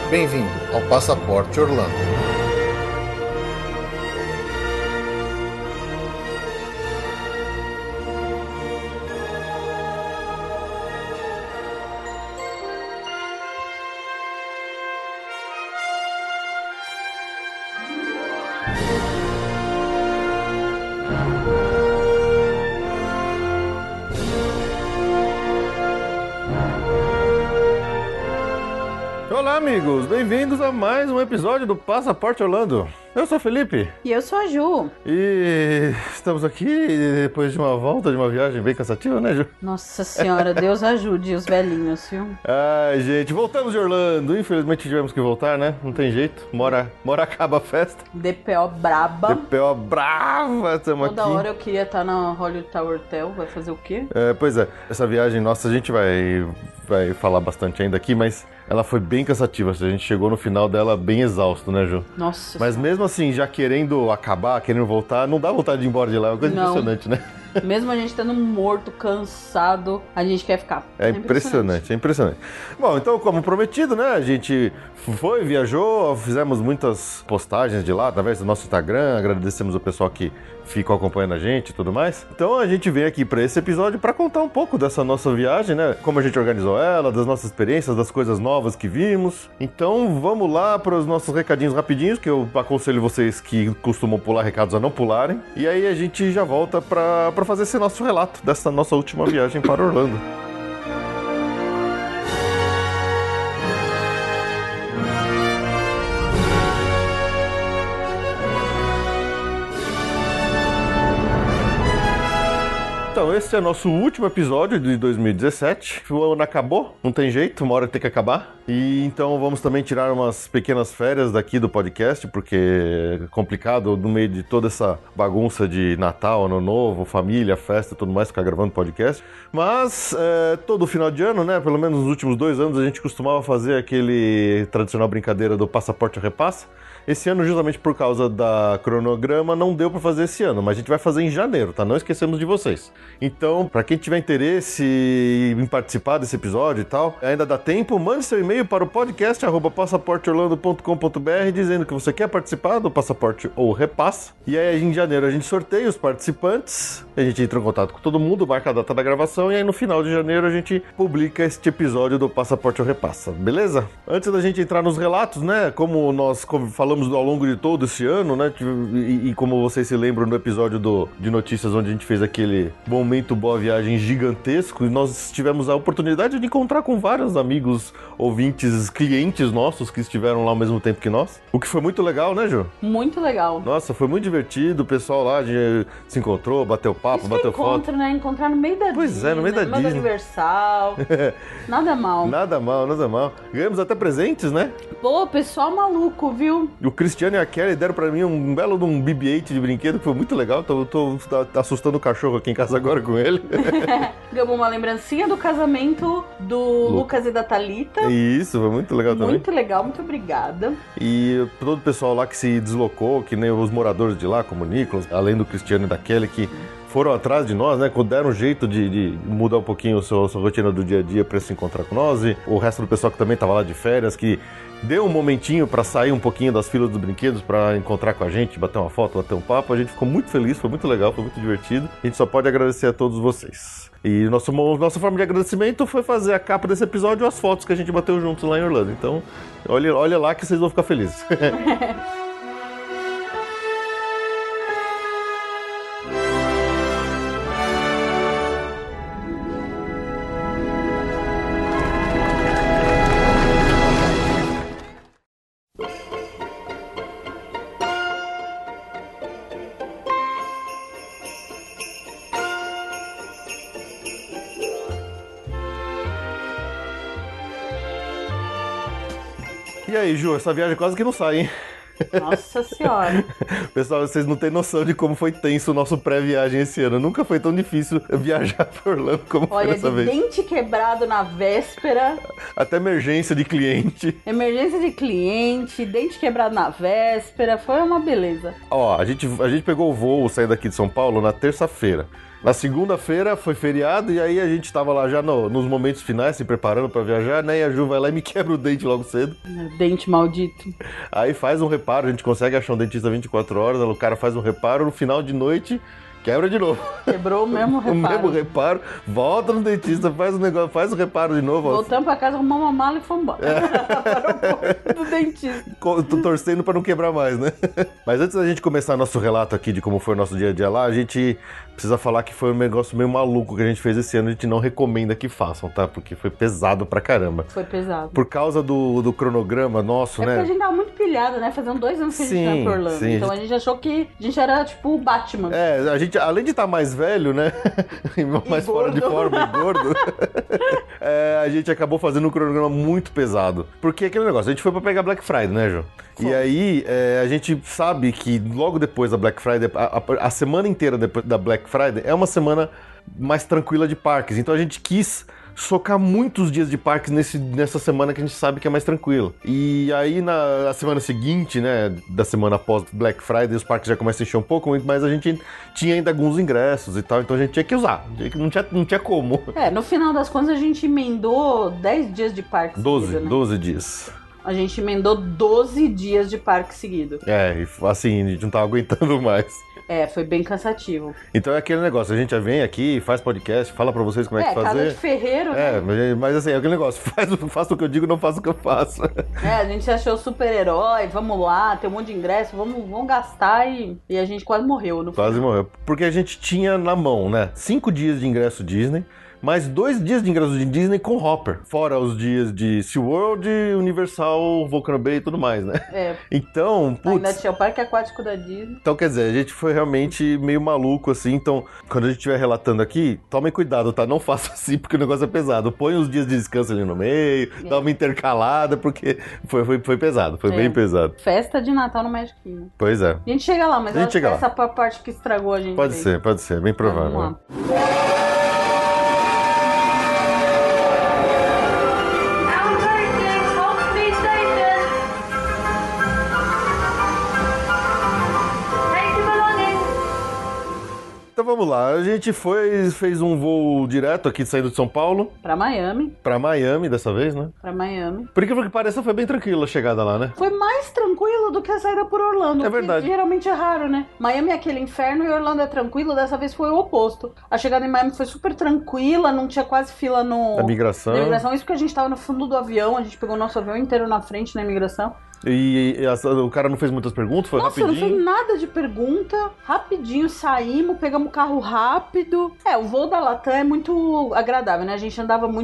Bem-vindo ao Passaporte Orlando. Olá, amigos! Bem-vindos a mais um episódio do Passaporte Orlando. Eu sou o Felipe. E eu sou a Ju. E estamos aqui depois de uma volta de uma viagem bem cansativa, né, Ju? Nossa senhora, Deus ajude os velhinhos, viu? Ai, gente, voltamos de Orlando. Infelizmente tivemos que voltar, né? Não tem jeito. Mora acaba a festa. DPO braba. DPO brava, estamos aqui. Toda hora eu queria estar na Hollywood Tower Hotel. Vai fazer o quê? Pois é, essa viagem nossa a gente vai falar bastante ainda aqui, mas ela foi bem cansativa. A gente chegou no final dela bem exausto, né, Ju? Nossa. Mas mesmo assim, já querendo acabar, querendo voltar, não dá vontade de ir embora de lá. É uma coisa impressionante, né? Mesmo a gente estando morto, cansado, a gente quer ficar. É impressionante. Bom, então, como prometido, né? A gente viajou, fizemos muitas postagens de lá, através do nosso Instagram. Agradecemos o pessoal que ficou acompanhando a gente e tudo mais. Então, a gente veio aqui para esse episódio para contar um pouco dessa nossa viagem, né? Como a gente organizou ela, das nossas experiências, das coisas novas que vimos. Então, vamos lá para os nossos recadinhos rapidinhos, que eu aconselho vocês que costumam pular recados a não pularem. E aí, a gente já volta para fazer esse nosso relato dessa nossa última viagem para Orlando. Então, esse é nosso último episódio de 2017. O ano acabou, não tem jeito, uma hora tem que acabar. E então vamos também tirar umas pequenas férias daqui do podcast, porque é complicado no meio de toda essa bagunça de Natal, Ano Novo, família, festa e tudo mais, ficar gravando podcast. Mas todo final de ano, né, pelo menos nos últimos 2 anos, a gente costumava fazer aquele tradicional brincadeira do Passaporte Repassa. Esse ano, justamente por causa da cronograma, não deu para fazer esse ano, mas a gente vai fazer em janeiro, tá? Não esquecemos de vocês. Então, para quem tiver interesse em participar desse episódio e tal, ainda dá tempo, mande seu e-mail para o podcast@passaporteorlando.com.br dizendo que você quer participar do Passaporte ou Repassa. E aí, em janeiro, a gente sorteia os participantes, a gente entra em contato com todo mundo, marca a data da gravação e aí no final de janeiro a gente publica este episódio do Passaporte ou Repassa, beleza? Antes da gente entrar nos relatos, né, como nós falamos ao longo de todo esse ano, né? E como vocês se lembram no episódio de notícias onde a gente fez aquele momento boa viagem gigantesco, e nós tivemos a oportunidade de encontrar com vários amigos, ouvintes, clientes nossos que estiveram lá ao mesmo tempo que nós. O que foi muito legal, né, Ju? Muito legal. Nossa, foi muito divertido. O pessoal lá se encontrou, bateu papo, bateu foto. Né? Encontrar no meio da Disney. Pois é, no meio da Disney. Universal. Nada mal. Nada mal. Ganhamos até presentes, né? Pô, pessoal maluco, viu? O Cristiano e a Kelly deram pra mim um belo de um BB-8 de brinquedo, que foi muito legal. Eu tô assustando o cachorro aqui em casa agora com ele. Ganhamos uma lembrancinha do casamento do Lucas e da Thalita. Isso, foi muito legal também. Muito legal, muito obrigada. E todo o pessoal lá que se deslocou, que nem os moradores de lá, como o Nicolas, além do Cristiano e da Kelly, que foram atrás de nós, né? Deram um jeito de mudar um pouquinho a sua rotina do dia a dia para se encontrar com nós. E o resto do pessoal que também estava lá de férias, que deu um momentinho para sair um pouquinho das filas dos brinquedos, para encontrar com a gente, bater uma foto, bater um papo. A gente ficou muito feliz, foi muito legal, foi muito divertido. A gente só pode agradecer a todos vocês. E nossa forma de agradecimento foi fazer a capa desse episódio e as fotos que a gente bateu juntos lá em Orlando. Então, olha lá que vocês vão ficar felizes. E aí, Ju, essa viagem quase que não sai, hein? Nossa senhora. Pessoal, vocês não têm noção de como foi tenso o nosso pré-viagem esse ano. Nunca foi tão difícil viajar por Orlando como foi dessa vez. Olha, de dente quebrado na véspera, Até emergência de cliente. Emergência de cliente, dente quebrado na véspera, foi uma beleza. Ó, a gente pegou o voo, saindo daqui de São Paulo, na terça-feira. Na segunda-feira foi feriado e aí a gente tava lá já nos momentos finais, se preparando pra viajar, né? E a Ju vai lá e me quebra o dente logo cedo. Dente maldito. Aí faz um reparo, a gente consegue achar um dentista 24 horas, o cara faz um reparo, no final de noite, quebra de novo. Quebrou o mesmo reparo. O mesmo reparo, volta no dentista, faz o negócio, faz o reparo de novo. Voltamos pra casa, arrumamos uma mala e fomos embora. Para o do dentista. Tô torcendo pra não quebrar mais, né? Mas antes da gente começar nosso relato aqui de como foi o nosso dia a dia lá, a gente precisa falar que foi um negócio meio maluco que a gente fez esse ano. A gente não recomenda que façam, tá? Porque foi pesado pra caramba. Foi pesado. Por causa do cronograma nosso, né? Porque a gente tava muito pilhado, né? Fazendo 2 anos que a gente tava por Orlando. Sim, então a gente achou que a gente era tipo o Batman. A gente, além de estar mais velho, né? mais fora de forma e gordo, a gente acabou fazendo um cronograma muito pesado. Porque aquele negócio, a gente foi pra pegar Black Friday, né, Ju? E aí, a gente sabe que logo depois da Black Friday, a semana inteira depois da Black Friday é uma semana mais tranquila de parques. Então a gente quis socar muitos dias de parques nessa semana que a gente sabe que é mais tranquila. E aí na semana seguinte, né, da semana após Black Friday, os parques já começam a encher um pouco, mas a gente tinha ainda alguns ingressos e tal, então a gente tinha que usar. Não tinha como. No final das contas a gente emendou 10 dias de parque 12 dias. A gente emendou 12 dias de parque seguido. E assim, a gente não tava aguentando mais. Foi bem cansativo. Então é aquele negócio, a gente já vem aqui, faz podcast, fala pra vocês como é que fazer. Casa de ferreiro, né? Mas assim, é aquele negócio, faça o que eu digo, não faça o que eu faço. A gente se achou super-herói, vamos lá, tem um monte de ingresso, vamos gastar e a gente quase morreu. Quase morreu. Porque a gente tinha na mão, né, 5 dias de ingresso Disney, mais 2 dias de ingresso de Disney com Hopper. Fora os dias de SeaWorld, Universal, Volcano Bay e tudo mais, né? Então, putz... Ainda tinha o parque aquático da Disney. Então, quer dizer, a gente foi realmente meio maluco, assim. Então, quando a gente estiver relatando aqui, tomem cuidado, tá? Não faça assim, porque o negócio é pesado. Põe os dias de descanso ali no meio, dá uma intercalada, porque foi pesado, foi bem pesado. Festa de Natal no Magic Kingdom. Pois é. A gente chega lá, mas acho que essa parte que estragou a gente. Pode ser, bem provável. Vamos lá. Então vamos lá, a gente fez um voo direto aqui saindo de São Paulo. Pra Miami. Pra Miami dessa vez, né? Pra Miami. Por incrível que pareça, foi bem tranquila a chegada lá, né? Foi mais tranquilo do que a saída por Orlando. É verdade. Que geralmente é raro, né? Miami é aquele inferno e Orlando é tranquilo, dessa vez foi o oposto. A chegada em Miami foi super tranquila, não tinha quase fila na imigração. Isso porque a gente tava no fundo do avião, a gente pegou o nosso avião inteiro na frente na imigração. E o cara não fez muitas perguntas, foi rapidinho? Nossa, não fez nada de pergunta. Rapidinho saímos, pegamos o carro rápido. O voo da Latam é muito agradável, né? A gente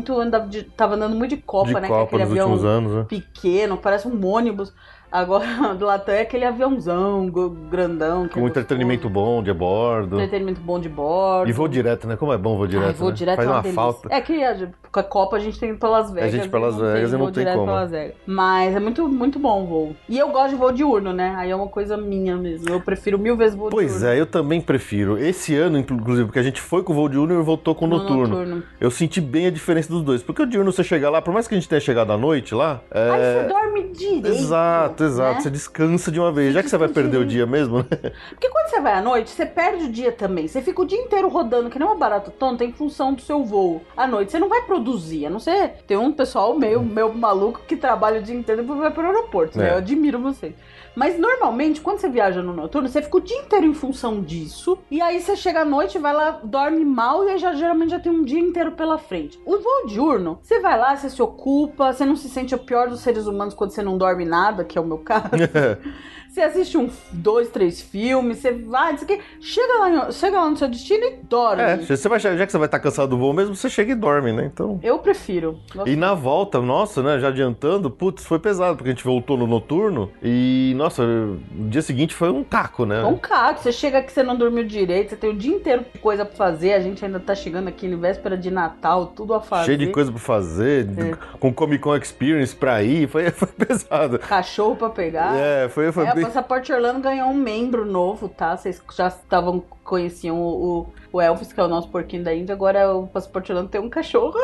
tava andando muito de Copa, né? Copa, que é aquele nos avião últimos anos, né? pequeno, parece um ônibus. Agora, do Latam é aquele aviãozão grandão. Com entretenimento bom de bordo. Entretenimento bom de bordo. E voo direto, né? Como é bom voo direto, voo direto faz é uma uma delícia. falta. É que a Copa a gente tem pra Las Vegas. A gente pra Las Vegas e não tem como. Mas é muito, muito bom o voo. E eu gosto de voo diurno, né? Aí é uma coisa minha mesmo. Eu prefiro 1000 vezes voo diurno. Pois é, eu também prefiro. Esse ano, inclusive, porque a gente foi com o voo diurno e voltou com o noturno. Eu senti bem a diferença dos dois. Porque o diurno, você chega lá, por mais que a gente tenha chegado à noite lá... Aí você dorme direito. Exato. Né? Você descansa de uma vez. Já que você vai perder o dia mesmo, né? Porque quando você vai à noite, você perde o dia também. Você fica o dia inteiro rodando, que nem uma barata tonta, em função do seu voo. À noite, você não vai produzir. A não ser... Tem um pessoal meio maluco que trabalha o dia inteiro e depois vai pro aeroporto, né? Eu admiro vocês. Mas normalmente, quando você viaja no noturno, você fica o dia inteiro em função disso. E aí você chega à noite, vai lá, dorme mal e aí geralmente já tem um dia inteiro pela frente. O voo diurno, você vai lá, você se ocupa, você não se sente o pior dos seres humanos quando você não dorme nada, que é o meu caso. Você assiste 2, 3 filmes, você vai, não sei o quê. Chega lá no seu destino e dorme. Já que você vai estar cansado do voo mesmo, você chega e dorme, né? Então... Eu prefiro. E na volta, nossa, né, já adiantando, putz, foi pesado, porque a gente voltou no noturno e, nossa, o dia seguinte foi um caco, né? Um caco. Você chega aqui, você não dormiu direito, você tem o dia inteiro de coisa pra fazer, a gente ainda tá chegando aqui em véspera de Natal, tudo a fazer. Cheio de coisa pra fazer, com Comic Con Experience pra ir, foi pesado. Cachorro pra pegar. Foi bem... Passaporte Orlando ganhou um membro novo, tá? Vocês já estavam conheciam o Elvis, que é o nosso porquinho da Índia. Agora o Passaporte Orlando tem um cachorro.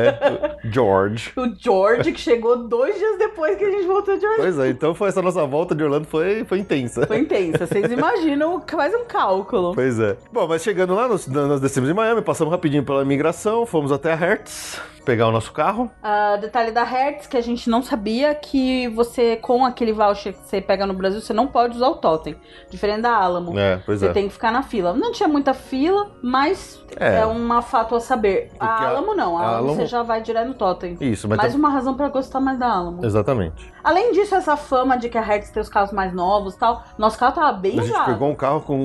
George. O George, que chegou 2 dias depois que a gente voltou de Orlando. Pois é, então essa nossa volta de Orlando foi intensa. Foi intensa, vocês imaginam, faz um cálculo. Pois é. Bom, mas chegando lá, nós descemos em Miami, passamos rapidinho pela imigração, fomos até a Hertz pegar o nosso carro. Detalhe da Hertz, que a gente não sabia, que você, com aquele voucher que você pega no Brasil, você não pode usar o totem. Diferente da Alamo. Pois você tem que ficar na fila. Não tinha muita fila, mas é uma fato a saber. Porque a Alamo não. A Alamo você já vai direto no totem. Isso, mas mais uma razão pra gostar mais da Alamo. Exatamente. Além disso, essa fama de que a Hertz tem os carros mais novos e tal, nosso carro tava bem usado. A gente pegou um carro com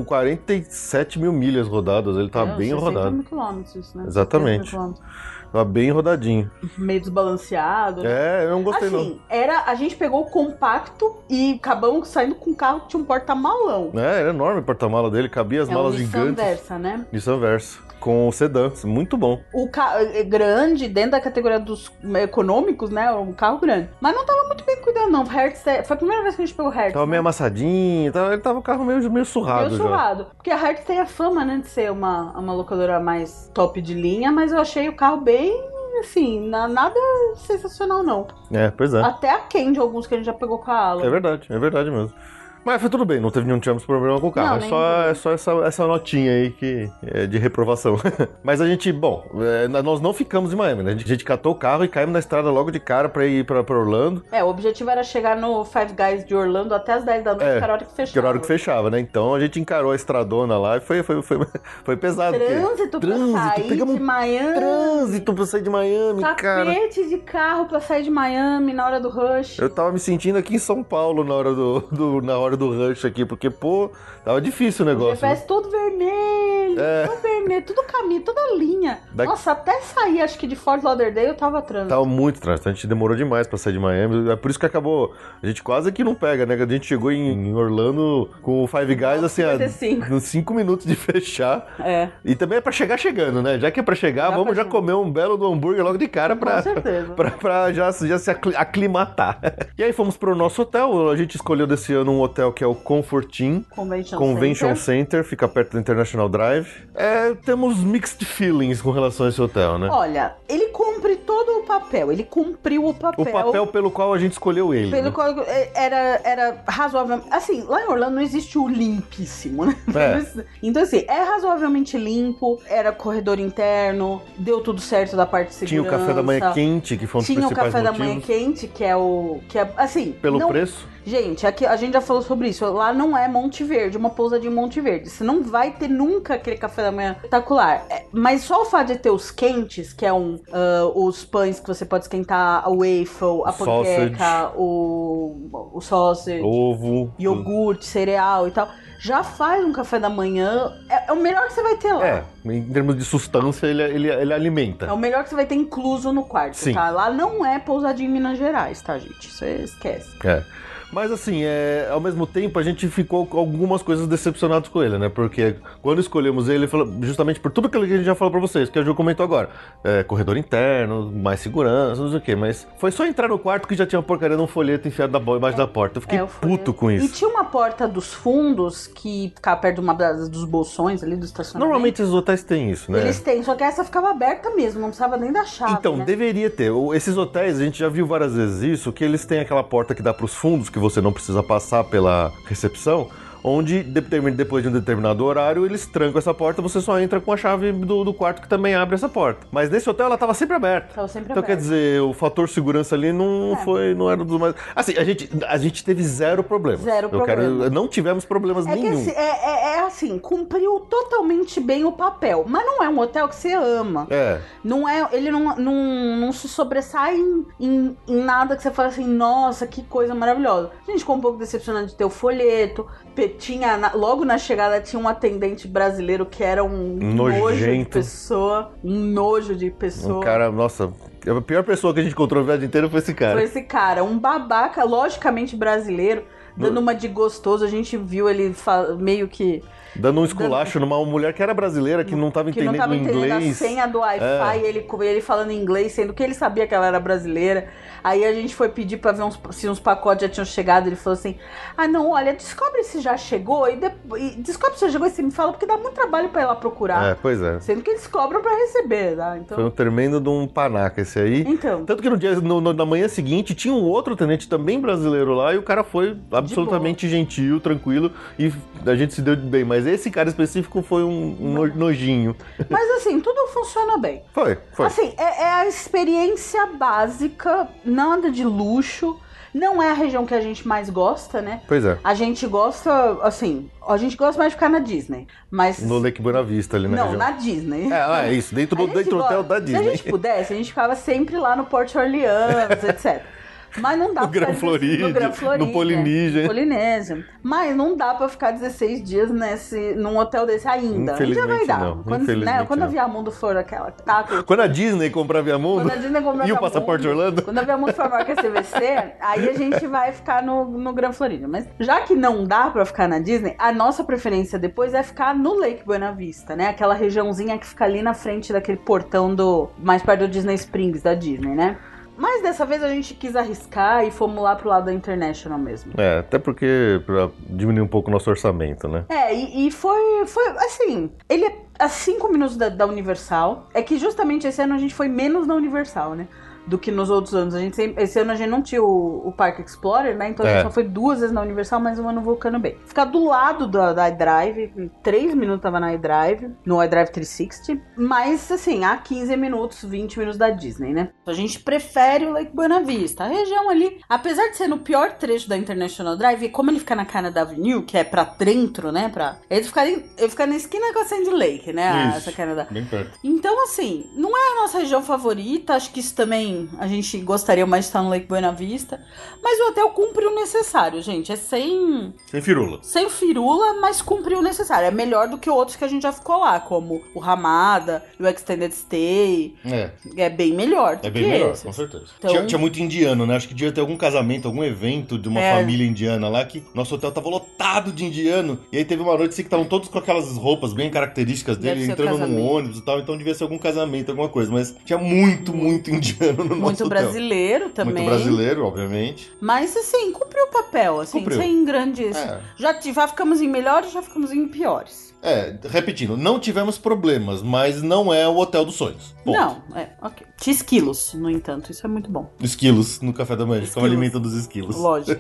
47 mil milhas rodadas, ele tava bem rodado. 60 mil quilômetros, isso, né? Exatamente. Tava bem rodadinho. Meio desbalanceado. Né? Eu não gostei assim, a gente pegou o compacto e acabamos saindo com um carro que tinha um porta-malão. Era enorme o porta-mala dele, cabia as malas gigantes. Nissan Versa, né? Nissan Versa. Com sedã, muito bom. O carro é grande, dentro da categoria dos econômicos, né? Um carro grande. Mas não tava muito bem cuidado, não. Hertz, foi a primeira vez que a gente pegou o Hertz. Tava meio amassadinho, ele tava o carro meio surrado. Meio surrado. Porque a Hertz tem a fama, né, de ser uma locadora mais top de linha, mas eu achei o carro bem, assim, nada sensacional, não. Pois é. Até aquém de alguns que a gente já pegou com a Alamo. É verdade mesmo. Mas foi tudo bem, não tivemos problema com o carro. É só essa notinha aí que é de reprovação. Mas a gente, nós não ficamos em Miami, né? A gente catou o carro e caímos na estrada logo de cara pra ir pra Orlando. O objetivo era chegar no Five Guys de Orlando até as 10 da noite, que era a hora que fechava. Que era a hora que fechava, né? Então a gente encarou a estradona lá e foi pesado. Trânsito pra sair de Miami. Trânsito pra sair de Miami, cara. Tapete de carro pra sair de Miami na hora do rush. Eu tava me sentindo aqui em São Paulo na hora do rush aqui, porque, tava difícil o negócio. O GPS todo vermelho, tudo caminho, toda linha. Nossa, até sair, acho que de Fort Lauderdale tava trânsito. Tava muito trânsito, a gente demorou demais pra sair de Miami, é por isso que acabou, a gente quase que não pega, né? A gente chegou em Orlando com o Five Guys, assim, uns 5 minutos de fechar. E também é pra chegar chegando, né? Já que é pra chegar, vamos já comer um belo do hambúrguer logo de cara pra já se aclimatar. E aí fomos pro nosso hotel, a gente escolheu desse ano um hotel que é o Comfort Inn Convention Center, fica perto do International Drive. Temos mixed feelings com relação a esse hotel, né? Olha, ele cumpre todo o papel, ele cumpriu o papel. O papel pelo qual a gente escolheu ele. Pelo qual era razoavelmente... Assim, lá em Orlando não existe o limpíssimo, né? Então, assim, é razoavelmente limpo, era corredor interno, deu tudo certo da parte de segurança. Tinha o café da manhã quente, que foi um dos principais motivos. Tinha o café da manhã quente, que é assim... Pelo preço? Gente, aqui a gente já falou sobre isso. Lá não é Monte Verde, uma pousadinha em Monte Verde. Você não vai ter nunca aquele café da manhã espetacular. Mas só o fato de ter os quentes, que é os pães que você pode esquentar, a waffle, a panqueca, o sausage, ovo, iogurte, cereal e tal, já faz um café da manhã. É o melhor que você vai ter lá. Em termos de sustância, ele alimenta. É o melhor que você vai ter incluso no quarto, tá? Lá não é pousadinha em Minas Gerais, tá, gente? Você esquece. Mas assim, ao mesmo tempo a gente ficou com algumas coisas decepcionados com ele, né? Porque quando escolhemos ele, justamente por tudo aquilo que a gente já falou pra vocês, que a Ju comentou agora. Corredor interno, mais segurança, não sei o quê. Mas foi só entrar no quarto que já tinha uma porcaria de um folheto enfiado embaixo da porta. Eu fiquei puto com isso. E tinha uma porta dos fundos que ficava perto de dos bolsões ali do estacionamento. Normalmente os hotéis têm isso, né? Eles têm, só que essa ficava aberta mesmo, não precisava nem da chave. Então, né? Deveria ter. Esses hotéis, a gente já viu várias vezes isso, que eles têm aquela porta que dá pros fundos, que você não precisa passar pela recepção, onde depois de um determinado horário eles trancam essa porta, você só entra com a chave do quarto que também abre essa porta. Mas nesse hotel ela estava sempre aberta. Então quer dizer, o fator segurança ali não era dos mais... Assim, a gente teve zero problemas. Não tivemos problemas nenhum. Assim, cumpriu totalmente bem o papel, mas não é um hotel que você ama. Ele não se sobressai em nada que você fala assim, nossa, que coisa maravilhosa. A gente ficou um pouco decepcionado de ter o folheto, logo na chegada tinha um atendente brasileiro que era um nojo de pessoa. Um nojo de pessoa. Um cara, nossa, a pior pessoa que a gente encontrou a viagem inteira foi esse cara. Um babaca, logicamente brasileiro. dando uma de gostoso. A gente viu ele meio que... Dando um esculacho numa mulher que era brasileira, que não tava entendendo inglês. Que não tava entendendo a senha do Wi-Fi, ele falando inglês, sendo que ele sabia que ela era brasileira. Aí a gente foi pedir pra ver se uns pacotes já tinham chegado. Ele falou assim, não, olha, descobre se já chegou e descobre se já chegou e você me fala, porque dá muito trabalho pra ir lá procurar. Pois é. Sendo que eles cobram pra receber, tá? Então... Foi um tremendo de um panaca esse aí. Então. Tanto que na manhã seguinte tinha um outro tenente também brasileiro lá e o cara foi absolutamente gentil, tranquilo e a gente se deu bem. Mas esse cara específico foi um nojinho. Mas assim, tudo funciona bem. Foi. Assim, é a experiência básica, nada de luxo. Não é a região que a gente mais gosta, né? Pois é. A gente gosta, assim, a gente gosta mais de ficar na Disney, mas... No Lake Buena Vista ali na região. Não, na Disney. É isso, dentro do hotel da Disney. Se a gente pudesse, a gente ficava sempre lá no Port Orleans, etc. Mas não dá no pra Grand Floride, no Polinésia. Mas não dá pra ficar 16 dias num hotel desse ainda. Já vai dar. Não. Quando a Viamundo for aquela... Quando a Disney comprar Viamundo e o Passaporte Orlando. Quando a Viamundo for maior que a CVC, aí a gente vai ficar no Grand Florida. Mas já que não dá pra ficar na Disney, a nossa preferência depois é ficar no Lake Buena Vista, né? Aquela regiãozinha que fica ali na frente daquele portão mais perto do Disney Springs da Disney, né? Mas dessa vez a gente quis arriscar e fomos lá pro lado da International mesmo. Até porque pra diminuir um pouco o nosso orçamento, né? E foi assim, ele é a 5 minutos da Universal. É que justamente esse ano a gente foi menos na Universal, né? Do que nos outros anos. Esse ano a gente não tinha o Park Explorer, né? Então a gente só foi 2 vezes na Universal, mais uma no Vulcano Bay. Ficar do lado da iDrive, em 3 minutos tava na iDrive, no iDrive 360. Mas, assim, há 15 minutos, 20 minutos da Disney, né? A gente prefere o Lake Buena Vista. A região ali, apesar de ser no pior trecho da International Drive, como ele fica na Canada Avenue, que é pra dentro, né? Ele fica na esquina com a Sandy Lake, né? Isso, essa Canada. Bem perto. Então, assim, não é a nossa região favorita. Acho que isso também a gente gostaria mais de estar no Lake Buena Vista. Mas o hotel cumpre o necessário, gente. É sem firula. Sem firula, mas cumpre o necessário. É melhor do que outros que a gente já ficou lá, como o Ramada, o Extended Stay. É bem melhor do que bem melhor, esses. com certeza. Então... Tinha muito indiano, né? Acho que devia ter algum casamento, algum evento de uma família indiana lá, que nosso hotel tava lotado de indiano. E aí teve uma noite assim, que estavam todos com aquelas roupas bem características dele, entrando num ônibus e tal. Então devia ser algum casamento, alguma coisa. Mas tinha muito indiano no nosso muito hotel. Brasileiro também. Muito brasileiro, obviamente. Mas, assim, cumpriu o papel, assim, Cumpriu. sem grandes... Já ficamos em melhores, já ficamos em piores. Repetindo, não tivemos problemas, mas não é o hotel dos sonhos. Ponto. Não, ok. Tinha esquilos, no entanto, isso é muito bom. Esquilos no café da manhã, como alimento dos esquilos. Lógico.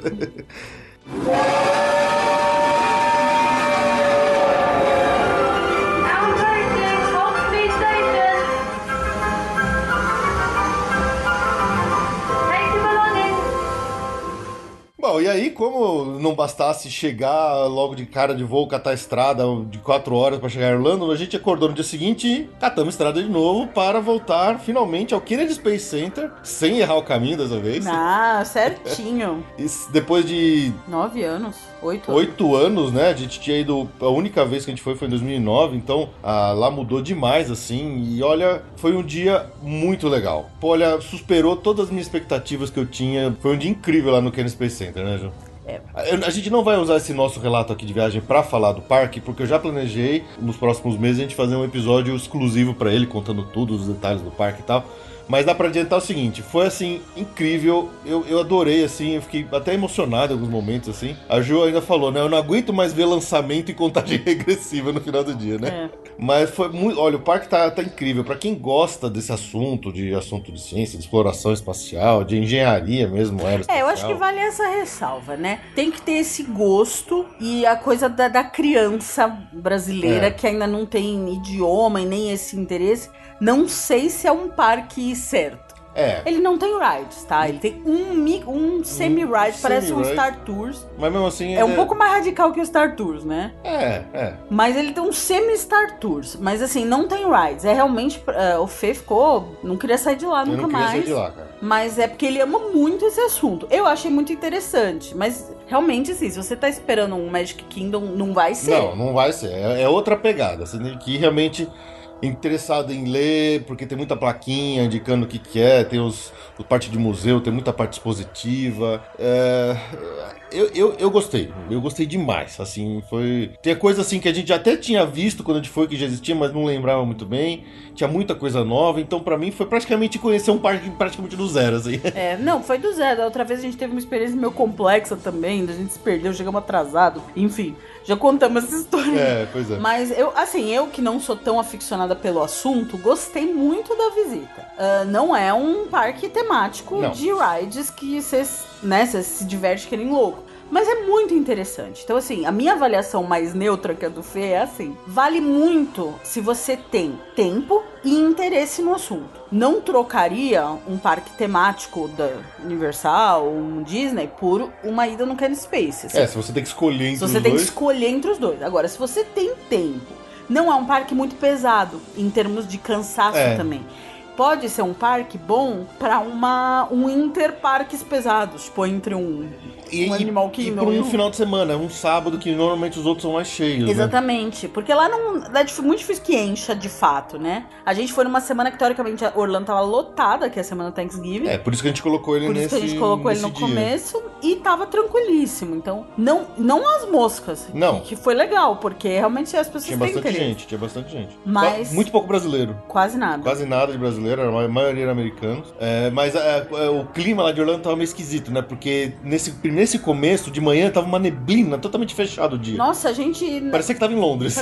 Bom, e aí, como não bastasse chegar logo de cara de voo, catar a estrada de 4 horas para chegar em Orlando, a gente acordou no dia seguinte e catamos a estrada de novo para voltar finalmente ao Kennedy Space Center, sem errar o caminho dessa vez. Certinho. Depois de 9 anos, 8 anos. 8 anos, né? A gente tinha ido, a única vez que a gente foi em 2009, então lá mudou demais, assim, e olha, foi um dia muito legal. Pô, olha, superou todas as minhas expectativas que eu tinha, foi um dia incrível lá no Kennedy Space Center, né, Ju? A gente não vai usar esse nosso relato aqui de viagem pra falar do parque, porque eu já planejei nos próximos meses a gente fazer um episódio exclusivo pra ele, contando tudo, os detalhes do parque e tal. Mas dá pra adiantar o seguinte, foi assim, incrível, eu adorei, assim, eu fiquei até emocionado em alguns momentos, assim. A Ju ainda falou, né, eu não aguento mais ver lançamento e contagem regressiva no final do dia, né? Mas foi muito, olha, o parque tá incrível, pra quem gosta desse assunto de ciência, de exploração espacial, de engenharia mesmo, aeroespacial. Eu acho que vale essa ressalva, né? Tem que ter esse gosto e a coisa da criança brasileira que ainda não tem idioma e nem esse interesse. Não sei se é um parque certo. Ele não tem rides, tá? Ele tem um semi-ride, parece um Star Tours. Mas mesmo assim... É um pouco mais radical que o Star Tours, né? Mas ele tem um semi-Star Tours. Mas assim, não tem rides. É realmente... o Fê ficou... Não queria sair de lá nunca mais. Eu não queria sair de lá, cara. Mas é porque ele ama muito esse assunto. Eu achei muito interessante. Mas realmente, assim, se você tá esperando um Magic Kingdom, não vai ser. Não vai ser. É outra pegada. Você tem que ir realmente... interessado em ler, porque tem muita plaquinha indicando o que é, tem os a parte de museu, tem muita parte expositiva. Eu gostei. Eu gostei demais. Assim, foi... Tem coisa assim que a gente até tinha visto quando a gente foi, que já existia, mas não lembrava muito bem. Tinha muita coisa nova. Então, pra mim, foi praticamente conhecer um parque praticamente do zero, assim. Não, foi do zero. Da outra vez a gente teve uma experiência meio complexa também. A gente se perdeu, chegamos atrasado. Enfim, já contamos essa história. Pois é. Mas eu que não sou tão aficionada pelo assunto, gostei muito da visita. Não é um parque temático de rides que você se diverte que nem louco. Mas é muito interessante. Então, assim, a minha avaliação mais neutra que a do Fê é assim: vale muito se você tem tempo e interesse no assunto. Não trocaria um parque temático da Universal ou um Disney por uma ida no Ken Space. Assim. Se você tem que escolher entre os dois. Se você tem que escolher entre os dois. Agora, se você tem tempo, não é um parque muito pesado em termos de cansaço também. Pode ser um parque bom pra um interparques pesados, tipo, entre um Animal Kingdom. E por um final de semana, um sábado que normalmente os outros são mais cheios. Exatamente, porque lá não é muito difícil que encha de fato, né? A gente foi numa semana que teoricamente a Orlando tava lotada, que é a semana do Thanksgiving. Por isso que a gente colocou ele nesse dia. Por isso que a gente colocou ele no começo e tava tranquilíssimo. Então, não as moscas, não. Que foi legal, porque realmente as pessoas têm interesse. Tinha bastante gente. Mas muito pouco brasileiro. Quase nada. Quase nada de brasileiro. A maioria era americanos. Mas o clima lá de Orlando tava meio esquisito, né? Porque nesse começo, de manhã, tava uma neblina, totalmente fechado o dia. Nossa, a gente... Parecia que tava em Londres.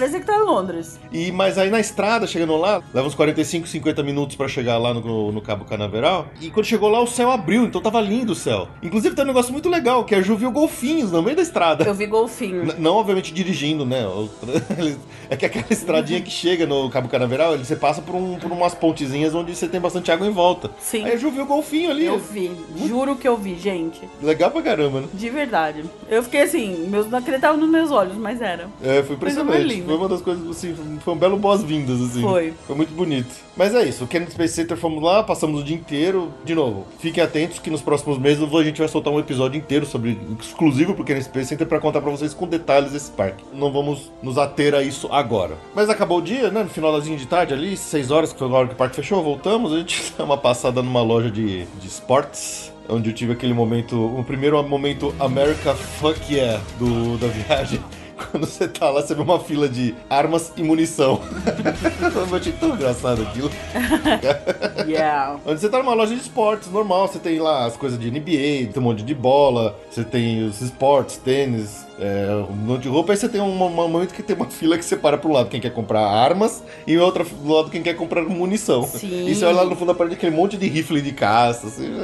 Mas aí na estrada, chegando lá, leva uns 45, 50 minutos pra chegar lá no Cabo Canaveral. E quando chegou lá, o céu abriu, então tava lindo o céu. Inclusive tem um negócio muito legal, que a Ju viu golfinhos no meio da estrada. Eu vi golfinho. Não, obviamente, dirigindo, né? É que aquela estradinha que chega no Cabo Canaveral, você passa por umas pontezinhas onde você tem bastante água em volta. Sim. Aí a Ju viu o golfinho ali. Eu vi. Juro que eu vi, gente. Legal pra caramba, né? De verdade. Eu fiquei assim, não acreditava nos meus olhos, mas era. Foi impressionante. Foi uma das coisas, assim, foi um belo boas-vindas, assim. Foi muito bonito. Mas é isso, o Kennedy Space Center fomos lá, passamos o dia inteiro. De novo, fiquem atentos que nos próximos meses a gente vai soltar um episódio inteiro exclusivo pro Kennedy Space Center pra contar pra vocês com detalhes esse parque. Não vamos nos ater a isso agora. Mas acabou o dia, né? No finalzinho de tarde ali, 6 horas, que foi a hora que o parque fechou, voltamos. A gente deu uma passada numa loja de esportes, onde eu tive aquele momento, o primeiro momento America Fuck Yeah da viagem. Quando você tá lá, você vê uma fila de armas e munição. Eu achei tão engraçado aquilo. Onde você tá numa loja de esportes, normal, você tem lá as coisas de NBA, tem um monte de bola, você tem os esportes, tênis, um monte de roupa, aí você tem um momento que tem uma fila que separa pro lado quem quer comprar armas e outra do lado quem quer comprar munição. Sim. E você olha lá no fundo da parede aquele monte de rifle de caça, assim,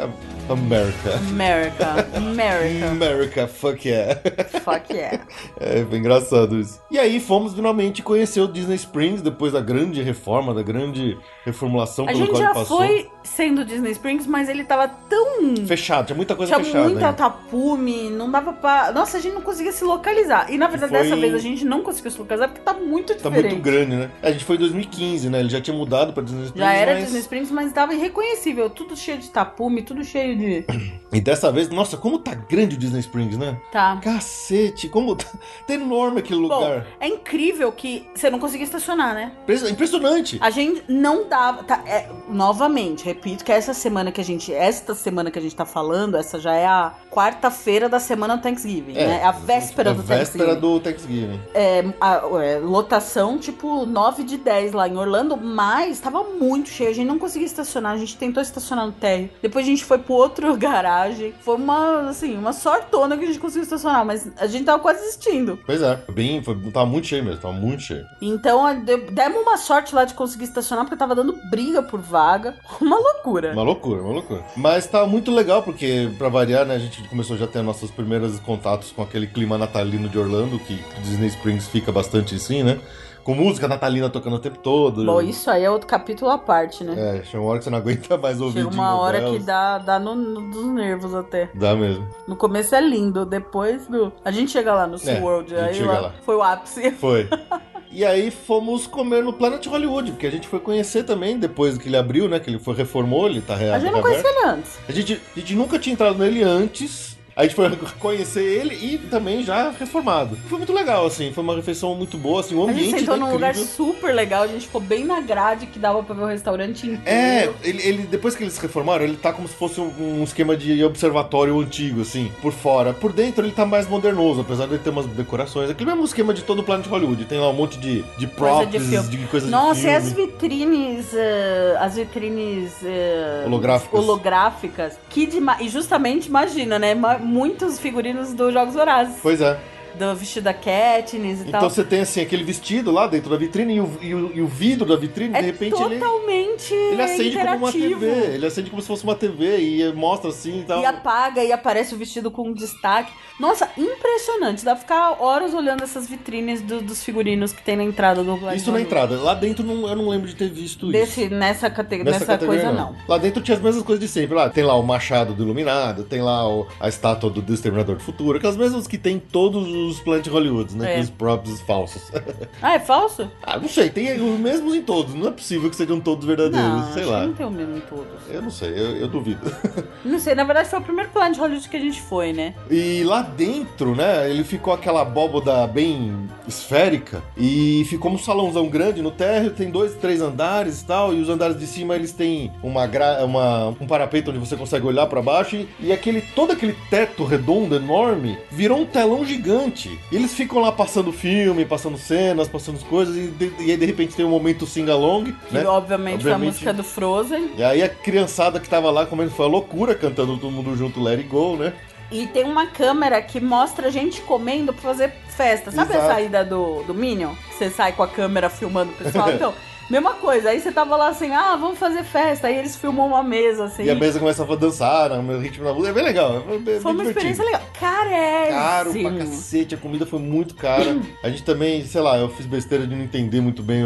America, fuck yeah. Fuck yeah. Foi engraçado isso. E aí fomos finalmente conhecer o Disney Springs, depois da grande reforma, da grande reformulação pelo qual ele passou. A gente já foi sendo Disney Springs, mas ele tava tão... fechado, tinha muita coisa fechada. Tinha muita tapume, não dava pra... Nossa, a gente não conseguia se localizar. E na verdade dessa vez a gente não conseguiu se localizar porque tá muito diferente. Tá muito grande, né? A gente foi em 2015, né? Ele já tinha mudado pra Disney Springs. Já era Disney Springs, mas tava irreconhecível. Tudo cheio de tapume, tudo cheio de... E dessa vez, nossa, como tá grande o Disney Springs, né? Tá. Cacete, como tá enorme aquele lugar. Bom, é incrível que você não conseguia estacionar, né? Impressionante. A gente não dava... novamente, repito que esta semana que a gente tá falando, essa já é a quarta-feira da semana do Thanksgiving, né? É a véspera do Thanksgiving. Véspera do Thanksgiving. Lotação, tipo, 9 de 10 lá em Orlando, mas tava muito cheio, a gente não conseguia estacionar, a gente tentou estacionar no térreo, depois a gente foi pro outro garagem, foi uma sortona que a gente conseguiu estacionar, mas a gente tava quase desistindo. Pois é, tava muito cheio mesmo, tava muito cheio. Então, demos uma sorte lá de conseguir estacionar, porque tava dando briga por vaga, uma loucura. Uma loucura. Mas tava muito legal, porque, pra variar, né, a gente começou já a ter nossos primeiros contatos com aquele clima natalino de Orlando, que Disney Springs fica bastante assim, né? Com música natalina tocando o tempo todo. Bom, isso aí é outro capítulo à parte, né? Chega uma hora que você não aguenta mais ouvir. Chega uma hora que dá dos nervos até. Dá mesmo. No começo é lindo, depois a gente chega lá no SeaWorld, aí lá foi o ápice. Foi. E aí fomos comer no Planet Hollywood, porque a gente foi conhecer também, depois que ele abriu, né? Que ele reformou, ele tá reaberto. A gente não conhecia ele antes. A gente nunca tinha entrado nele antes. A gente foi conhecer ele e também já reformado. Foi muito legal, assim, foi uma refeição muito boa, assim, o A ambiente gente sentou num incrível. lugar super legal, a gente ficou bem na grade que dava pra ver o restaurante inteiro. Ele depois que eles reformaram, ele tá como se fosse um esquema de observatório antigo, assim, por fora. Por dentro ele tá mais modernoso, apesar de ele ter umas decorações. Aquele mesmo esquema de todo o Planet Hollywood. Tem lá um monte de props, de coisas Nossa, de filme. e as vitrines holográficas, e justamente, imagina, né, muitos figurinos dos Jogos Vorazes. Pois é. Do vestido da Katniss e tal. Então você tem, assim, aquele vestido lá dentro da vitrine e o vidro da vitrine, de repente, totalmente ele acende interativo. como uma TV. Ele acende como se fosse uma TV e mostra assim e tal. E apaga e aparece o vestido com destaque. Nossa, impressionante. Dá pra ficar horas olhando essas vitrines dos figurinos que tem na entrada do Planet Isso na Hollywood. entrada. Lá dentro eu não lembro de ter visto isso. Nessa coisa, não. Lá dentro tinha as mesmas coisas de sempre. Lá tem lá o machado do Iluminado, tem lá a estátua do Exterminador do Futuro, aquelas mesmas que tem todos os Planet Hollywoods, né? Aqueles props falsos. Ah, é falso? Não sei, tem os mesmos em todos. Não é possível que sejam todos verdadeiros, Não, sei acho lá. que não tem o mesmo em todos. Eu não sei, eu duvido. Não sei, na verdade foi o primeiro Planet Hollywood que a gente foi, né? E lá dentro, né, ele ficou aquela abóboda bem esférica e ficou um salãozão grande no térreo, tem 2, 3 andares e tal, e os andares de cima eles têm um parapeito onde você consegue olhar pra baixo e todo aquele teto redondo, enorme, virou um telão gigante. E eles ficam lá passando filme, passando cenas, passando coisas, e aí de repente tem um momento sing-along, Que né? obviamente foi a música do Frozen. E aí a criançada que tava lá, como foi a loucura, cantando todo mundo junto Let It Go, né? E tem uma câmera que mostra a gente comendo pra fazer festa. Sabe Exato. a saída do Minion? Que você sai com a câmera filmando o pessoal? Então, mesma coisa. Aí você tava lá assim, vamos fazer festa. Aí eles filmam uma mesa, assim. E a mesa começa a dançar, no ritmo da música. É bem legal. Foi uma experiência legal. Carésimo. Caro pra cacete, a comida foi muito cara. A gente também, sei lá, eu fiz besteira de não entender muito bem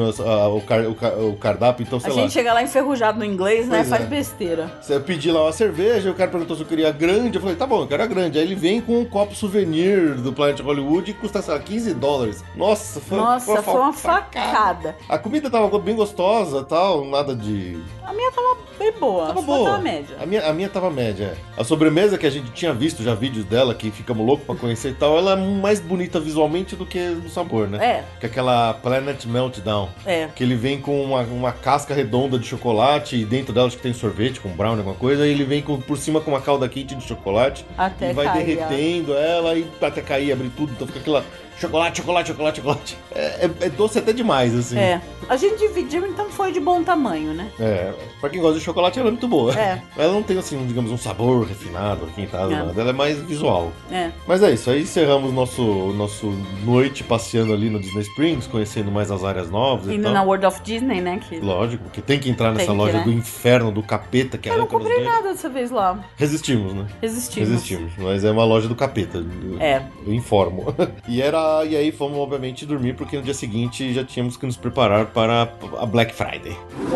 o cardápio, então sei lá. A gente chega lá enferrujado no inglês, né? Pois Faz é. besteira. Eu pedi lá uma cerveja, o cara perguntou se eu queria grande, eu falei, tá bom, eu quero a grande. Aí ele vem com um copo souvenir do Planet Hollywood e custa, sei lá, $15. Nossa, foi uma facada. A comida tava bem gostosa, tal, nada de... A minha tava bem boa. Tava a boa. Tava média. A minha tava média, é. A sobremesa que a gente tinha visto já vídeos dela, que ficamos loucos pra conhecer e tal, ela é mais bonita visualmente do que no sabor, né? É. Que é aquela Planet Meltdown. É. Que ele vem com uma casca redonda de chocolate e dentro dela acho que tem sorvete com brownie, alguma coisa, e ele vem por cima com uma calda quente de chocolate. Até e vai cair, derretendo ela e até cair, abrir tudo, então fica aquela... Chocolate. É doce até demais, assim. É. A gente dividiu, então foi de bom tamanho, né? É. Pra quem gosta de chocolate, ela é muito boa. É. Ela não tem, assim, digamos, um sabor refinado, requintado, nada. Ela é mais visual. É. Mas é isso. Aí encerramos nosso noite passeando ali no Disney Springs, conhecendo mais as áreas novas e Indo tal. na World of Disney, né? Que... Lógico, que tem que entrar nessa loja né? do inferno, do capeta, que Eu não arranca nos comprei dentes. nada dessa vez lá. Resistimos, né? Resistimos. Mas é uma loja do capeta. É. Eu informo. E aí fomos, obviamente, dormir, porque no dia seguinte já tínhamos que nos preparar para a Black Friday.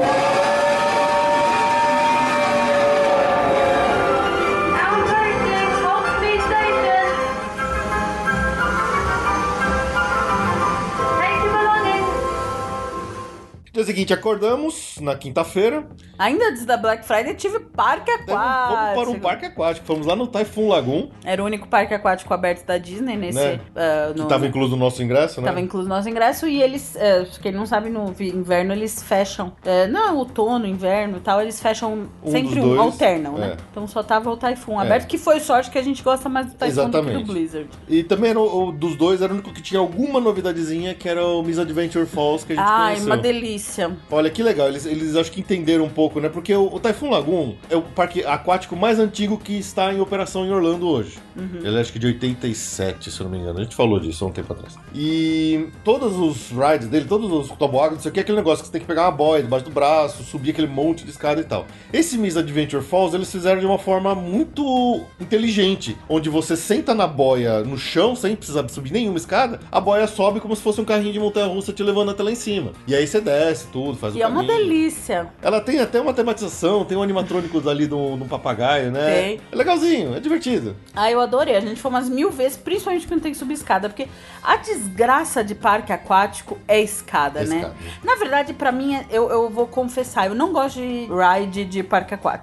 No dia seguinte, acordamos na quinta-feira. Ainda antes da Black Friday, tive parque aquático. Fomos para um parque aquático. Fomos lá no Typhoon Lagoon. Era o único parque aquático aberto da Disney nesse... Né? Que estava incluso no nosso ingresso, né? Tava incluso no nosso ingresso e eles, quem não sabe, no inverno eles fecham. Não, outono, inverno e tal, eles fecham sempre dos dois, alternam, né? é. Então só tava o Typhoon aberto, que foi sorte que a gente gosta mais do Typhoon do que do Blizzard. E também era dos dois, era o único que tinha alguma novidadezinha, que era o Miss Adventure Falls, que a gente conheceu. Uma delícia. Olha, que legal, eles acho que entenderam um pouco, né? Porque o Typhoon Lagoon é o parque aquático mais antigo que está em operação em Orlando hoje. Ele é acho que de 87, se eu não me engano. A gente falou disso há um tempo atrás. E todos os rides dele, todos os toboáguas, não sei o que, é aquele negócio que você tem que pegar uma boia debaixo do braço, subir aquele monte de escada e tal. Esse Miss Adventure Falls, eles fizeram de uma forma muito inteligente, onde você senta na boia no chão, sem precisar subir nenhuma escada, a boia sobe como se fosse um carrinho de montanha-russa te levando até lá em cima. E aí você desce tudo, faz o E é uma caminho. delícia. Ela tem até uma tematização, tem um animatrônico ali de um papagaio, né? Tem. É legalzinho, é divertido. Eu adorei. A gente foi umas 1000 vezes, principalmente quando tem que subir escada, porque a desgraça de parque aquático é escada, né? Escada. Na verdade, pra mim, eu vou confessar, eu não gosto de ride de parque aquático.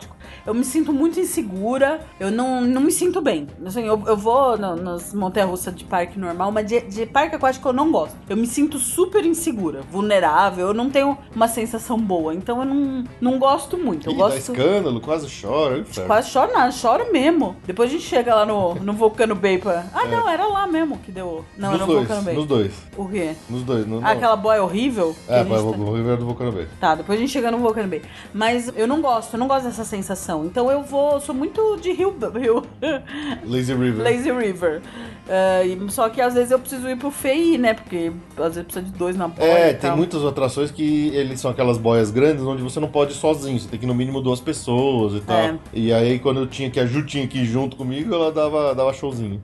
eu me sinto muito insegura, eu não me sinto bem. Assim, eu vou nas montanhas-russas de parque normal, mas de parque aquático eu não gosto. Eu me sinto super insegura, vulnerável, eu não tenho uma sensação boa, então eu não gosto muito. Eu gosto... dá escândalo, quase chora. Quase choro nada, choro mesmo. Depois a gente chega lá no Volcano Bay pra... não, era lá mesmo que deu... Não, era no Volcano Bay. Nos dois. O quê? Nos dois. Aquela boia horrível? O River do Volcano Bay. Tá, depois a gente chega no Volcano Bay. Mas eu não gosto dessa sensação. Então eu sou muito de rio Lazy River. Só que às vezes eu preciso ir pro FEI, né? Porque às vezes precisa de 2 na boia. Tem muitas atrações que eles são aquelas boias grandes onde você não pode ir sozinho, você tem que ir no mínimo 2 pessoas e tal. E aí quando eu tinha que a Ju tinha que ir junto comigo, ela dava showzinho.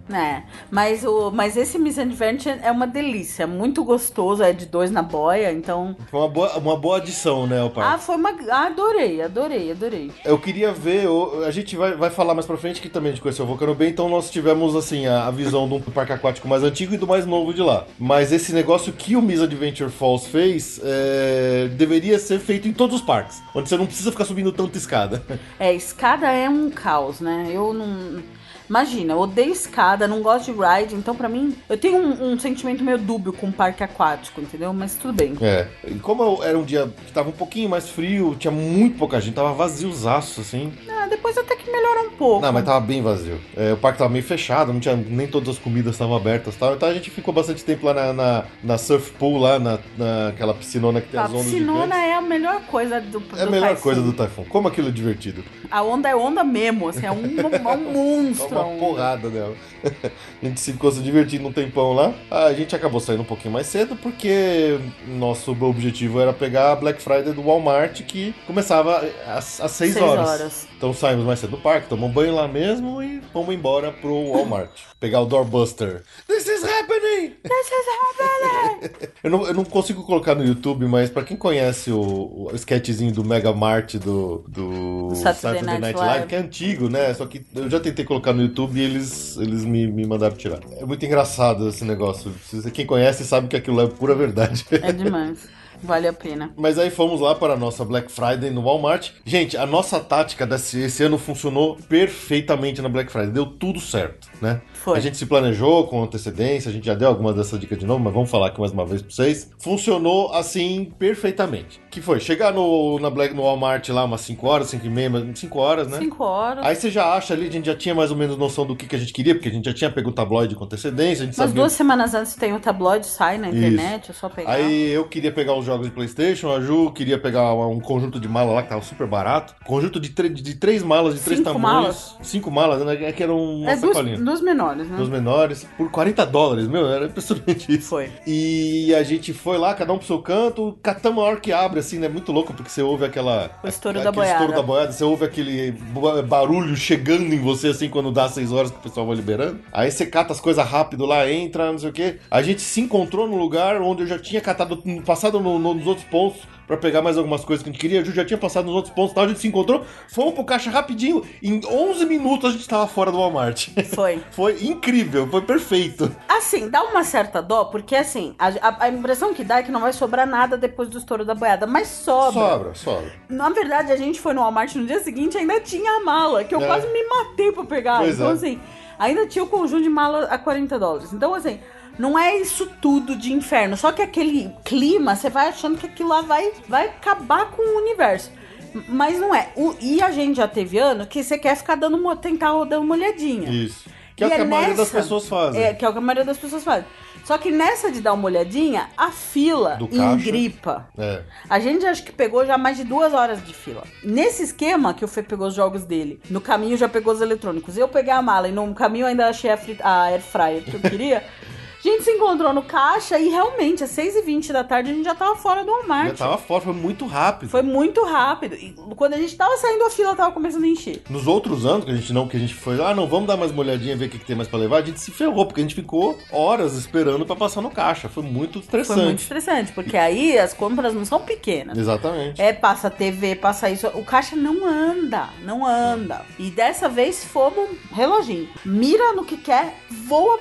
Mas esse Miss Adventure é uma delícia, muito gostoso, é de 2 na boia, então... Foi uma boa adição, né, ao parque. Adorei. Eu queria ver, a gente vai falar mais pra frente que também a gente conheceu o Volcano Bay, então nós tivemos, assim, a visão de um parque aquático mais antigo e do mais novo de lá. Mas esse negócio que o Miss Adventure Falls fez, deveria ser feito em todos os parques, onde você não precisa ficar subindo tanta escada. Escada é um caos, né? Eu não... Imagina, eu odeio escada, não gosto de ride, então pra mim, eu tenho um sentimento meio dúbio com o parque aquático, entendeu? Mas tudo bem. E como era um dia que tava um pouquinho mais frio, tinha muito pouca gente, tava vaziozaço, assim. Depois até que melhorou um pouco. Não, mas tava bem vazio. O parque tava meio fechado, não tinha, nem todas as comidas estavam abertas e tal. Então a gente ficou bastante tempo lá na surf pool, lá naquela piscinona que tem as ondas gigantes. A piscinona é a melhor coisa do Typhoon. É a melhor coisa do Typhoon. Como aquilo é divertido. A onda é onda mesmo, assim, é um monstro. Uma porrada dela. A gente ficou se divertindo um tempão lá. A gente acabou saindo um pouquinho mais cedo, porque nosso objetivo era pegar a Black Friday do Walmart, que começava às 6 horas. Então saímos mais cedo do parque, tomamos banho lá mesmo e fomos embora pro Walmart. Pegar o Doorbuster. This is happening! Eu não consigo colocar no YouTube, mas pra quem conhece o sketchzinho do Mega Mart do Saturday Night Live, que é antigo, né? Só que eu já tentei colocar no YouTube e eles me mandaram tirar. É muito engraçado esse negócio. Quem conhece sabe que aquilo é pura verdade. É demais. Vale a pena. Mas aí fomos lá para a nossa Black Friday no Walmart. Gente, a nossa tática esse ano funcionou perfeitamente na Black Friday. Deu tudo certo, né? Foi. A gente se planejou com antecedência, a gente já deu algumas dessas dicas de novo, mas vamos falar aqui mais uma vez para vocês. Funcionou, assim, perfeitamente. Que foi? Chegar no Walmart lá umas 5 horas, 5 e meia, 5 horas, né? 5 horas. Aí você já acha ali, a gente já tinha mais ou menos noção do que a gente queria, porque a gente já tinha pego o tabloide com antecedência. A gente Mas sabia... 2 semanas antes tem o tabloide, sai na internet, é só pegar. Aí eu queria pegar os jogos de PlayStation, a Ju queria pegar um conjunto de mala lá que tava super barato. Conjunto de 3 malas de 3 tamanhos. Malas. 5 malas, né? Que eram uma sacolinha. Duas menores, né? Duas menores, por $40, meu, era impressionante isso. Foi. E a gente foi lá, cada um pro seu canto, catamos a hora que abre, assim, né? Muito louco, porque você ouve o estouro da boiada. Estouro da boiada, você ouve aquele barulho chegando em você, assim, quando dá 6 horas que o pessoal vai liberando. Aí você cata as coisas rápido lá, entra, não sei o quê. A gente se encontrou no lugar onde eu já tinha passado nos outros pontos pra pegar mais algumas coisas que a gente queria. A Ju já tinha passado nos outros pontos, tal, a gente se encontrou, fomos pro caixa rapidinho, em 11 minutos a gente tava fora do Walmart. Foi. Foi incrível, foi perfeito. Assim, dá uma certa dó, porque assim, a impressão que dá é que não vai sobrar nada depois do estouro da boiada, mas sobra. Sobra. Na verdade, a gente foi no Walmart no dia seguinte e ainda tinha a mala, que eu quase me matei pra pegar. Pois então, assim, ainda tinha o conjunto de mala a $40. Então, assim, não é isso tudo de inferno. Só que aquele clima, você vai achando que aquilo lá vai acabar com o universo. Mas não é. E a gente já teve ano que você quer ficar tentar dar uma olhadinha. Isso. Que é o que a maioria das pessoas fazem. Que é o que a maioria das pessoas fazem. Só que nessa de dar uma olhadinha, a fila engripa. A gente acho que pegou já mais de 2 horas de fila. Nesse esquema que o Fê pegou os jogos dele, no caminho já pegou os eletrônicos. Eu peguei a mala e no caminho ainda achei a air fryer que eu queria. A gente se encontrou no caixa e realmente, às 6h20 da tarde, a gente já tava fora do Walmart. Já tava fora, foi muito rápido. Foi muito rápido. E quando a gente tava saindo, a fila tava começando a encher. Nos outros anos, que a gente foi, não, vamos dar mais uma olhadinha, ver o que tem mais pra levar, a gente se ferrou, porque a gente ficou horas esperando pra passar no caixa. Foi muito estressante. Foi muito estressante, porque aí as compras não são pequenas. Exatamente. Passa TV, passa isso. O caixa não anda. E dessa vez fomos reloginho. Mira no que quer, voa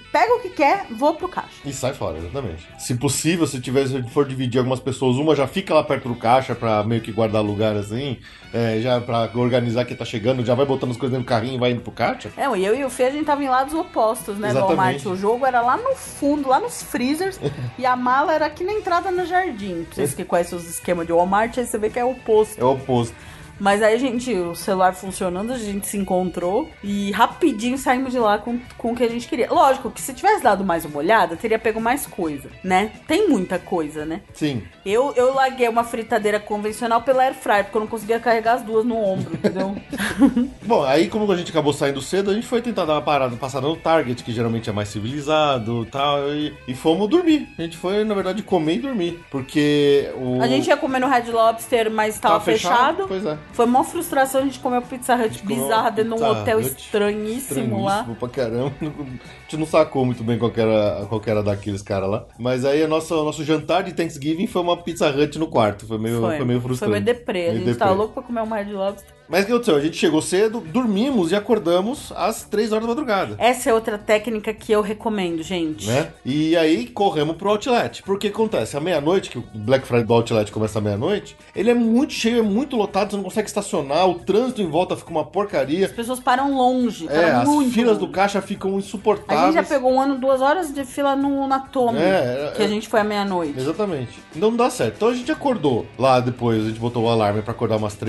pega o que quer, vou pro caixa. E sai fora, exatamente. Se possível, se for dividir algumas pessoas, uma já fica lá perto do caixa pra meio que guardar lugar assim, já pra organizar quem tá chegando, já vai botando as coisas no carrinho e vai indo pro caixa. E eu e o Fê, a gente tava em lados opostos, né, Exatamente. do Walmart. O jogo era lá no fundo, lá nos freezers, e a mala era aqui na entrada no jardim. Pra vocês que conhecem os esquemas de Walmart, aí você vê que é o oposto. É o oposto. Mas aí o celular funcionando, a gente se encontrou e rapidinho saímos de lá com o que a gente queria. Lógico que se tivesse dado mais uma olhada, teria pego mais coisa, né? Tem muita coisa, né? Sim. Eu larguei uma fritadeira convencional pela Air Fryer, porque eu não conseguia carregar as duas no ombro, entendeu? Bom, aí como a gente acabou saindo cedo, a gente foi tentar dar uma passada no Target, que geralmente é mais civilizado tal, e fomos dormir. A gente foi, na verdade, comer e dormir, porque A gente ia comer no Red Lobster, mas tava fechado. Pois é. Foi uma frustração, a gente comeu Pizza Hut bizarra dentro de um hotel estranhíssimo lá. Pra caramba. A gente não sacou muito bem qual que era daqueles caras lá. Mas aí nosso jantar de Thanksgiving foi uma Pizza Hut no quarto. Foi meio frustrante. Foi meio deprê. A gente tava louco pra comer um Red Lobster. Mas o que aconteceu? A gente chegou cedo, dormimos e acordamos às 3 horas da madrugada. Essa é outra técnica que eu recomendo, gente. Né? E aí corremos pro Outlet. Porque acontece, à meia-noite, que o Black Friday do Outlet começa à meia-noite, ele é muito cheio, é muito lotado, você não consegue estacionar, o trânsito em volta fica uma porcaria. As pessoas param longe, as muito filas longe. do caixa ficam insuportáveis. A gente já pegou 2 horas de fila na Tome, que a gente foi à meia-noite. Exatamente. Então não dá certo. Então a gente acordou lá depois, a gente botou o alarme pra acordar umas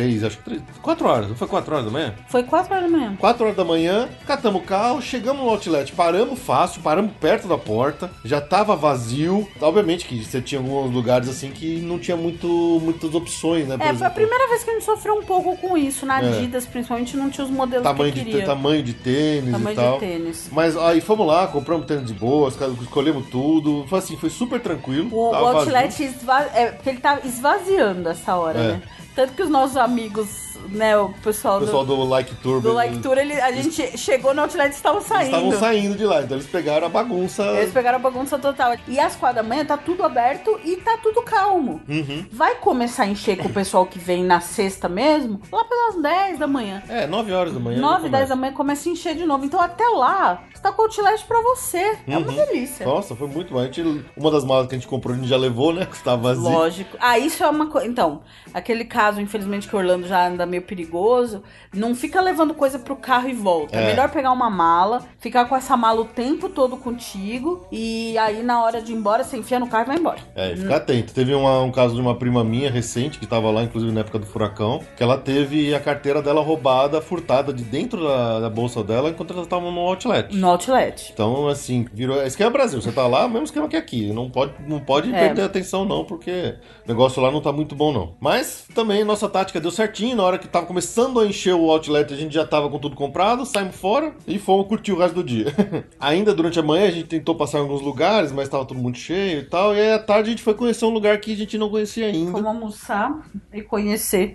4 horas. Não foi 4 horas da manhã? Foi 4 horas da manhã. 4 horas da manhã, catamos o carro, chegamos no Outlet, paramos fácil, paramos perto da porta, já tava vazio. Obviamente que você tinha alguns lugares assim que não tinha muitas opções, né? Foi a primeira vez que a gente sofreu um pouco com isso. Na Adidas, principalmente, não tinha os modelos que eu queria. Tamanho de tênis tamanho e tal. de tênis. Mas aí fomos lá, compramos tênis de boa, escolhemos tudo. Foi assim, foi super tranquilo. O Outlet porque ele tá esvaziando essa hora, né? Tanto que os nossos amigos, né, o pessoal do Like Tour. Do Like Tour, a gente chegou no Outlet e estavam saindo. Eles estavam saindo de lá, então eles pegaram a bagunça. Eles pegaram a bagunça total. E às 4 da manhã tá tudo aberto e tá tudo calmo. Uhum. Vai começar a encher com o pessoal que vem na sexta mesmo, lá pelas 10 da manhã. 9 horas da manhã. 9, 10 da manhã começa a encher de novo. Então até lá, você tá com o Outlet pra você. É uma delícia. Nossa, foi muito bom. Uma das malas que a gente comprou, a gente já levou, né? Que estava vazio. Lógico. Isso é uma coisa. Então, aquele caso, infelizmente, que Orlando já anda meio perigoso, não fica levando coisa pro carro e volta. É melhor pegar uma mala, ficar com essa mala o tempo todo contigo, e aí na hora de ir embora, você enfia no carro e vai embora. Fica atento. Teve um caso de uma prima minha recente, que tava lá, inclusive na época do furacão, que ela teve a carteira dela roubada, furtada de dentro da bolsa dela, enquanto elas estavam no Outlet. No Outlet. Então, assim, virou esquema Brasil. Você tá lá, mesmo esquema que aqui. Não pode perder atenção, não, porque o negócio lá não tá muito bom, não. Mas também nossa tática deu certinho. Na hora que tava começando a encher o Outlet, a gente já tava com tudo comprado, saímos fora e fomos curtir o resto do dia. Ainda durante a manhã a gente tentou passar em alguns lugares, mas tava tudo muito cheio e tal. E aí à tarde a gente foi conhecer um lugar que a gente não conhecia ainda. Vamos almoçar e conhecer.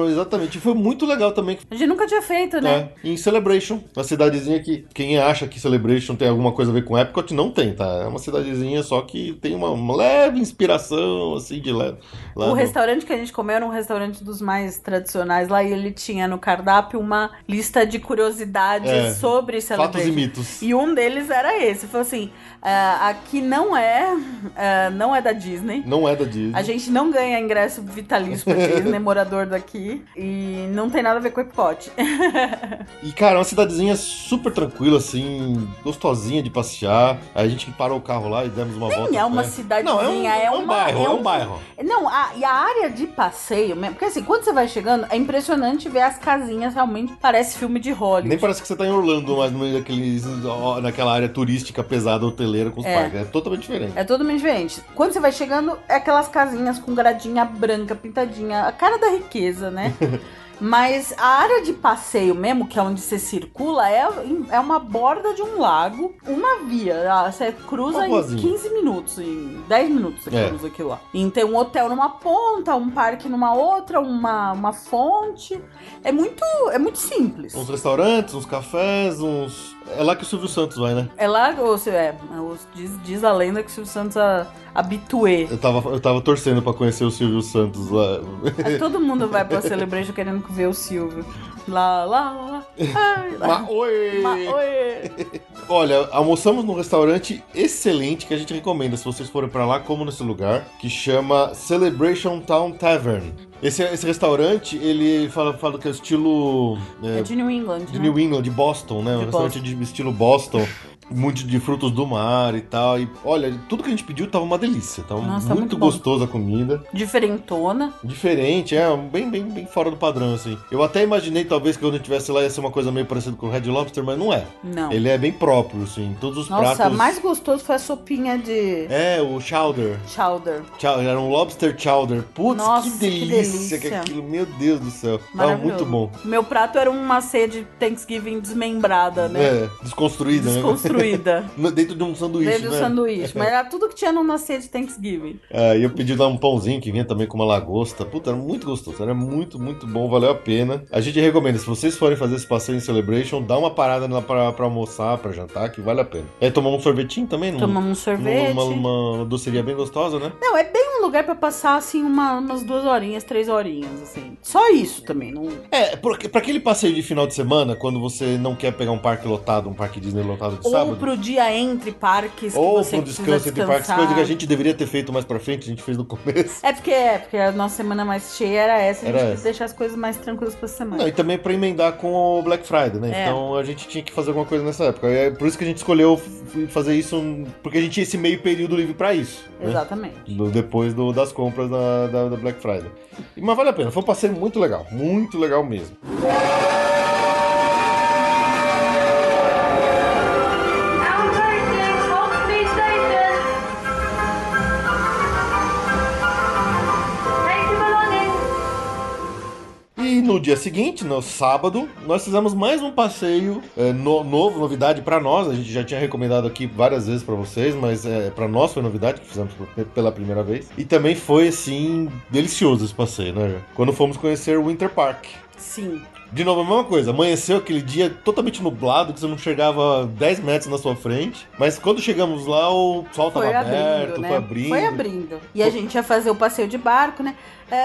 Foi muito legal também. A gente nunca tinha feito, né? Em Celebration, uma cidadezinha que quem acha que Celebration tem alguma coisa a ver com Epcot, não tem, tá? É uma cidadezinha só que tem uma leve inspiração, assim, de leve. Restaurante que a gente comeu era um restaurante dos mais tradicionais lá e ele tinha no cardápio uma lista de curiosidades sobre Celebration. Fatos e mitos. E um deles era esse. Falou assim, aqui não é da Disney. Não é da Disney. A gente não ganha ingresso vitalício pra Disney, morador daqui. E não tem nada a ver com o Epcot. E, cara, é uma cidadezinha super tranquila, assim, gostosinha de passear. Aí a gente parou o carro lá e demos uma volta. É uma cidadezinha, é um bairro. Não, e a área de passeio mesmo, porque assim, quando você vai chegando, é impressionante ver as casinhas, realmente parece filme de Hollywood. Nem parece que você tá em Orlando, mas no meio naquela área turística pesada, hoteleira com os parques. É totalmente diferente. É totalmente diferente. Quando você vai chegando, é aquelas casinhas com gradinha branca, pintadinha, a cara da riqueza, né? Mas a área de passeio mesmo, que é onde você circula, é uma borda de um lago, uma via. Você cruza em 15 minutos, em 10 minutos você cruza aquilo lá. E tem um hotel numa ponta, um parque numa outra, uma fonte. É muito simples. Uns restaurantes, uns cafés, É lá que o Silvio Santos vai, né? É lá, diz a lenda que o Silvio Santos habituê. Eu tava torcendo pra conhecer o Silvio Santos lá. Todo mundo vai pra Celebration querendo ver o Silvio. Lá. Ai, lá. Oi! Olha, almoçamos num restaurante excelente que a gente recomenda se vocês forem pra lá, como nesse lugar, que chama Celebration Town Tavern. Esse restaurante, ele fala que é estilo... É de New England, de né? New England, de Boston, né? Um restaurante de estilo Boston. Muito de frutos do mar e tal. E olha, tudo que a gente pediu tava uma delícia. Tava muito gostosa a comida. Diferentona. Diferente, bem fora do padrão, assim. Eu até imaginei, talvez, que quando a gente estivesse lá ia ser uma coisa meio parecida com o Red Lobster, mas não é. Não. Ele é bem próprio, assim. Todos os pratos... Nossa, mais gostoso foi a sopinha de... o chowder. Chowder. Era um lobster chowder. Putz, nossa, que delícia que é aquilo. Meu Deus do céu. Tava muito bom. Meu prato era uma ceia de Thanksgiving desmembrada, né? Desconstruída, né? Dentro de um sanduíche, Dentro de um sanduíche. Mas era tudo que tinha numa ceia de Thanksgiving. E eu pedi lá um pãozinho que vinha também com uma lagosta. Puta, era muito gostoso. Era muito bom. Valeu a pena. A gente recomenda, se vocês forem fazer esse passeio em Celebration, dá uma parada lá pra almoçar, pra jantar, que vale a pena. Tomamos um sorvetinho também? Tomamos um sorvete. Uma doceria bem gostosa, né? Não, é bem um lugar pra passar, assim, umas 2 horinhas, 3 horinhas, assim. Só isso também, não... Porque pra aquele passeio de final de semana, quando você não quer pegar um parque lotado, um parque Disney lotado de sábado... Ou pro dia entre parques que ou você pro descanso entre parques, coisa que a gente deveria ter feito mais pra frente, a gente fez no começo. Porque a nossa semana mais cheia era essa, a gente quis deixar as coisas mais tranquilas pra semana. Não, e também pra emendar com o Black Friday, né? Então a gente tinha que fazer alguma coisa nessa época. É por isso que a gente escolheu fazer isso, porque a gente tinha esse meio período livre pra isso. Exatamente. Né? Depois das compras da Black Friday. Mas vale a pena, foi um passeio muito legal mesmo. E no dia seguinte, no sábado, nós fizemos mais um passeio novidade pra nós. A gente já tinha recomendado aqui várias vezes pra vocês, mas pra nós foi novidade, que fizemos pela primeira vez. E também foi, assim, delicioso esse passeio, né? Quando fomos conhecer o Winter Park. Sim. De novo, a mesma coisa, amanheceu aquele dia totalmente nublado, que você não chegava 10 metros na sua frente, mas quando chegamos lá, o sol estava aberto, né? Foi abrindo. E a gente ia fazer o passeio de barco, né?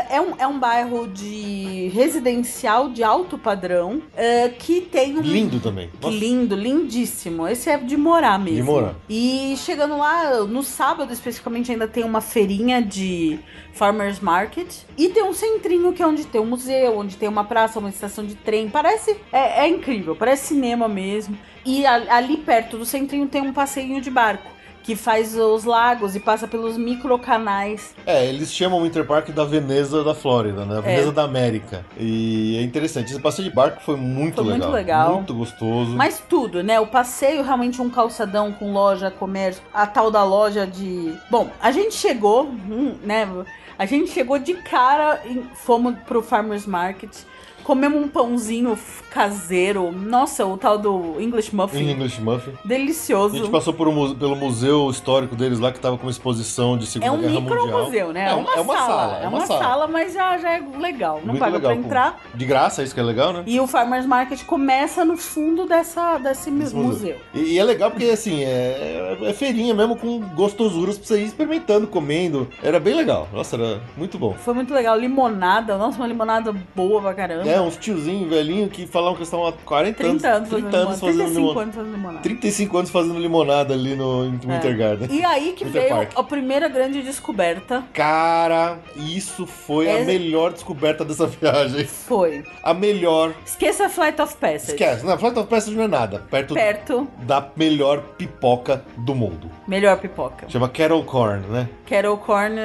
É um bairro de residencial de alto padrão, que tem um... Lindo também. Lindo, lindíssimo. Esse é de morar mesmo. De morar. E chegando lá, no sábado especificamente, ainda tem uma feirinha de Farmers Market. E tem um centrinho que é onde tem um museu, onde tem uma praça, uma estação de trem. Parece... É incrível, parece cinema mesmo. E ali perto do centrinho tem um passeinho de barco, que faz os lagos e passa pelos microcanais. Eles chamam o Winter Park da Veneza da Flórida, né? A Veneza da América. E é interessante. Esse passeio de barco foi muito legal. Muito gostoso. Mas tudo, né? O passeio realmente um calçadão com loja, comércio, a tal da loja de... Bom, a gente chegou, né? A gente chegou de cara e fomos pro Farmers Market. Comemos um pãozinho caseiro. Nossa, o tal do English Muffin. English Muffin. Delicioso. A gente passou pelo museu histórico deles lá, que tava com uma exposição de Segunda Guerra Mundial. É um micro-museu, né? É uma sala. É uma sala, mas já é legal. Não paga pra entrar. De graça, isso que é legal, né? E o Farmers Market começa no fundo desse museu. E é legal porque, assim, é feirinha mesmo, com gostosuras pra você ir experimentando, comendo. Era bem legal. Nossa, era muito bom. Foi muito legal. Limonada. Nossa, uma limonada boa pra caramba. Uns tiozinhos velhinhos que falavam que estavam há 30 anos fazendo limonada. 35 anos fazendo limonada ali no Winter Garden. E aí que veio a primeira grande descoberta. Cara, isso foi a melhor descoberta dessa viagem. Foi. A melhor. Esqueça a Flight of Passage. Não, a Flight of Passage não é nada. Perto da melhor pipoca do mundo. Melhor pipoca. Chama Kettle Corn, né? Kettle Corn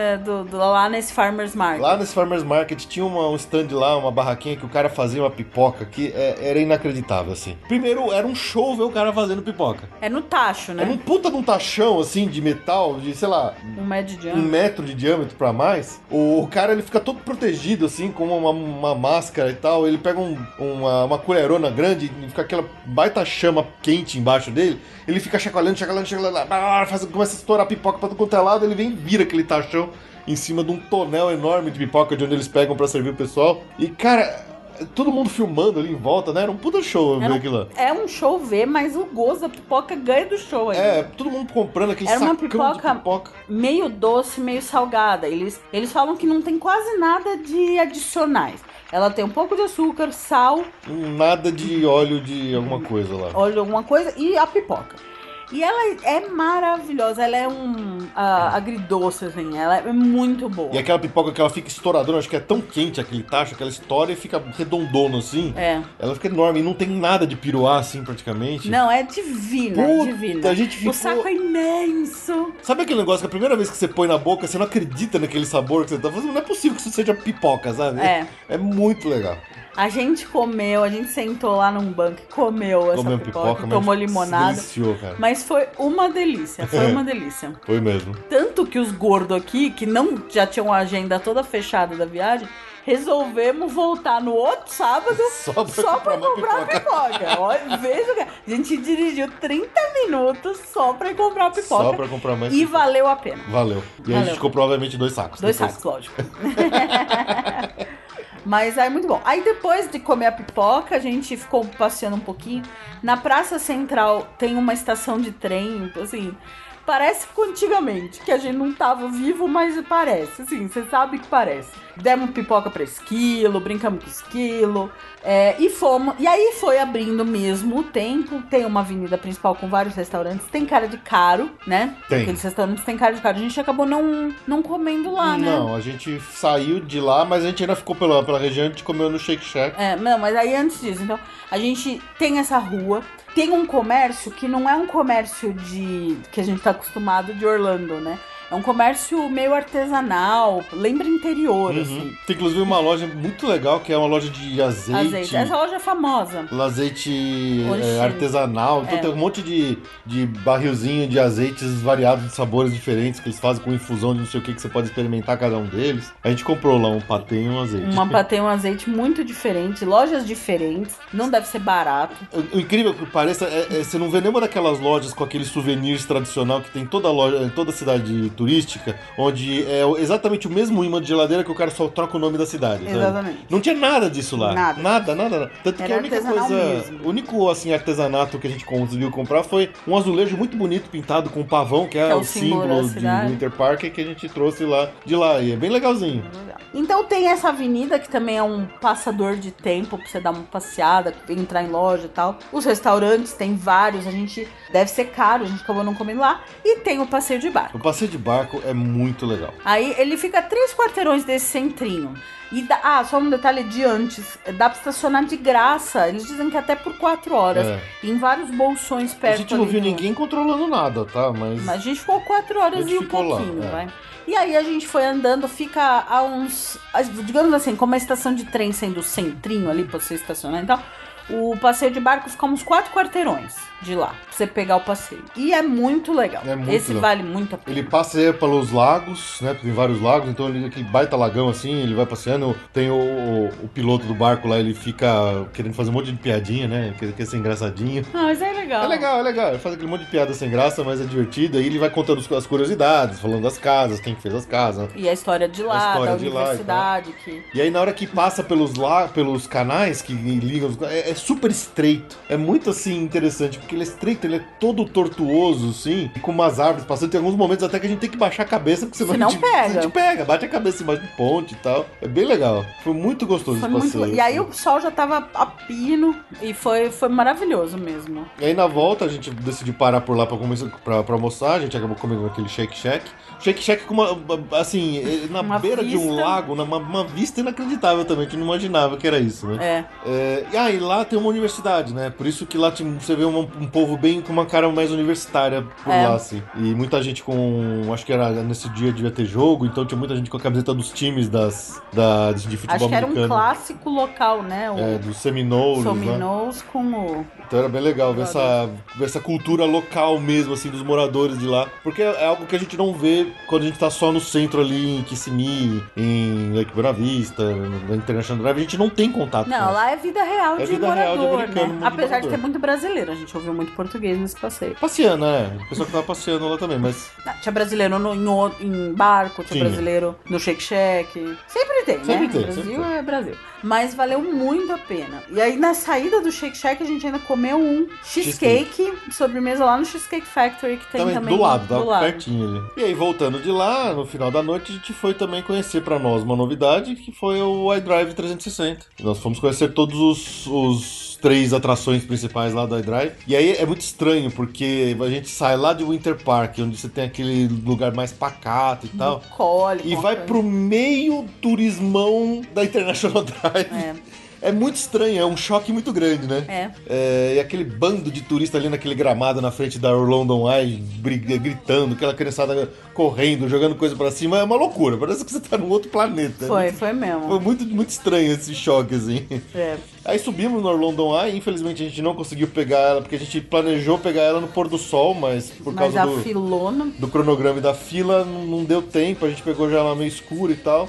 lá nesse Farmers Market. Lá nesse Farmers Market tinha um stand lá, uma barraquinha que o cara fazia uma pipoca que era inacreditável, assim. Primeiro, era um show ver o cara fazendo pipoca. É no tacho, né? Era um puta de um tachão, assim, de metal, de, sei lá... 1 metro de diâmetro pra mais. O cara, ele fica todo protegido, assim, com uma máscara e tal. Ele pega uma colherona grande e fica aquela baita chama quente embaixo dele. Ele fica chacoalhando, começa a estourar pipoca pra todo quanto é lado. Ele vem e vira aquele tachão em cima de um tonel enorme de pipoca de onde eles pegam pra servir o pessoal. E, cara... todo mundo filmando ali em volta, né? Era um puta show ver aquilo lá. É um show ver, mas o gosto da pipoca ganha do show aí. Todo mundo comprando aquele sacão de pipoca. Meio doce, meio salgada. Eles falam que não tem quase nada de adicionais. Ela tem um pouco de açúcar, sal. Nada de óleo de alguma coisa lá. Óleo de alguma coisa e a pipoca. E ela é maravilhosa, ela é agridoce, assim, ela é muito boa. E aquela pipoca que ela fica estouradona, acho que é tão quente aquele tacho, que ela estoura e fica redondona assim. É. Ela fica enorme e não tem nada de piruá assim praticamente. Não, é divina, Puta, divina. a gente ficou... O saco é imenso. Sabe aquele negócio que a primeira vez que você põe na boca, você não acredita naquele sabor que você tá fazendo? Não é possível que isso seja pipoca, sabe? É muito legal. A gente comeu, a gente sentou lá num banco e comeu essa pipoca, tomou limonada. Deliciou, cara. Mas foi uma delícia, uma delícia. Foi mesmo. Tanto que os gordos aqui, que não já tinham a agenda toda fechada da viagem, resolvemos voltar no outro sábado só pra comprar pipoca. Olha, veja que a gente dirigiu 30 minutos só pra comprar pipoca. Só pra comprar mais E pipoca. valeu a pena. Valeu. E a gente comprou, obviamente, 2 sacos. 2 sacos, lógico. Mas aí, muito bom. Aí, depois de comer a pipoca, a gente ficou passeando um pouquinho. Na Praça Central tem uma estação de trem, assim... Parece com antigamente, que a gente não tava vivo, mas parece, assim, você sabe que parece. Demos pipoca pra esquilo, brincamos com esquilo, e fomos. E aí foi abrindo mesmo o tempo. Tem uma avenida principal com vários restaurantes, tem cara de caro, né? Tem. Aqueles restaurantes tem cara de caro. A gente acabou não comendo lá, né? Não, a gente saiu de lá, mas a gente ainda ficou pela região, a gente comeu no Shake Shack. Não, mas aí antes disso, então, a gente tem essa rua. Tem um comércio que não é um comércio que a gente tá acostumado de Orlando, né? É um comércio meio artesanal, lembra interior, assim. Tem inclusive uma loja muito legal, que é uma loja de azeite. Essa loja é famosa. Azeite artesanal. Então tem um monte de barrilzinho de azeites variados de sabores diferentes, que eles fazem com infusão de não sei o que você pode experimentar cada um deles. A gente comprou lá um patê e um azeite. Uma patê e um azeite muito diferente, lojas diferentes, não deve ser barato. O incrível que pareça, você não vê nenhuma daquelas lojas com aqueles souvenirs tradicional que tem em toda cidade turística, onde é exatamente o mesmo imã de geladeira que o cara só troca o nome da cidade. Exatamente. Sabe? Não tinha nada disso lá. Nada. Tanto que a única coisa, mesmo. o único assim, artesanato que a gente conseguiu comprar foi um azulejo muito bonito pintado com um pavão, que é o símbolo de Winter Park, que a gente trouxe lá de lá. E é bem legalzinho. Então tem essa avenida que também é um passador de tempo pra você dar uma passeada, entrar em loja e tal. Os restaurantes, tem vários, a gente deve ser caro, a gente acabou não comendo lá. E tem o passeio de barco. O passeio de barco é muito legal. Aí ele fica a 3 quarteirões desse centrinho. E só um detalhe de antes, dá pra estacionar de graça. Eles dizem que até por 4 horas. Em vários bolsões perto. A gente não viu ninguém controlando nada, tá? Mas a gente ficou 4 horas e um pouquinho, vai. E aí a gente foi andando, fica a uns... Digamos assim, como a estação de trem sendo o centrinho ali pra você estacionar e tal, o passeio de barco fica uns 4 quarteirões de lá, pra você pegar o passeio. E é muito legal. Esse vale muito a pena. Ele passeia pelos lagos, né? Tem vários lagos, então ele aqui baita lagão assim, ele vai passeando. Tem o piloto do barco lá, ele fica querendo fazer um monte de piadinha, né? Quer ser engraçadinho. Mas é legal. É legal. Ele faz aquele monte de piada sem graça, mas é divertido. Aí ele vai contando as curiosidades, falando das casas, quem fez as casas. E a história de lá, da universidade. E aí na hora que passa pelos canais que ligam, é super estreito. É muito assim interessante, porque ele é estreito, ele é todo tortuoso, assim, com umas árvores passando. Tem alguns momentos até que a gente tem que baixar a cabeça, porque senão a gente pega, bate a cabeça embaixo do ponte e tal. É bem legal. Foi muito gostoso esse passeio. E aí o sol já tava a pino e foi maravilhoso mesmo. E aí na volta a gente decidiu parar por lá pra almoçar, a gente acabou comendo aquele Shake Shack. Shake Shack com na beira de um lago, uma vista inacreditável também, que não imaginava que era isso, né? E lá tem uma universidade, né? Por isso que lá você vê um povo bem com uma cara mais universitária por lá, assim. E muita gente acho que era nesse dia devia ter jogo, então tinha muita gente com a camiseta dos times de futebol americano. Acho que era um clássico local, né? Dos Seminoles, Seminoles com o... Então era bem legal ver essa cultura local mesmo, assim, dos moradores de lá. Porque é algo que a gente não vê quando a gente tá só no centro ali, em Kissimmee, em Lake Buena Vista, na International Drive, a gente não tem contato com lá é vida real de real de morador, americano. né? De Apesar de morador. ter muito brasileiro, a gente ouviu muito português nesse passeio. Passeando, né? O pessoal que tava passeando lá também, mas... Tinha brasileiro em barco, tinha brasileiro no Shake Shack. Sempre tem, Sempre né? tem, Brasil sempre tem. é Brasil. Mas valeu muito a pena. E aí, na saída do Shake Shack, a gente ainda comeu um cheesecake de sobremesa lá no Cheesecake Factory, que tem também do lado, tava do lado. pertinho ali. E aí, voltando de lá, no final da noite, a gente foi também conhecer pra nós uma novidade, que foi o iDrive 360. Nós fomos conhecer todos os 3 atrações principais lá do iDrive. E aí é muito estranho, porque a gente sai lá de Winter Park, onde você tem aquele lugar mais pacato e tal, Bucólico, e vai pro meio turismão da International Drive. É muito estranho, é um choque muito grande, né? E aquele bando de turista ali naquele gramado na frente da London Eye, gritando, aquela criançada correndo, jogando coisa pra cima, é uma loucura, parece que você tá num outro planeta. Foi mesmo. Foi muito, muito estranho esse choque, assim. Aí subimos no London Eye, infelizmente a gente não conseguiu pegar ela, porque a gente planejou pegar ela no pôr do sol, mas por causa do cronograma e da fila, não deu tempo, a gente pegou já lá meio escuro e tal.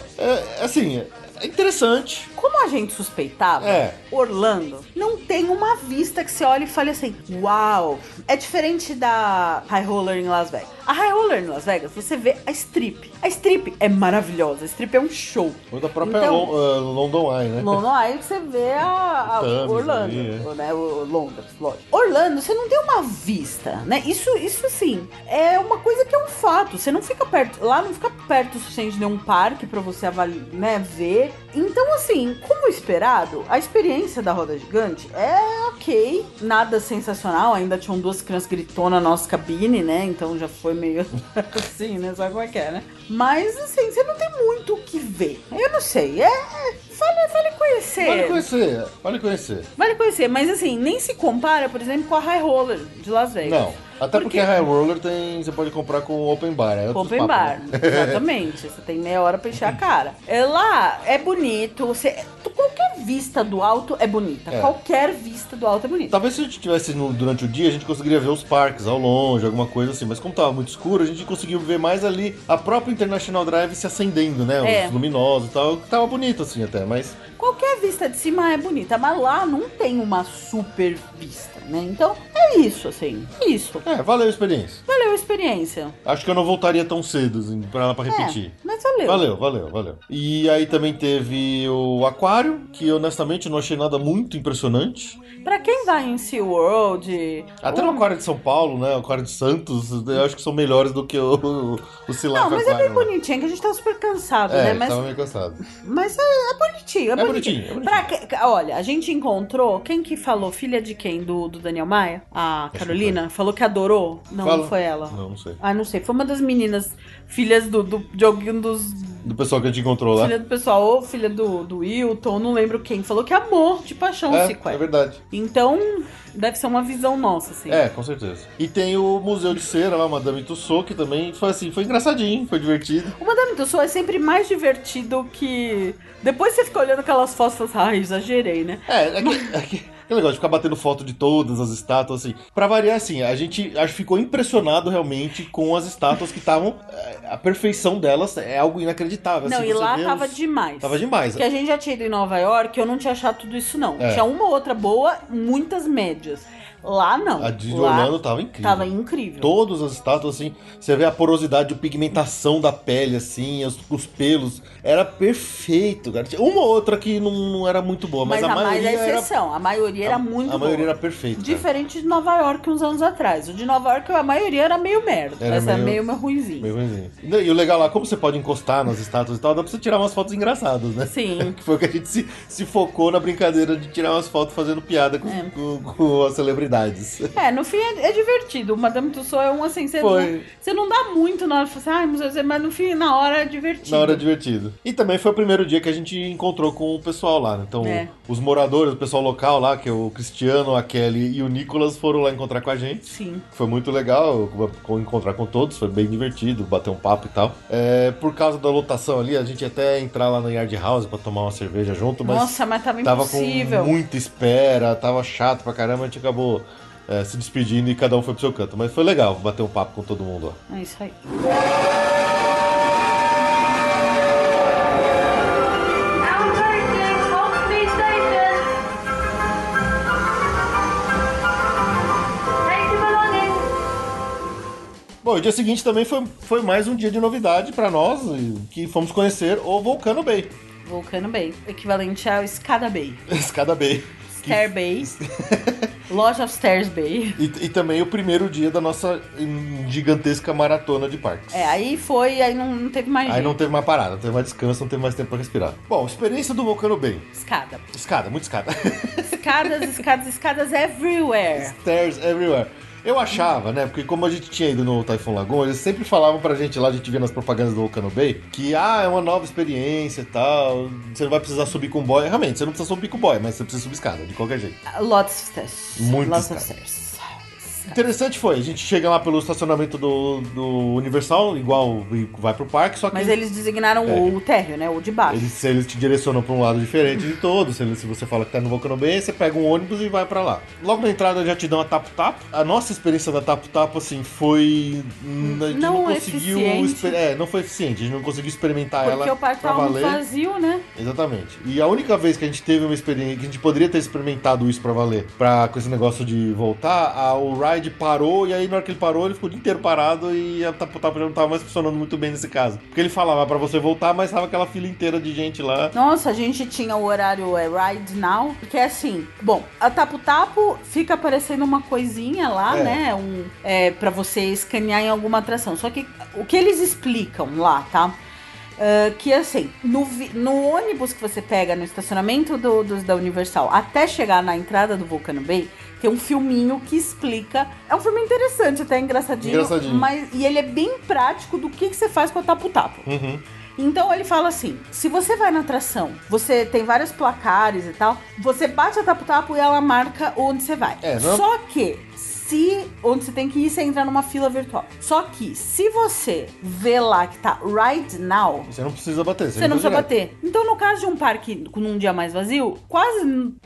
É interessante. Como a gente suspeitava, Orlando não tem uma vista que você olha e fale assim, uau, é diferente da High Roller em Las Vegas. A High Roller em Las Vegas, você vê a Strip. A Strip é maravilhosa, a Strip é um show. Ou da própria London Eye, né? London Eye você vê a Orlando, ali, né? O Londres, lógico. Orlando, você não tem uma vista, né? Isso sim, é uma coisa que é um fato. Você não fica perto, lá não fica perto o suficiente de um parque pra você avaliar, né, ver. Então, assim, como esperado, a experiência da roda gigante é ok, nada sensacional. Ainda tinham 2 crianças gritando na nossa cabine, né? Então já foi meio assim, né? Sabe como é que é, né? Mas, assim, você não tem muito o que ver. Eu não sei, vale conhecer. Vale conhecer. Vale conhecer, mas assim, nem se compara, por exemplo, com a High Roller de Las Vegas. Não. Até porque a High Roller você pode comprar com Open Bar. Open Bar, né? Exatamente. Você tem meia hora pra encher a cara. Lá é bonito. Qualquer vista do alto é bonita. Qualquer vista do alto é bonita. Talvez se a gente tivesse durante o dia, a gente conseguiria ver os parques ao longe, alguma coisa assim. Mas como tava muito escuro, a gente conseguiu ver mais ali a própria International Drive se acendendo, né? Os luminosos e tal. Tava bonito assim até, mas... Qualquer vista de cima é bonita, mas lá não tem uma super vista, né? Então, é isso, assim. Isso. Valeu a experiência. Valeu a experiência. Acho que eu não voltaria tão cedo, assim, pra repetir. Mas valeu. Valeu. E aí também teve o aquário, que honestamente eu não achei nada muito impressionante. Pra quem vai em SeaWorld... Até no aquário de São Paulo, né? O aquário de Santos, eu acho que são melhores do que o Sea Life. Não, mas é bem bonitinho, que a gente tá super cansado, né? Mas tava meio cansado. Mas é bonitinho, É bonitinho. Olha, a gente encontrou... Quem que falou? Filha de quem? Do Daniel Maia? A Carolina? Falou que adorou? Não foi ela. Não sei. Não sei. Foi uma das meninas, filhas de algum dos... Do pessoal que a gente encontrou lá. Filha do pessoal, ou filha do Wilton, não lembro quem. Falou que amou de paixão o Sequoia. É verdade. Então, deve ser uma visão nossa, assim. Com certeza. E tem o Museu de Cera lá, Madame Tussauds, que também foi assim, foi engraçadinho, foi divertido. O Madame Tussauds é sempre mais divertido que... Depois você fica olhando aquelas fotos e fala, exagerei, né? Que legal de ficar batendo foto de todas as estátuas, assim. Pra variar, assim, a gente acho que ficou impressionado realmente com as estátuas que estavam... A perfeição delas é algo inacreditável. Não, assim, e lá tava demais. Tava demais. Porque a gente já tinha ido em Nova York, eu não tinha achado tudo isso, não. Tinha uma outra boa, muitas médias. Lá não. A de Orlando tava incrível. Tava incrível. Todas as estátuas, assim, você vê a porosidade, a pigmentação da pele, assim, os pelos. Era perfeito, cara. Tinha uma ou outra que não era muito boa, mas a maioria é exceção. A maioria era muito boa. A maioria era perfeita. Diferente de Nova York uns anos atrás. O de Nova York, a maioria era meio merda. Essa é meio ruinzinho. Meio ruinzinho. E o legal lá, como você pode encostar nas estátuas e tal, dá pra você tirar umas fotos engraçadas, né? Sim. Que foi que a gente se focou na brincadeira de tirar umas fotos fazendo piada com as celebridades. No fim é divertido. O Madame Tussauds é um assim, você não dá muito na hora de falar assim, mas no fim, na hora é divertido. Na hora é divertido. E também foi o primeiro dia que a gente encontrou com o pessoal lá, né? Então, os moradores, o pessoal local lá, que é o Cristiano, a Kelly e o Nicolas, foram lá encontrar com a gente. Sim. Foi muito legal encontrar com todos, foi bem divertido, bater um papo e tal. Por causa da lotação ali, a gente ia até entrar lá na Yard House pra tomar uma cerveja junto, mas... Nossa, mas tava impossível. Tava com muita espera, tava chato pra caramba, a gente acabou se despedindo e cada um foi pro seu canto. Mas foi legal bater um papo com todo mundo lá. É isso aí. Bom, o dia seguinte também foi mais um dia de novidade pra nós, que fomos conhecer o Volcano Bay. Volcano Bay, equivalente ao Escada Bay. Escada Bay. Stair Bay. Lodge of Stairs Bay. E também o primeiro dia da nossa gigantesca maratona de parques. Aí não teve mais Aí jeito. não teve mais parada, não teve mais descanso, não teve mais tempo pra respirar. Bom, experiência do Volcano Bay. Escada. Muita escada. Escadas everywhere. Stairs everywhere. Eu achava, né, porque como a gente tinha ido no Typhoon Lagoon, eles sempre falavam pra gente lá, a gente via nas propagandas do Volcano Bay, que, é uma nova experiência e tal, você não vai precisar subir com boy. Realmente, você não precisa subir com boy, mas você precisa subir escada, de qualquer jeito. Lots of stairs. Muitas Lots of escadas. stairs. Interessante foi, a gente chega lá pelo estacionamento do Universal, igual vai pro parque, só que... Mas eles designaram o térreo, né, o de baixo. Eles te direcionam pra um lado diferente de todos. Se você fala que tá no Volcano Bay, você pega um ônibus e vai pra lá. Logo na entrada já te dão a tapo-tapo. A nossa experiência da tapo-tapo, assim, foi... A gente não conseguiu... não foi eficiente. A gente não conseguiu experimentar ela porque o parque pra tava muito valer. vazio, né? Exatamente. E a única vez que a gente teve uma experiência, que a gente poderia ter experimentado isso pra valer, com esse negócio de voltar, o ride parou, e aí na hora que ele parou, ele ficou o dia inteiro parado e a tapo-tapo já não tava mais funcionando muito bem nesse caso. Porque ele falava pra você voltar, mas tava aquela fila inteira de gente lá. Nossa, a gente tinha o horário Ride Now, que é assim, bom, a tapo-tapo fica aparecendo uma coisinha lá, né, pra você escanear em alguma atração. Só que o que eles explicam lá, tá? Que assim, no ônibus que você pega no estacionamento da Universal até chegar na entrada do Volcano Bay, tem um filminho que explica. É um filme interessante, até engraçadinho. E ele é bem prático do que você faz com a tapo-tapo. Uhum. Então ele fala assim, se você vai na atração, você tem vários placares e tal, você bate a tapo-tapo e ela marca onde você vai. Só que onde você tem que ir, você entra numa fila virtual. Só que, se você vê lá que tá Ride Now... Você não precisa bater. Você não precisa bater. Então, no caso de um parque com um dia mais vazio, quase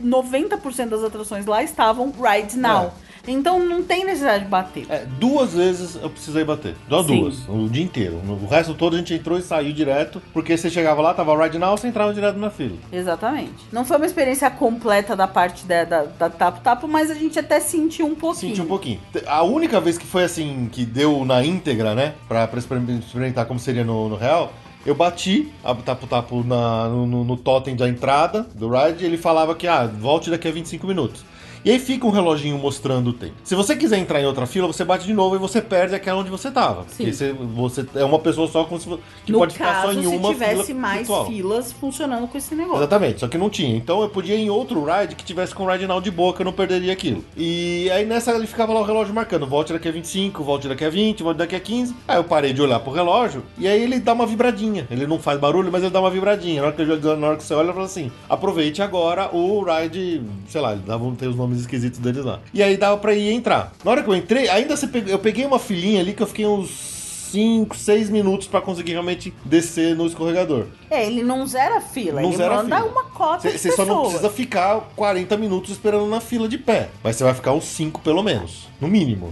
90% das atrações lá estavam Ride Now. Então não tem necessidade de bater. 2 vezes eu precisei bater. Duas. O dia inteiro. O resto todo a gente entrou e saiu direto. Porque você chegava lá, tava Ride Now, você entrava direto na fila. Exatamente. Não foi uma experiência completa da parte da tapo-tapo, mas a gente até sentiu um pouquinho. A única vez que foi assim, que deu na íntegra, né? Pra experimentar como seria no real... Eu bati a tapo-tapo no totem da entrada do ride e ele falava que, volte daqui a 25 minutos. E aí fica um reloginho mostrando o tempo. Se você quiser entrar em outra fila, você bate de novo e você perde aquela onde você tava. Sim. Porque você é uma pessoa só que pode ficar só em uma fila. Se tivesse mais virtual. Filas funcionando com esse negócio. Exatamente, só que não tinha. Então eu podia ir em outro ride que tivesse com o Ride Now de boa, que eu não perderia aquilo. E aí nessa ele ficava lá o relógio marcando, volte daqui a 25, volte daqui a 20, volte daqui a 15. Aí eu parei de olhar pro relógio e aí ele dá uma vibradinha. Ele não faz barulho, mas ele dá uma vibradinha. Na hora que você olha, ele fala assim, aproveite agora o ride, sei lá, davam ter os nomes esquisitos deles lá. E aí dava pra ir entrar. Na hora que eu entrei, ainda eu peguei uma filinha ali que eu fiquei uns 5, 6 minutos pra conseguir realmente descer no escorregador. Ele não zera a fila, ele manda uma cota de Você pessoas. só não precisa ficar 40 minutos esperando na fila de pé. Mas você vai ficar uns 5 pelo menos, no mínimo.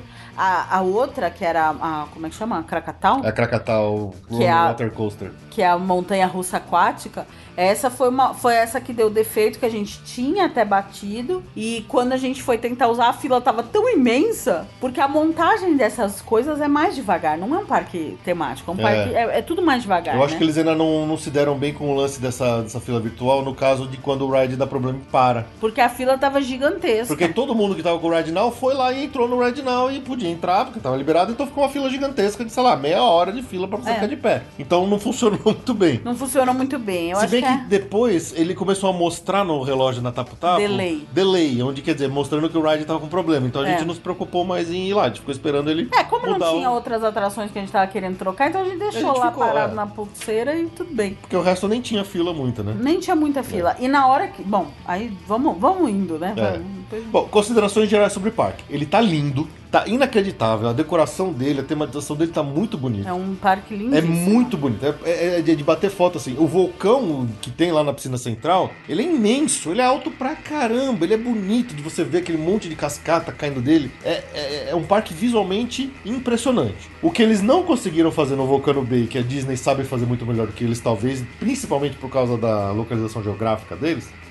A outra, que era como é que chama? Krakatau? A Krakatau Water Coaster. Que é a montanha-russa aquática. Essa foi essa que deu defeito, que a gente tinha até batido. E quando a gente foi tentar usar, a fila tava tão imensa, porque a montagem dessas coisas é mais devagar. Não é um parque temático, é um parque... É tudo mais devagar, Eu acho que eles ainda não se deram bem com o lance dessa fila virtual, no caso de quando o ride dá problema e para. Porque a fila tava gigantesca. Porque todo mundo que tava com o Ride Now foi lá e entrou no Ride Now e podia entrar, porque tava liberado, então ficou uma fila gigantesca de, sei lá, meia hora de fila pra você ficar de pé. Então não funcionou muito bem. Não funcionou muito bem. Eu Se acho bem que depois ele começou a mostrar no relógio na tapo-tapo... Delay, onde quer dizer, mostrando que o ride tava com problema. Então a gente não se preocupou mais em ir lá, a gente ficou esperando ele como não tinha outras atrações que a gente tava querendo trocar, então a gente deixou lá parado na pulseira e tudo bem. Porque o resto nem tinha fila muita, né? Nem tinha muita fila. E na hora que... Bom, aí vamos indo, né? Bom, considerações gerais sobre o parque. Ele tá lindo, tá inacreditável. A decoração dele, a tematização dele tá muito bonita. É um parque lindo. É muito bonito. É de bater foto, assim. O vulcão que tem lá na piscina central, ele é imenso. Ele é alto pra caramba. Ele é bonito de você ver aquele monte de cascata caindo dele. É um parque visualmente impressionante. O que eles não conseguiram fazer no Volcano Bay, que a Disney sabe fazer muito melhor do que eles, talvez, principalmente por causa da localização geográfica deles,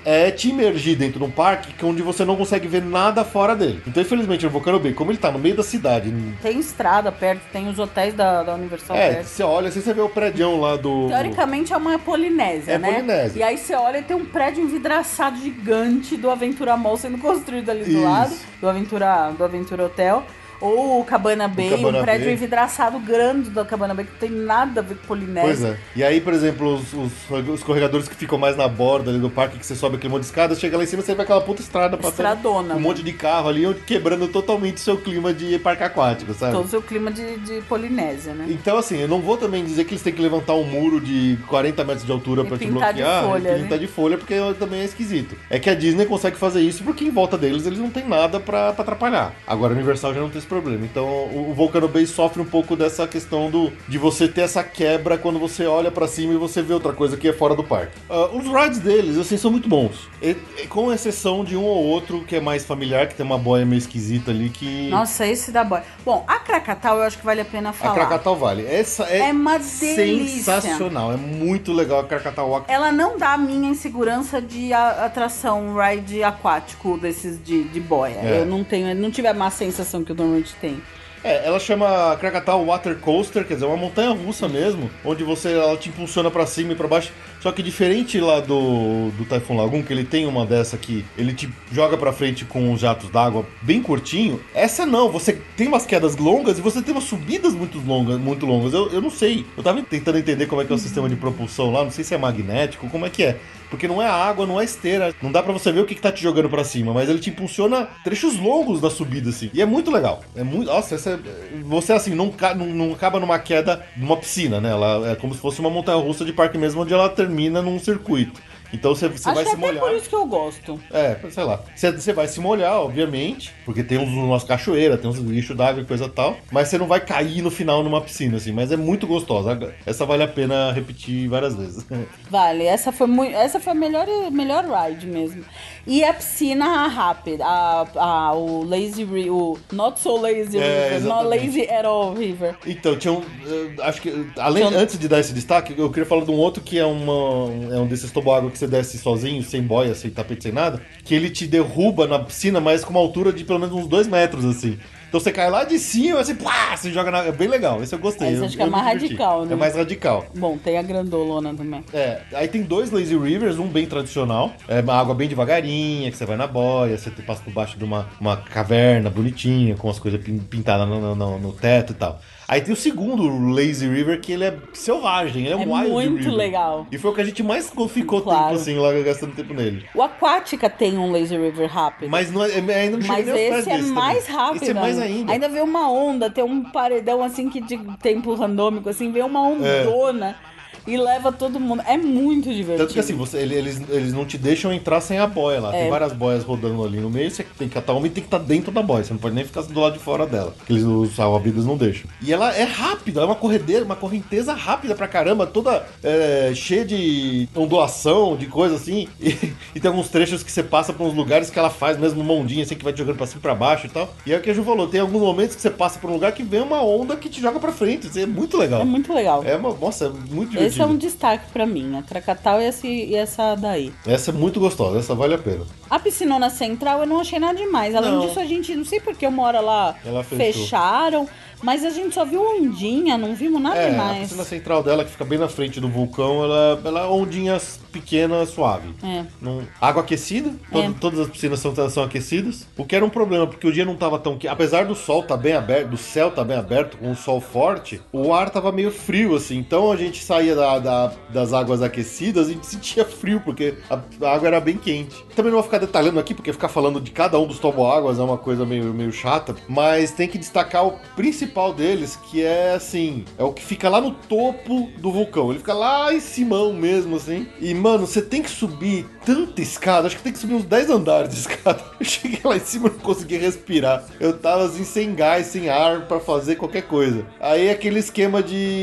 é te imergir dentro de um parque onde você não consegue ver nada fora dele. Então, infelizmente, no Volcano Bay, como ele tá no meio da cidade... Tem estrada perto, tem os hotéis da Universal perto. Você olha, assim, você vê o prédião lá do... Teoricamente é uma Polinésia, né? Polinésia. E aí você olha e tem um prédio envidraçado gigante do Aventura Mall sendo construído ali do lado, do Aventura Hotel. Ou o Cabana Bay, um prédio envidraçado grande da Cabana Bay, que não tem nada a ver com Polinésia. Pois é. E aí, por exemplo, os escorregadores que ficam mais na borda ali do parque, que você sobe aquele monte de escada, chega lá em cima e você vê aquela puta estrada passando. Estradona. Um monte de carro ali, quebrando totalmente o seu clima de parque aquático, sabe? Todo o seu clima de Polinésia, né? Então, assim, eu não vou também dizer que eles têm que levantar um muro de 40 metros de altura pra te bloquear e pintar de folha, porque também é esquisito. É que a Disney consegue fazer isso porque em volta deles eles não tem nada pra atrapalhar. Agora, a Universal já não tem esse problema. Então, o Volcano Bay sofre um pouco dessa questão de você ter essa quebra quando você olha pra cima e você vê outra coisa que é fora do parque. Os rides deles, assim, são muito bons. Com exceção de um ou outro que é mais familiar, que tem uma boia meio esquisita ali que... Nossa, esse da boia. Bom, a Krakatau eu acho que vale a pena falar. A Krakatau vale. Essa é uma delícia. Sensacional. É muito legal a Krakatau. Ela não dá a minha insegurança de atração, ride aquático desses de boia. Eu não tive a má sensação que o normalmente tem. Ela chama Krakatau Water Coaster, quer dizer, uma montanha-russa mesmo, onde ela te impulsiona pra cima e pra baixo. Só que diferente lá do Typhoon Lagoon, que ele tem uma dessa que ele te joga pra frente com os jatos d'água bem curtinho, essa não, você tem umas quedas longas e você tem umas subidas muito longas. Eu não sei, eu tava tentando entender como é que é o sistema de propulsão lá, não sei se é magnético, como é que é. Porque não é água, não é esteira. Não dá pra você ver o que tá te jogando pra cima, mas ele te impulsiona trechos longos da subida, assim. E é muito legal. Nossa, você, assim, não acaba numa queda numa piscina, né? Ela é como se fosse uma montanha-russa de parque mesmo, onde ela termina num circuito. Então você vai se molhar. É por isso que eu gosto. Sei lá. Você vai se molhar, obviamente, porque tem umas cachoeiras, tem uns lixos d'água e coisa tal, mas você não vai cair no final numa piscina, assim. Mas é muito gostosa. Essa vale a pena repetir várias vezes. Vale. Essa foi a melhor ride mesmo. E a piscina rápida, o Lazy River, o Not So Lazy River, Not Lazy at All River. Então, acho que, antes de dar esse destaque, eu queria falar de um outro que é um desses toboágua que você desce sozinho, sem boia, sem tapete, sem nada, que ele te derruba na piscina, mas com uma altura de pelo menos uns 2 metros, assim. Então você cai lá de cima, assim, pá, você joga na... É bem legal, esse eu gostei. Esse acho que é mais radical, né? É mais radical. Bom, tem a grandolona também. Aí tem 2 Lazy Rivers, um bem tradicional, uma água bem devagarinha, que você vai na boia, você passa por baixo de uma caverna bonitinha, com as coisas pintadas no teto e tal. Aí tem o segundo Lazy River, que ele é selvagem, ele é um Wild River. Muito legal. E foi o que a gente mais ficou tempo, assim, lá gastando tempo nele. O Aquática tem um Lazy River rápido. Mas ainda não chega nem aos pés esse é mais rápido. Esse é mais ainda. Ainda vê uma onda, tem um paredão, assim, que de tempo randômico, assim, vê uma ondona. E leva todo mundo. É muito divertido. Tanto que assim, eles não te deixam entrar sem a boia lá. Tem várias boias rodando ali no meio, você tem que catar uma e tem que estar dentro da boia. Você não pode nem ficar do lado de fora dela. Porque os salva-vidas não deixam. E ela é rápida, é uma correnteza rápida pra caramba, toda cheia de ondulação, de coisa assim. E tem alguns trechos que você passa por uns lugares que ela faz mesmo uma ondinha assim que vai te jogando pra cima e pra baixo e tal. E é o que a Ju falou, tem alguns momentos que você passa por um lugar que vem uma onda que te joga pra frente. Isso é muito legal. É muito legal. Nossa, é muito divertido. Esse é um destaque pra mim, a Krakatau e essa daí. Essa é muito gostosa, essa vale a pena. A piscinona central eu não achei nada demais. Além disso, a gente, não sei porque uma hora lá fecharam, mas a gente só viu ondinha, não vimos nada demais. A piscina central dela, que fica bem na frente do vulcão, ela é ondinha pequena, suave. Água aquecida, todas as piscinas são aquecidas, o que era um problema, porque o dia não tava tão quente. Apesar do sol tá bem aberto, do céu tá bem aberto, com o sol forte, o ar tava meio frio, assim. Então a gente saía das águas aquecidas e a gente sentia frio, porque a água era bem quente. Também não vou ficar detalhando aqui, porque ficar falando de cada um dos toboáguas é uma coisa meio chata, mas tem que destacar o principal deles, que é assim, é o que fica lá no topo do vulcão. Ele fica lá em cima mesmo, assim. E, mano, você tem que subir tanta escada, acho que tem que subir uns 10 andares de escada. Eu cheguei lá em cima e não consegui respirar. Eu tava assim, sem gás, sem ar pra fazer qualquer coisa. Aí é aquele esquema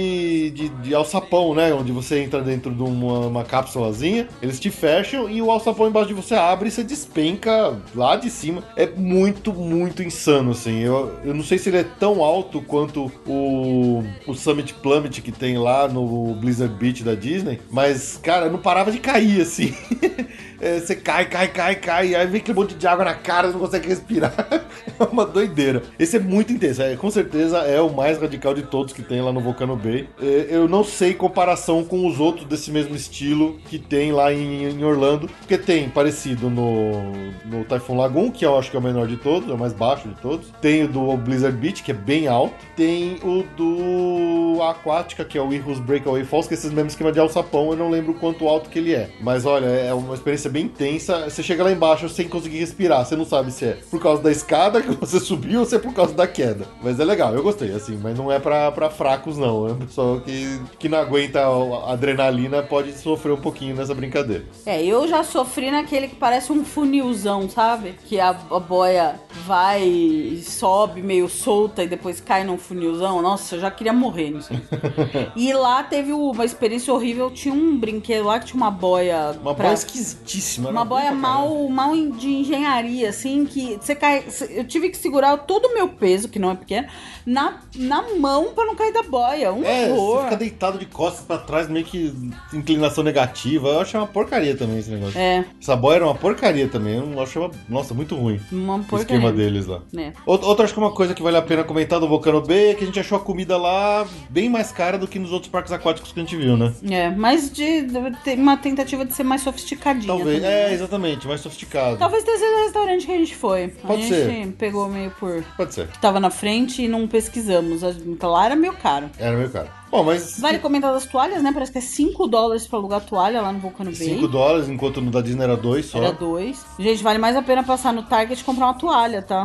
de alçapão, né? Onde você entra dentro de uma cápsulazinha, eles te fecham e o alçapão embaixo de você abre e você despenca lá de cima. É muito, muito insano, assim. Eu não sei se ele é tão alto tanto quanto o Summit Plummet que tem lá no Blizzard Beach da Disney, mas, cara, não parava de cair, assim. Você cai, aí vem aquele monte de água na cara, você não consegue respirar. É uma doideira. Esse é muito intenso, com certeza é o mais radical de todos que tem lá no Volcano Bay. Eu não sei comparação com os outros desse mesmo estilo que tem lá em Orlando, porque tem parecido no Typhoon Lagoon, que eu acho que é o menor de todos, é o mais baixo de todos. Tem o do Blizzard Beach, que é bem alto. Tem o do Aquática, que é o Icarus Breakaway Falls, que é esses mesmo esquema de alçapão, eu não lembro o quanto alto que ele é. Mas olha, é uma experiência bem intensa. Você chega lá embaixo sem conseguir respirar, você não sabe se é por causa da escada que você subiu ou se é por causa da queda. Mas é legal, eu gostei, assim, mas não é pra fracos, não. É um pessoal que não aguenta a adrenalina pode sofrer um pouquinho nessa brincadeira. Eu já sofri naquele que parece um funilzão, sabe? Que a boia vai e sobe meio solta e depois cai num funilzão. Nossa, eu já queria morrer nisso. E lá teve uma experiência horrível. Tinha um brinquedo lá que tinha uma boia... boia esquisitíssima. Uma boia mal de engenharia, assim, que você cai... Eu tive que segurar todo o meu peso, que não é pequeno, na mão pra não cair da boia. Horror. Você fica deitado de costas pra trás, meio que inclinação negativa. Eu achei uma porcaria também esse negócio. Essa boia era uma porcaria também. Eu achei nossa, muito ruim. Uma porcaria. O esquema deles lá. Outra, acho que uma coisa que vale a pena comentar do Volcano Bay é que a gente achou a comida lá bem mais cara do que nos outros parques aquáticos que a gente viu, né? Mas tem uma tentativa de ser mais sofisticadinha. Talvez, também, exatamente, mais sofisticado. Talvez tenha sido o restaurante que a gente foi. Pode ser. A gente pegou meio por... Pode ser. Que tava na frente e não pesquisamos. Então lá era meio caro. Era meio caro. Bom, mas... Vale comentar das toalhas, né? Parece que é $5 pra alugar toalha lá no Volcano Bay. $5, enquanto no da Disney era 2 só. Era 2. Gente, vale mais a pena passar no Target e comprar uma toalha, tá?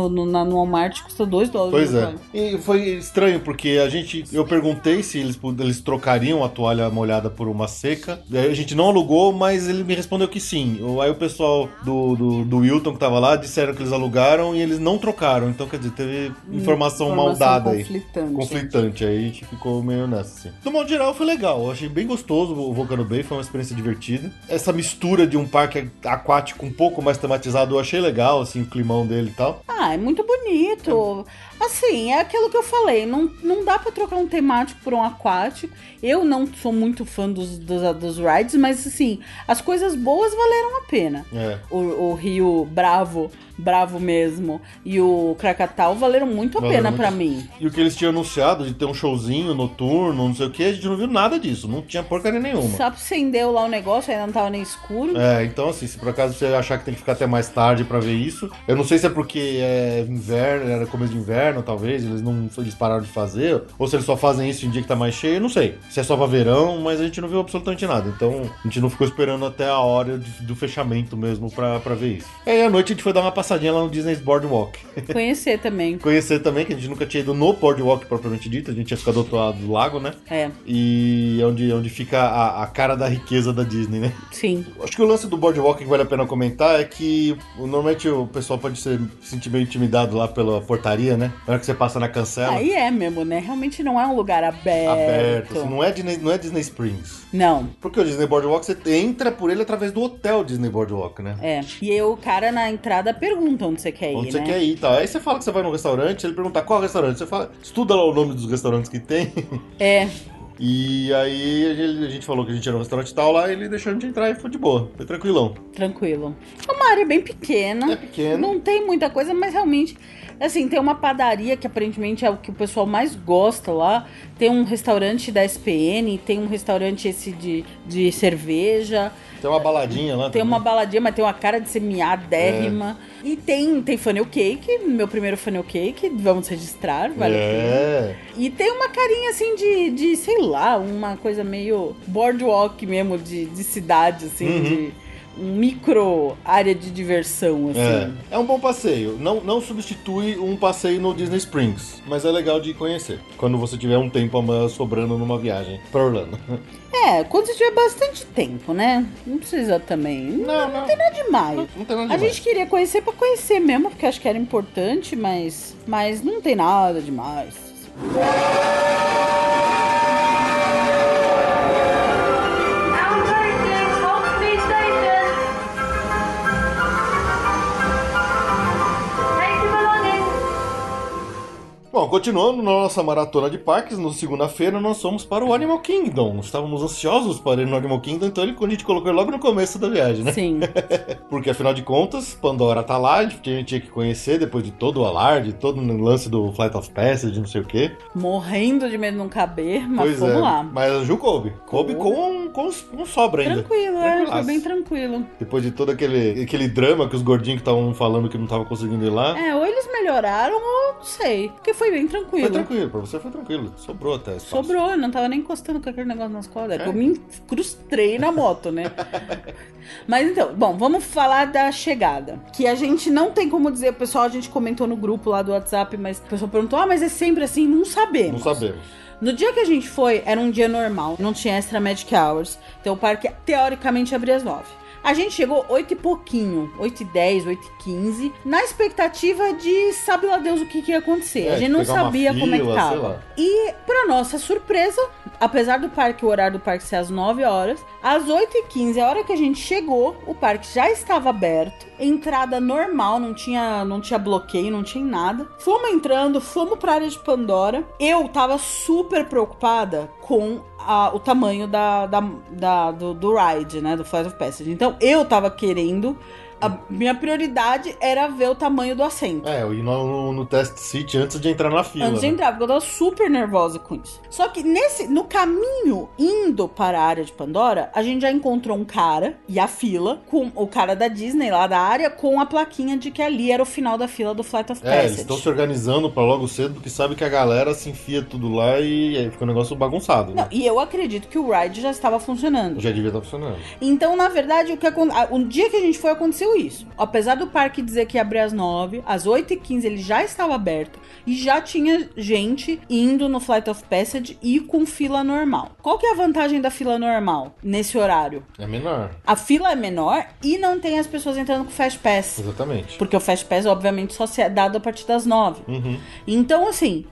No Walmart custa $2. Pois é. E foi estranho, porque eu perguntei se eles trocariam a toalha molhada por uma seca. A gente não alugou, mas ele me respondeu que sim. Aí o pessoal do Wilton que tava lá disseram que eles alugaram e eles não trocaram. Então, quer dizer, teve informação mal dada aí. Conflitante. Aí a gente ficou meio nessa, assim. Do modo geral, foi legal. Eu achei bem gostoso o Volcano Bay, foi uma experiência divertida. Essa mistura de um parque aquático um pouco mais tematizado, eu achei legal, assim, o climão dele e tal. É muito bonito. Assim, é aquilo que eu falei, não dá pra trocar um temático por um aquático. Eu não sou muito fã dos rides, mas assim, as coisas boas valeram a pena. O Rio Bravo mesmo, e o Krakatau valeram muito a pena pra mim. E o que eles tinham anunciado de ter um showzinho noturno, não sei o que, a gente não viu nada disso, não tinha porcaria nenhuma. Só acendeu lá o negócio, ainda não tava nem escuro. Então assim, se por acaso você achar que tem que ficar até mais tarde pra ver isso, eu não sei se é porque é inverno, era começo de inverno, talvez, eles pararam de fazer, ou se eles só fazem isso em dia que tá mais cheio, eu não sei. Se é só pra verão, mas a gente não viu absolutamente nada, então a gente não ficou esperando até a hora do fechamento mesmo pra ver isso. E aí à noite a gente foi dar uma passadinha lá no Disney's Boardwalk. Conhecer também, que a gente nunca tinha ido no Boardwalk propriamente dito, a gente ia ficar do outro lado do lago, né? E é onde fica a cara da riqueza da Disney, né? Sim. Acho que o lance do Boardwalk que vale a pena comentar é que normalmente o pessoal pode se sentir meio intimidado lá pela portaria, né? Na hora que você passa na cancela. Aí é mesmo, né? Realmente não é um lugar aberto. Assim, não é Disney Springs. Não. Porque o Disney Boardwalk, você entra por ele através do hotel Disney Boardwalk, né? E aí o cara na entrada pergunta onde você quer ir, Onde você quer ir e tal. Aí você fala que você vai num restaurante, ele pergunta qual restaurante. Você fala, estuda lá o nome dos restaurantes que tem. E aí a gente falou que a gente ia no restaurante e tal lá, e ele deixou a gente entrar e foi de boa. Foi tranquilão. Tranquilo. É uma área bem pequena. É pequena. Não tem muita coisa, mas realmente... Assim, tem uma padaria que aparentemente é o que o pessoal mais gosta lá. Tem um restaurante da SPN, tem um restaurante esse de cerveja. Tem uma baladinha lá Tem também. uma baladinha, mas tem uma cara de ser miadérrima. E tem funnel cake, meu primeiro funnel cake, vamos registrar, vale a pena. E tem uma carinha assim de sei lá, uma coisa meio boardwalk mesmo, de cidade, assim, de um micro área de diversão, assim. É um bom passeio. Não substitui um passeio no Disney Springs, mas é legal de conhecer. Quando você tiver um tempo sobrando numa viagem pra Orlando. Quando você tiver bastante tempo, né? Não precisa também. Não tem nada demais. Não tem nada demais. A gente queria conhecer pra conhecer mesmo, porque acho que era importante, mas não tem nada demais. Bom, Bom, continuando na nossa maratona de parques, na segunda-feira nós fomos para o Animal Kingdom. Estávamos ansiosos para ir no Animal Kingdom, então a gente colocou logo no começo da viagem, né? Sim. Porque afinal de contas, Pandora tá lá, a gente tinha que conhecer depois de todo o alarde, todo o lance do Flight of Passage, não sei o quê. Morrendo de medo de não caber, mas Pois vamos lá. Mas a Ju coube. Coube com sobra ainda. Tranquilo, foi bem tranquilo. Depois de todo aquele drama que os gordinhos que estavam falando que não estavam conseguindo ir lá. Ou eles melhoraram ou não sei. Porque foi bem tranquilo. Foi tranquilo, pra você foi tranquilo. Sobrou até espaço. Sobrou, eu não tava nem encostando com aquele negócio nas costas. Eu me frustrei na moto, né? Mas então, bom, vamos falar da chegada. Que a gente não tem como dizer, pessoal, a gente comentou no grupo lá do WhatsApp, mas o pessoal perguntou, mas é sempre assim? Não sabemos. Não sabemos. No dia que a gente foi, era um dia normal, não tinha extra magic hours. Então o parque, teoricamente, abria às 9. A gente chegou 8 e pouquinho, 8h10, 8h15, na expectativa de sabe lá Deus o que ia acontecer. A gente não sabia como é que tava. E, pra nossa surpresa, apesar do parque, o horário do parque ser às 9 horas, às 8h15, a hora que a gente chegou, o parque já estava aberto, entrada normal, não tinha bloqueio, não tinha nada. Fomos entrando, fomos pra área de Pandora. Eu tava super preocupada com o tamanho do ride, né, do Flight of Passage. Então, eu tava querendo... A minha prioridade era ver o tamanho do assento. Eu ir no test seat antes de entrar na fila. Antes de entrar, porque eu tava super nervosa com isso. Só que no caminho, indo para a área de Pandora, a gente já encontrou um cara e a fila, com o cara da Disney lá da área, com a plaquinha de que ali era o final da fila do Flight of Passage. Eles estão se organizando pra logo cedo, porque sabe que a galera se enfia tudo lá e aí fica um negócio bagunçado. Né? Não, e eu acredito que o ride já estava funcionando. Já devia estar funcionando. Então, na verdade, o dia que a gente foi, aconteceu isso. Apesar do parque dizer que ia abrir às 9, às 8h15 ele já estava aberto e já tinha gente indo no Flight of Passage e com fila normal. Qual que é a vantagem da fila normal nesse horário? É menor. A fila é menor e não tem as pessoas entrando com Fast Pass. Exatamente. Porque o Fast Pass, obviamente, só é dado a partir das 9. Uhum. Então, assim,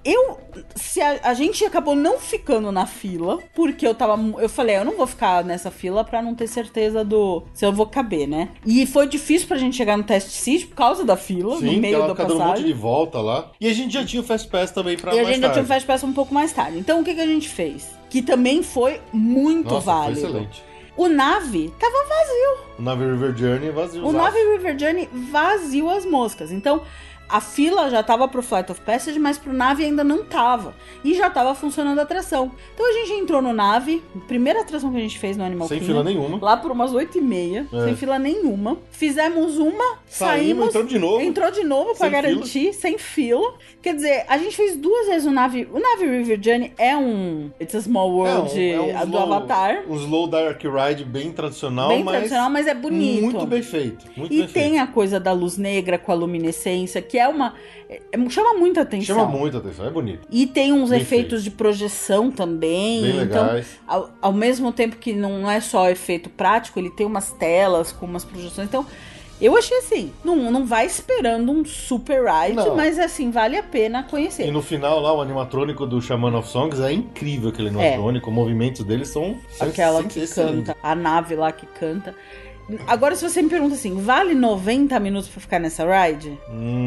a gente acabou não ficando na fila, porque eu falei, eu não vou ficar nessa fila pra não ter certeza se eu vou caber, né? E foi difícil pra gente chegar no test seat por causa da fila, sim, no meio da passagem. Sim, um monte de volta lá. E a gente já tinha o Fast Pass também pra mais tarde. E a gente já tinha o Fast Pass um pouco mais tarde. Então, o que a gente fez? Que também foi muito válido. Foi excelente. O Navi tava vazio. O Navi River Journey vazio. O Navi River Journey vazio as moscas. Então, a fila já tava pro Flight of Passage, mas pro Navi ainda não tava. E já tava funcionando a atração. Então a gente entrou no Navi, primeira atração que a gente fez no Animal Kingdom. Sem fila nenhuma. Lá por umas 8h30, sem fila nenhuma. Fizemos uma, saímos. Entrou de novo pra garantir, sem fila. Quer dizer, a gente fez 2 vezes o Navi. O Navi River Journey é um It's a Small World do Avatar. Um slow dark ride bem tradicional, mas é bonito. Muito bem feito. A coisa da luz negra com a luminescência, que é chama muita atenção. Chama muita atenção, é bonito. E tem uns efeitos de projeção também. Bem legais. Então, ao mesmo tempo que não é só efeito prático, ele tem umas telas com umas projeções. Então, eu achei assim, não vai esperando um super ride, mas assim, vale a pena conhecer. E no final lá, o animatrônico do Shaman of Songs é incrível, aquele animatrônico. Os movimentos dele são aquela que canta, a nave lá que canta. Agora, se você me pergunta assim, vale 90 minutos pra ficar nessa ride?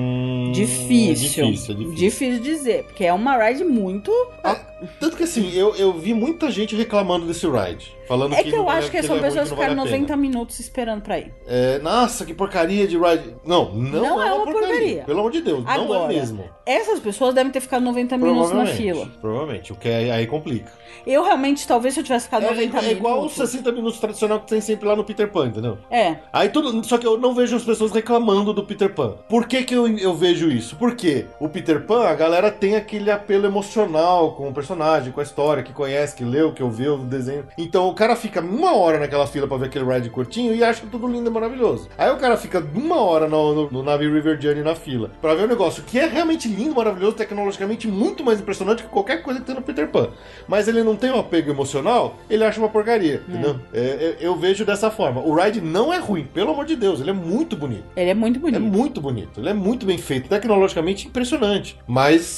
Difícil. É difícil. Difícil dizer, porque é uma ride muito... Tanto que assim, eu vi muita gente reclamando desse ride. Falando que eu acho que são pessoas que ficaram 90 minutos esperando pra ir. Nossa, que porcaria de ride. Não é uma porcaria. Pelo amor de Deus, agora, não é mesmo. Essas pessoas devem ter ficado 90 minutos na fila. Provavelmente, o que aí complica. Eu realmente, talvez se eu tivesse ficado 90 minutos... É igual os 60 minutos tradicional que tem sempre lá no Peter Pan, entendeu? Aí só que eu não vejo as pessoas reclamando do Peter Pan. Por que eu vejo isso? Porque o Peter Pan, a galera tem aquele apelo emocional com o personagem, com a história, que conhece, que leu, que ouviu o desenho. Então o cara fica 1 hora naquela fila pra ver aquele ride curtinho e acha tudo lindo e maravilhoso. Aí o cara fica 1 hora no Navi River Journey na fila pra ver um negócio que é realmente lindo, maravilhoso, tecnologicamente muito mais impressionante que qualquer coisa que tem no Peter Pan. Mas ele não tem um apego emocional, ele acha uma porcaria, entendeu? Eu vejo dessa forma. O ride não é ruim, pelo amor de Deus, ele é muito bonito. Ele é muito bonito. Ele é muito bonito, ele é muito bem feito, tecnologicamente impressionante. Mas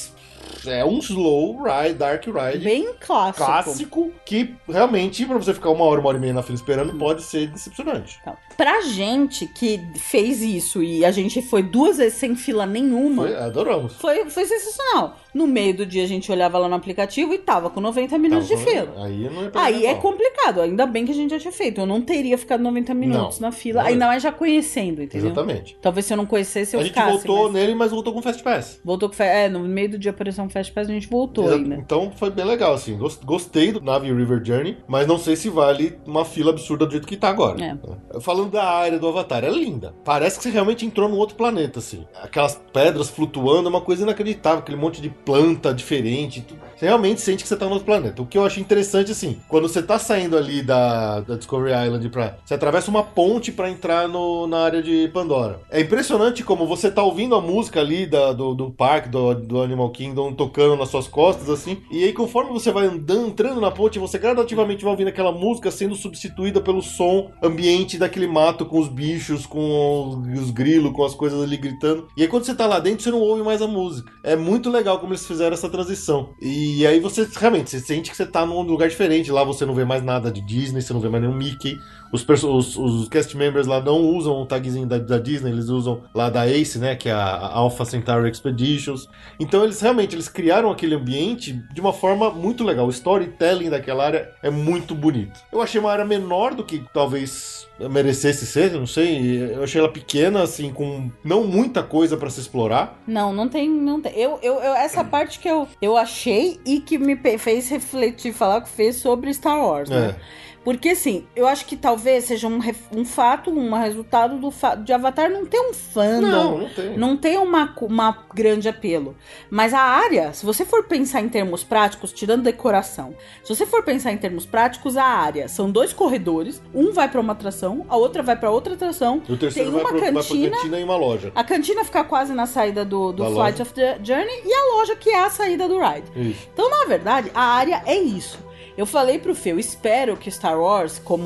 é um slow ride, dark ride. Bem clássico. Clássico, que realmente, pra você ficar uma hora e meia na fila esperando, pode ser decepcionante. Então, pra gente que fez isso e a gente foi 2 vezes sem fila nenhuma, Adoramos. Foi sensacional. No meio do dia a gente olhava lá no aplicativo e tava com 90 minutos de fila. Aí não Aí é complicado. Ainda bem que a gente já tinha feito. Eu não teria ficado 90 minutos na fila. Ainda mais já conhecendo, entendeu? Exatamente. Talvez se eu não conhecesse, eu ficasse. A gente voltou nele, mas voltou com o Fast Pass. Voltou com no meio do dia apareceu um Fast Pass, a gente voltou ainda. Então foi bem legal, assim. Gostei do Na'vi River Journey, mas não sei se vale uma fila absurda do jeito que tá agora. Falando da área do Avatar, é linda. Parece que você realmente entrou num outro planeta, assim. Aquelas pedras flutuando é uma coisa inacreditável. Aquele monte de planta diferente. Você realmente sente que você tá no outro planeta. O que eu acho interessante, assim, quando você tá saindo ali da Discovery Island você atravessa uma ponte pra entrar na área de Pandora. É impressionante como você tá ouvindo a música ali do parque, do Animal Kingdom, tocando nas suas costas, assim. E aí, conforme você vai entrando na ponte, você gradativamente vai ouvindo aquela música sendo substituída pelo som ambiente daquele mato, com os bichos, com os grilos, com as coisas ali gritando. E aí, quando você tá lá dentro, você não ouve mais a música. É muito legal como eles fizeram essa transição. E aí você sente que você tá num lugar diferente. Lá você não vê mais nada de Disney, você não vê mais nenhum Mickey. Os cast members lá não usam o tagzinho da Disney, eles usam lá da ACE, né, que é a Alpha Centauri Expeditions. Então eles criaram aquele ambiente de uma forma muito legal. O storytelling daquela área é muito bonito. Eu achei uma área menor do que talvez merecesse ser, não sei. Eu achei ela pequena, assim, com não muita coisa pra se explorar. Não tem. Essa parte que eu achei e que me fez refletir, falar o que fez sobre Star Wars, né? Porque, assim, eu acho que talvez seja um fato, um resultado do fato de Avatar não ter um fandom. Não tem. Não tem uma grande apelo. Mas a área, se você for pensar em termos práticos, tirando decoração, se você for pensar em termos práticos, a área são 2 corredores, um vai pra uma atração, a outra vai pra outra atração. E o terceiro tem uma cantina, vai pra cantina e uma loja. A cantina fica quase na saída do Flight of the Journey e a loja que é a saída do ride. Isso. Então, na verdade, a área é isso. Eu falei pro Fê, eu espero que Star Wars, como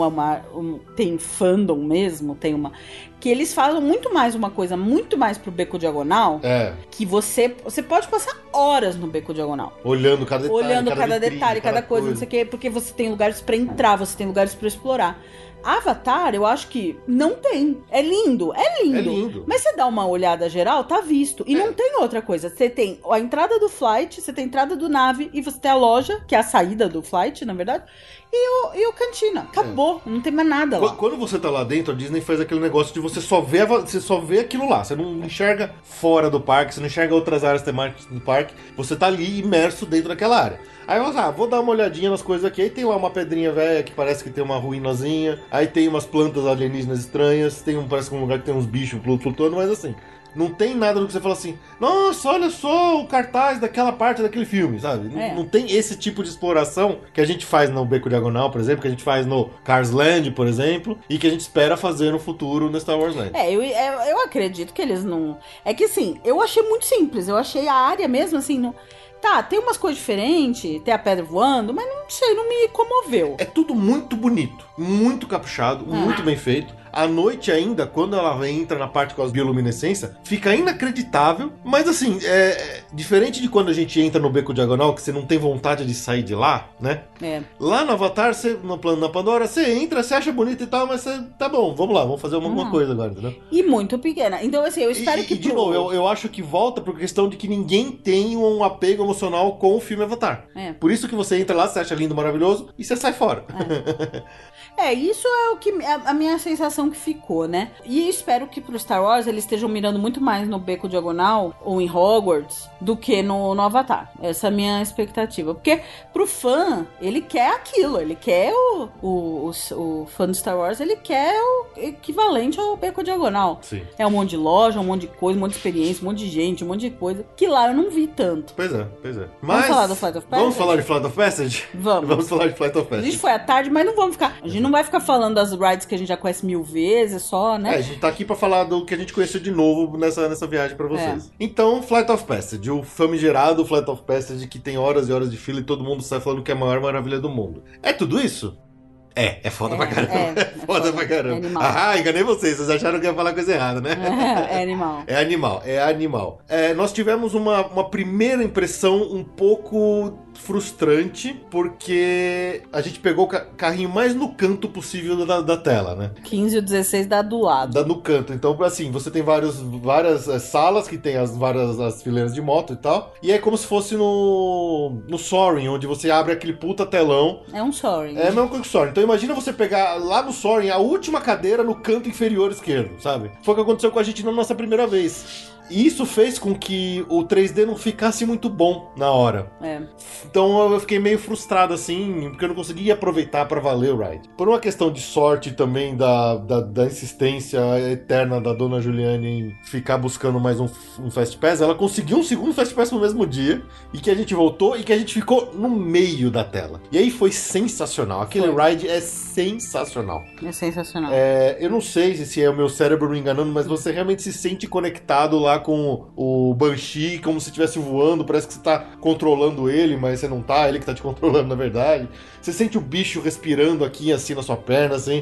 tem fandom mesmo, que eles falam muito mais uma coisa, muito mais pro Beco Diagonal, que você pode passar horas no Beco Diagonal. Olhando cada detalhe, cada coisa, não sei o quê, porque você tem lugares pra entrar, você tem lugares pra explorar. Avatar, eu acho que não tem. É lindo. Mas você dá uma olhada geral, tá visto. E não tem outra coisa. Você tem a entrada do flight, você tem a entrada do nave e você tem a loja, que é a saída do flight, na verdade. E o cantina. Acabou. Não tem mais nada lá. Quando você tá lá dentro, a Disney faz aquele negócio de você só vê aquilo lá. Você não enxerga fora do parque, você não enxerga outras áreas temáticas do parque. Você tá ali imerso dentro daquela área. Aí eu vou dar uma olhadinha nas coisas aqui. Aí tem lá uma pedrinha velha que parece que tem uma ruínazinha. Aí tem umas plantas alienígenas estranhas. Parece que um lugar que tem uns bichos flutuando, mas assim, não tem nada no que você fala assim, nossa, olha só o cartaz daquela parte daquele filme, sabe? Não tem esse tipo de exploração que a gente faz no Beco Diagonal, por exemplo, que a gente faz no Cars Land, por exemplo, e que a gente espera fazer no futuro no Star Wars Land. Eu acredito que eles não... É que assim, eu achei muito simples, eu achei a área mesmo assim... Tá, tem umas coisas diferentes, tem a pedra voando, mas não sei, não me comoveu. É tudo muito bonito, muito caprichado, muito bem feito. À noite ainda, quando ela entra na parte com as bioluminescências, fica inacreditável. Mas assim, diferente de quando a gente entra no Beco Diagonal, que você não tem vontade de sair de lá, né? Lá no Avatar, na Pandora, você entra, você acha bonito e tal, mas você, tá bom, vamos lá, vamos fazer alguma coisa agora, entendeu? E muito pequena. Então assim, eu espero que... de novo, eu acho que volta por questão de que ninguém tem um apego emocional com o filme Avatar. Por isso que você entra lá, você acha lindo, maravilhoso, e você sai fora. Isso é o que a minha sensação que ficou, né? E espero que pro Star Wars eles estejam mirando muito mais no Beco Diagonal ou em Hogwarts do que no Avatar. Essa é a minha expectativa. Porque pro fã, ele quer aquilo. Ele quer o fã do Star Wars, ele quer o equivalente ao Beco Diagonal. Sim. É um monte de loja, um monte de coisa, um monte de experiência, um monte de gente, um monte de coisa. Que lá eu não vi tanto. Pois é. Mas, vamos falar do Flight of Passage? Vamos falar de Flight of Passage? Vamos falar de Flight of Passage. A gente foi à tarde, mas não vamos ficar... A gente não vai ficar falando das rides que a gente já conhece 1000 vezes só, né? A gente tá aqui pra falar do que a gente conheceu de novo nessa viagem pra vocês. Então, Flight of Passage, o famigerado Flight of Passage que tem horas e horas de fila e todo mundo sai falando que é a maior maravilha do mundo. É tudo isso? É foda pra caramba. É foda pra caramba. É animal. Enganei vocês acharam que ia falar coisa errada, né? É animal. É animal. Nós tivemos uma primeira impressão um pouco frustrante, porque a gente pegou o carrinho mais no canto possível da tela, né? 15 e o 16 dá do lado. Dá no canto. Então, assim, você tem várias salas que tem as fileiras de moto e tal, e é como se fosse no Soaring, onde você abre aquele puta telão. É um Soaring. É a mesma coisa que o Soaring. Então imagina você pegar lá no Soaring a última cadeira no canto inferior esquerdo, sabe? Foi o que aconteceu com a gente na nossa primeira vez. E isso fez com que o 3D não ficasse muito bom na hora. Então eu fiquei meio frustrado assim, porque eu não conseguia aproveitar pra valer o ride. Por uma questão de sorte também da insistência eterna da dona Juliane em ficar buscando mais um Fast Pass, ela conseguiu um segundo Fast Pass no mesmo dia, e que a gente voltou e que a gente ficou no meio da tela. E aí foi sensacional. Aquele ride é sensacional. É sensacional. Eu não sei se é o meu cérebro me enganando, mas você realmente se sente conectado lá com o Banshee, como se estivesse voando, parece que você tá controlando ele, mas você não tá, ele que tá te controlando na verdade. Você sente o bicho respirando aqui, assim, na sua perna, assim.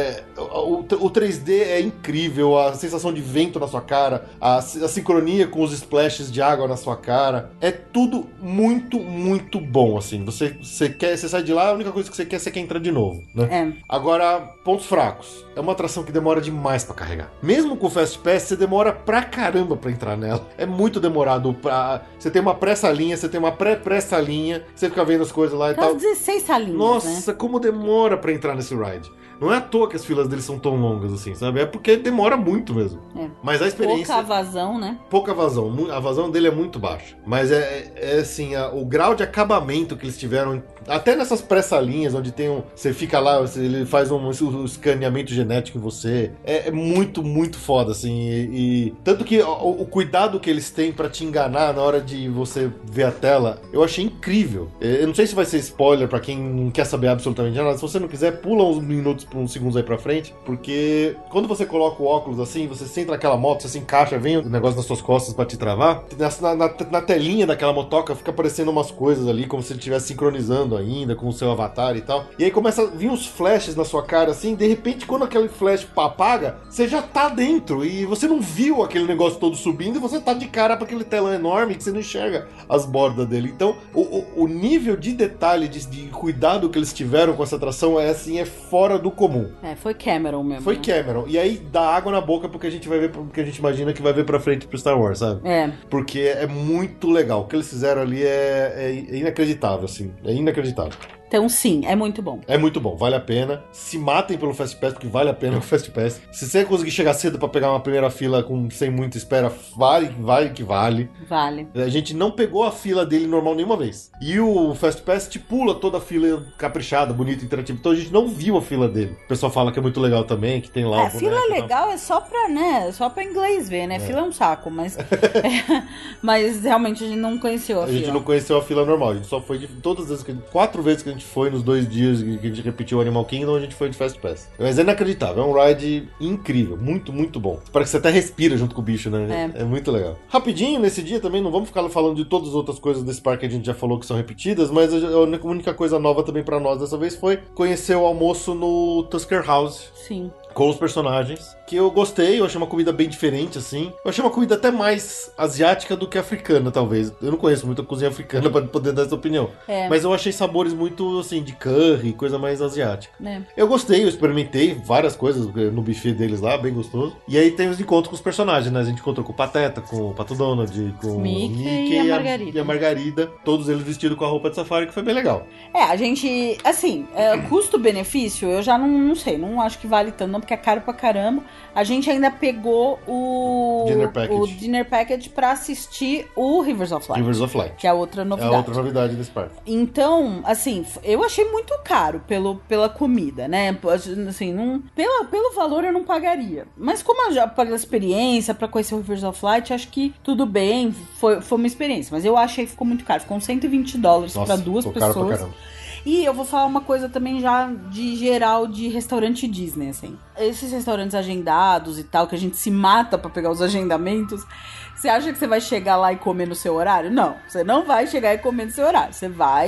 O 3D é incrível, a sensação de vento na sua cara, a sincronia com os splashes de água na sua cara. É tudo muito, muito bom, assim. Você sai de lá, a única coisa que você quer entrar de novo, né? Agora, pontos fracos. É uma atração que demora demais pra carregar. Mesmo com o Fast Pass, você demora pra caramba pra entrar nela. É muito demorado. Você tem uma pré-salinha, você tem uma pré-pré-salinha, você fica vendo as coisas lá e tal. 16 salinhas, Nossa, né? Como demora pra entrar nesse ride. Não é à toa que as filas deles são tão longas assim, sabe? É porque demora muito mesmo. Mas a experiência... Pouca vazão, né? Pouca vazão. A vazão dele é muito baixa. Mas assim, o grau de acabamento que eles tiveram, até nessas pré-salinhas, onde tem você fica lá, ele faz um escaneamento genético em você. É muito, muito foda, assim. E tanto que o cuidado que eles têm pra te enganar na hora de você ver a tela, eu achei incrível. Eu não sei se vai ser spoiler pra quem não quer saber absolutamente nada. Se você não quiser, pula uns minutos, uns segundos aí pra frente, porque quando você coloca o óculos assim, você senta naquela moto, você se encaixa, vem o negócio nas suas costas pra te travar, na telinha daquela motoca fica aparecendo umas coisas ali, como se ele estivesse sincronizando ainda com o seu avatar e tal. E aí começa a vir uns flashes na sua cara assim, de repente quando aquele flash apaga, você já tá dentro e você não viu aquele negócio todo subindo e você tá de cara pra aquele telão enorme que você não enxerga as bordas dele. Então, o nível de detalhe, de cuidado que eles tiveram com essa atração é fora do comum. Foi Cameron mesmo. Foi Cameron. E aí dá água na boca porque a gente vai ver, porque a gente imagina que vai ver pra frente pro Star Wars, sabe? Porque é muito legal. O que eles fizeram ali é inacreditável, assim. É inacreditável. Então, sim, é muito bom. É muito bom, vale a pena. Se matem pelo Fast Pass, porque vale a pena o Fast Pass. Se você conseguir chegar cedo pra pegar uma primeira fila sem muita espera, vale que vale. Vale. A gente não pegou a fila dele normal nenhuma vez. E o Fast Pass te pula toda a fila caprichada, bonita, interativa. Então a gente não viu a fila dele. O pessoal fala que é muito legal também, que tem lá... A fila é legal, é só pra, né, só pra inglês ver, né? Fila é um saco, mas... mas realmente a gente não conheceu a fila. A gente não conheceu a fila normal. A gente só foi de todas as vezes, 4 vezes que a gente foi nos 2 dias que a gente repetiu o Animal Kingdom, a gente foi de Fast Pass. Mas é inacreditável, é um ride incrível, muito, muito bom. Parece que você até respira junto com o bicho, né? É muito legal. Rapidinho, nesse dia também, não vamos ficar falando de todas as outras coisas desse parque que a gente já falou que são repetidas, mas a única coisa nova também pra nós dessa vez foi conhecer o almoço no Tusker House. Sim. Com os personagens, que eu gostei, eu achei uma comida bem diferente, assim. Eu achei uma comida até mais asiática do que africana, talvez. Eu não conheço muito a cozinha africana pra poder dar essa opinião. Mas eu achei sabores muito, assim, de curry, coisa mais asiática. Eu gostei, eu experimentei várias coisas no buffet deles lá, bem gostoso. E aí tem os encontros com os personagens, né? A gente encontrou com o Pateta, com o Pato Donald, com o Mickey e a Margarida. Todos eles vestidos com a roupa de safari, que foi bem legal. A gente, assim, custo-benefício, eu já não sei, não acho que vale tanto, não, porque é caro pra caramba. A gente ainda pegou o Dinner Package pra assistir o Rivers of Light. Que é a outra novidade. É a outra novidade desse parque. Então, assim, eu achei muito caro pela comida, né? Assim, pelo valor eu não pagaria. Mas como eu já paguei a experiência pra conhecer o Rivers of Light, acho que tudo bem, foi uma experiência. Mas eu achei que ficou muito caro. Ficou uns $120 pra 2 pessoas. Caro pra caramba. E eu vou falar uma coisa também já de geral de restaurante Disney, assim. Esses restaurantes agendados e tal, que a gente se mata pra pegar os agendamentos, você acha que você vai chegar lá e comer no seu horário? Não, você não vai chegar e comer no seu horário. Você vai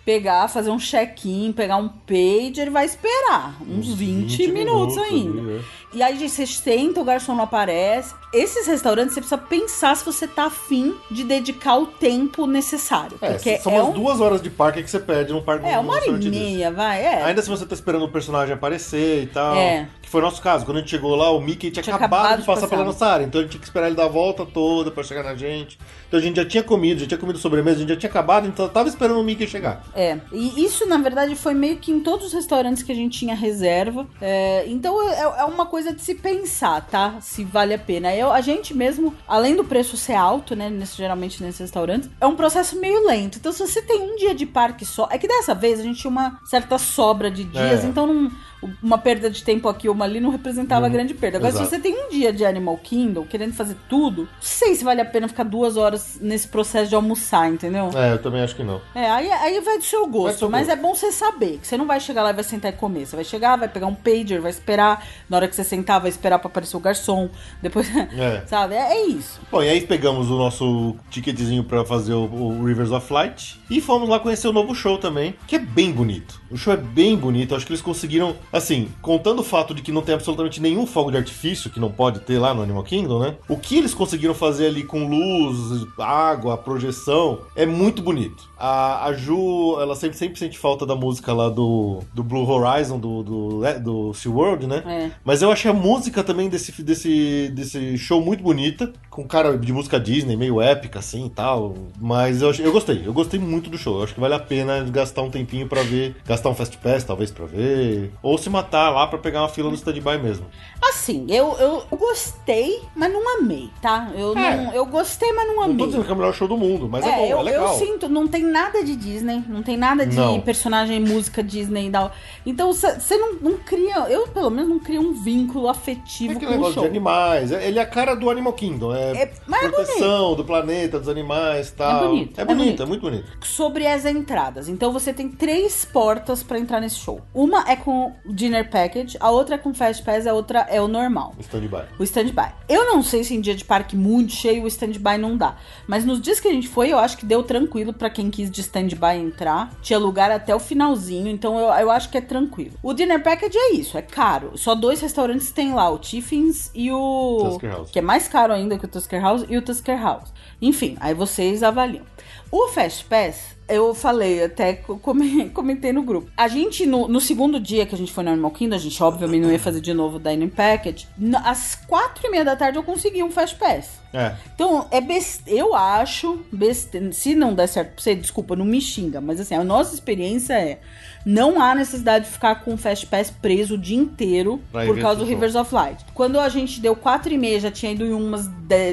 pegar, fazer um check-in, pegar um pager, vai esperar uns 20 minutos ainda. Ali, E aí você senta, o garçom não aparece. Esses restaurantes, você precisa pensar se você tá afim de dedicar o tempo necessário. Porque são umas 2 horas de parque que você perde num parque. É, 1h30, vai. Ainda se você tá esperando o personagem aparecer e tal. É. Que foi o nosso caso. Quando a gente chegou lá, o Mickey tinha acabado de passar pela nossa área. Então a gente tinha que esperar ele dar a volta toda pra chegar na gente. Então a gente já tinha comido sobremesa, a gente já tinha acabado, então tava esperando o Mickey chegar. E isso, na verdade, foi meio que em todos os restaurantes que a gente tinha reserva. Então é uma coisa de se pensar, tá? Se vale a pena. A gente mesmo, além do preço ser alto, né? Geralmente nesses restaurantes, é um processo meio lento. Então, se você tem um dia de parque só... É que dessa vez a gente tinha uma certa sobra de dias, então uma perda de tempo aqui ou uma ali não representava grande perda. Agora, exato. se você tem um dia de Animal Kingdom querendo fazer tudo, não sei se vale a pena ficar 2 horas nesse processo de almoçar, entendeu? Eu também acho que não. Aí vai do seu gosto, mas é bom você saber que você não vai chegar lá e vai sentar e comer. Você vai chegar, vai pegar um pager, vai esperar. Na hora que você sentar, vai esperar pra aparecer o garçom. Depois, sabe? É isso. Bom, e aí pegamos o nosso ticketzinho pra fazer o Rivers of Light e fomos lá conhecer o novo show também, que é bem bonito. O show é bem bonito, eu acho que eles conseguiram, assim, contando o fato de que não tem absolutamente nenhum fogo de artifício, que não pode ter lá no Animal Kingdom, né? O que eles conseguiram fazer ali com luz, água, projeção, é muito bonito. A Ju, ela sempre sente falta da música lá do Blue Horizon, do SeaWorld, né? Mas eu achei a música também desse show muito bonita, com cara de música Disney, meio épica assim e tal. Mas eu gostei muito do show. Eu acho que vale a pena gastar um tempinho pra ver, gastar um Fast Pass talvez pra ver, ou se matar lá pra pegar uma fila no stand-by mesmo. Assim, eu gostei, mas não amei, tá? Eu gostei, mas não amei. Não tô dizendo que é o melhor show do mundo, mas é bom, é legal. Eu sinto, não tem nada de Disney, não tem nada de personagem, música Disney e tal. Então você não cria, eu pelo menos não crio um vínculo afetivo com o show. É negócio de animais, ele é a cara do Animal Kingdom, proteção do planeta, dos animais e tal. É bonito, é muito bonito. Sobre as entradas, então você tem 3 portas pra entrar nesse show. Uma é com o Dinner Package, a outra é com Fast Pass, a outra é o normal. O stand-by. Eu não sei se em dia de parque muito cheio o stand-by não dá, mas nos dias que a gente foi, eu acho que deu tranquilo pra quem quis de stand-by entrar. Tinha lugar até o finalzinho, então eu acho que é tranquilo. O Dinner Package é isso, é caro. Só 2 restaurantes tem lá, o Tiffins e o... Tusker House. Que é mais caro ainda que o Tusker House e o Tusker House. Enfim, aí vocês avaliam. O Fast Pass, eu falei, até comentei no grupo. A gente, no segundo dia que a gente foi no Animal Kingdom, a gente obviamente não ia fazer de novo o Dining Package. Às 4:30 da tarde eu consegui um Fast Pass. Então, eu acho besteira. Se não der certo pra você, desculpa, não me xinga. Mas assim, a nossa experiência não há necessidade de ficar com o Fast Pass preso o dia inteiro por causa do Rivers of Light. Quando a gente deu 4:30, já tinha ido em umas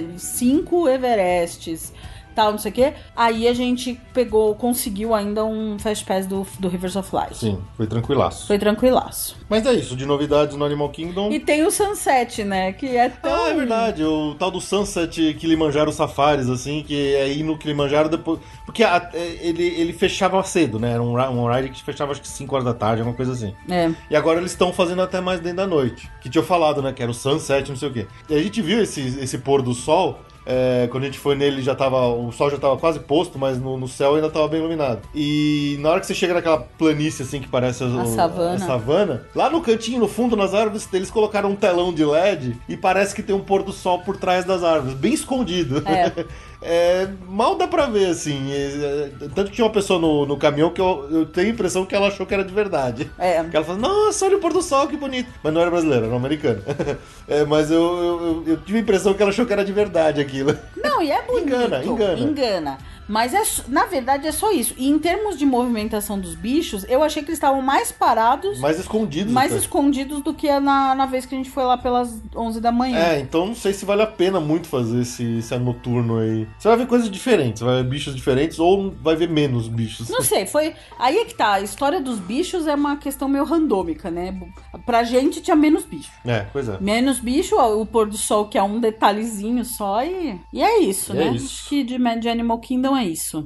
5 Everests, tal, não sei o que. Aí a gente conseguiu ainda um Fast Pass do Rivers of Light. Sim, foi tranquilaço. Mas é isso, de novidades no Animal Kingdom. E tem o Sunset, né, que é tão... é verdade, o tal do Sunset Kilimanjaro Safaris, assim, que é ir no Kilimanjaro depois... Porque ele fechava cedo, né, era um ride que fechava acho que 5 horas da tarde, alguma coisa assim. E agora eles estão fazendo até mais dentro da noite. Que tinha falado, né, que era o Sunset, não sei o quê. E a gente viu esse pôr do sol... quando a gente foi nele, o sol já tava quase posto, mas no céu ainda tava bem iluminado. E na hora que você chega naquela planície assim que parece a savana, lá no cantinho, no fundo, nas árvores, eles colocaram um telão de LED e parece que tem um pôr do sol por trás das árvores, bem escondido. Mal dá pra ver, assim. Tanto que tinha uma pessoa no caminhão que eu tenho a impressão que ela achou que era de verdade. Que ela falou, nossa, olha o pôr do sol, que bonito. Mas não era brasileira, era americana. Mas eu tive a impressão que ela achou que era de verdade aquilo. Não, e é bonito. Engana. Mas na verdade é só isso. E em termos de movimentação dos bichos, eu achei que eles estavam mais parados, mais escondidos do que na vez que a gente foi lá pelas 11 da manhã. Então não sei se vale a pena muito fazer esse noturno aí. Você vai ver coisas diferentes, vai ver bichos diferentes ou vai ver menos bichos. Não sei, aí é que tá. A história dos bichos é uma questão meio randômica, né? Pra gente tinha menos bicho. Pois é. Menos bicho, o pôr do sol que é um detalhezinho só e é isso, né? Isso. Acho que de Animal Kingdom é isso.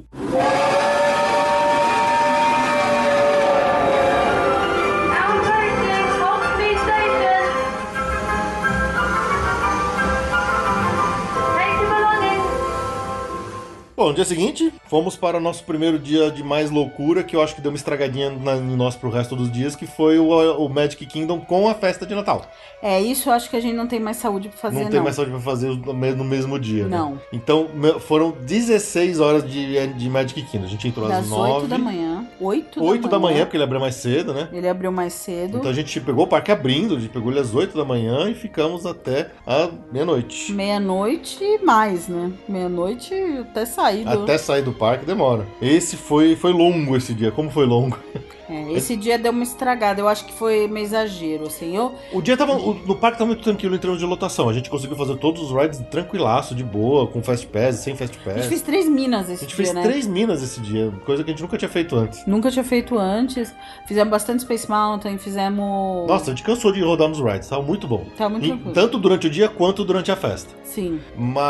Bom, Bom, no dia seguinte, fomos para o nosso primeiro dia de mais loucura, que eu acho que deu uma estragadinha em nós pro resto dos dias, que foi o Magic Kingdom com a festa de Natal. Isso eu acho que a gente não tem mais saúde pra fazer, Não tem mais saúde pra fazer no mesmo dia, Não. né? Então, foram 16 horas de Magic Kingdom. A gente entrou às 9. 8 da manhã. 8 da manhã, porque ele abriu mais cedo, né? Ele abriu mais cedo. Então a gente pegou o parque abrindo, a gente pegou ele às 8 da manhã e ficamos até a meia-noite. Meia-noite e mais, né? Meia-noite até sair Até sair do parque demora. Esse foi longo esse dia. Como foi longo? Esse dia deu uma estragada. Eu acho que foi meio exagero, assim. O dia tava... No parque tava muito tranquilo em termos de lotação. A gente conseguiu fazer todos os rides tranquilaço, de boa, com Fast Pass, sem Fast Pass. A gente fez 3 minas esse dia, né? A gente fez 3 minas esse dia, coisa que a gente nunca tinha feito antes. Nunca tinha feito antes. Fizemos bastante Space Mountain, fizemos... Nossa, a gente cansou de rodar nos rides. Tava muito bom. Tava muito tranquilo. Tanto durante o dia quanto durante a festa. Sim.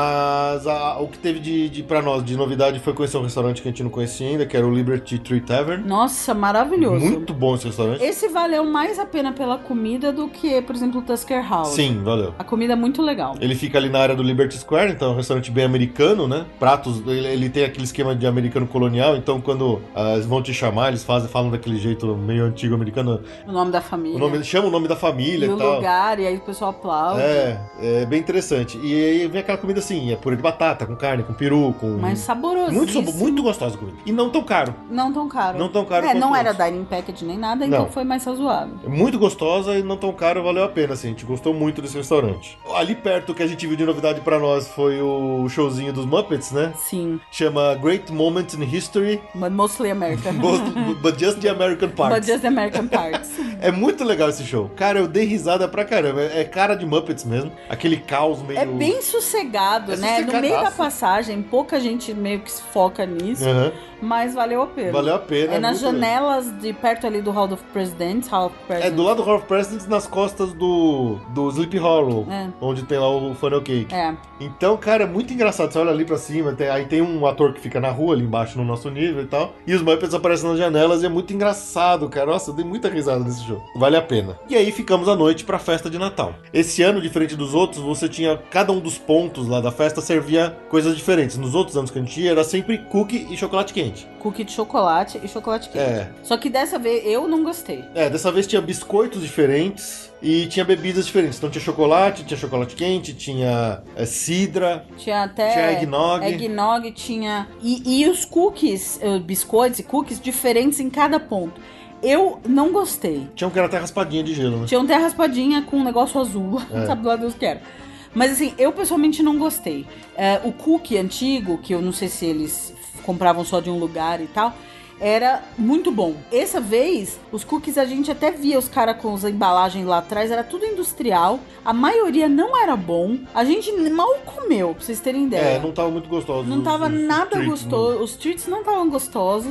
Mas o que teve pra nós de novidade foi conhecer um restaurante que a gente não conhecia ainda, que era o Liberty Tree Tavern. Nossa, maravilhoso. Muito bom esse restaurante. Esse valeu mais a pena pela comida do que, por exemplo, o Tusker House. Sim, valeu. A comida é muito legal. Ele fica ali na área do Liberty Square, então é um restaurante bem americano, né? Pratos, ele tem aquele esquema de americano colonial, então quando eles vão te chamar, eles falam daquele jeito meio antigo americano. O nome da família. Chama o nome da família e tal. O lugar, e aí o pessoal aplaude. É bem interessante. E aí vem aquela comida assim, é purê de batata, com carne, com peru, com... Mas saboroso. Muito gostosa a comida. E não tão caro. Não tão caro. Não tão caro quanto não era outros. dining package nem nada, então foi mais razoável. Muito gostosa e não tão caro, valeu a pena, assim. A gente gostou muito desse restaurante. Ali perto, que a gente viu de novidade pra nós foi o showzinho dos Muppets, né? Sim. Chama Great Moment in History. But mostly American. But just the American parts. But just the American parts. É muito legal esse show. Cara, eu dei risada pra caramba. É cara de Muppets mesmo. Aquele caos meio... É bem sossegado, né? No meio da passagem, pouca gente meio que se foca nisso. Mas valeu a pena. Valeu a pena. É nas janelas de perto ali do Hall of Presidents. É do lado do Hall of Presidents, nas costas do Sleepy Hollow. Onde tem lá o Funnel Cake. Então, cara, é muito engraçado. Você olha ali pra cima, aí tem um ator que fica na rua, ali embaixo no nosso nível e tal. E os Muppets aparecem nas janelas e é muito engraçado, cara. Nossa, eu dei muita risada nesse show. Vale a pena. E aí ficamos à noite pra festa de Natal. Esse ano, diferente dos outros, você tinha... Cada um dos pontos lá da festa servia coisas diferentes. Nos outros anos que a gente ia, era sempre cookie e chocolate quente. Cookie de chocolate e chocolate quente. Só que dessa vez eu não gostei. Dessa vez tinha biscoitos diferentes e tinha bebidas diferentes. Então tinha chocolate quente, tinha cidra. Tinha até... Tinha eggnog. Eggnog, tinha... E os cookies, biscoitos e cookies diferentes em cada ponto. Eu não gostei. Tinha um que era até raspadinha de gelo, né? Tinha até raspadinha com um negócio azul. Sabe lá Deus que era. Mas assim, eu pessoalmente não gostei. O cookie antigo, que eu não sei se eles compravam só de um lugar e tal, era muito bom. Essa vez, os cookies a gente até via os caras com as embalagens lá atrás, era tudo industrial, a maioria não era bom, a gente mal comeu, pra vocês terem ideia. Não tava muito gostoso. Não tava nada gostoso, os treats não estavam gostosos.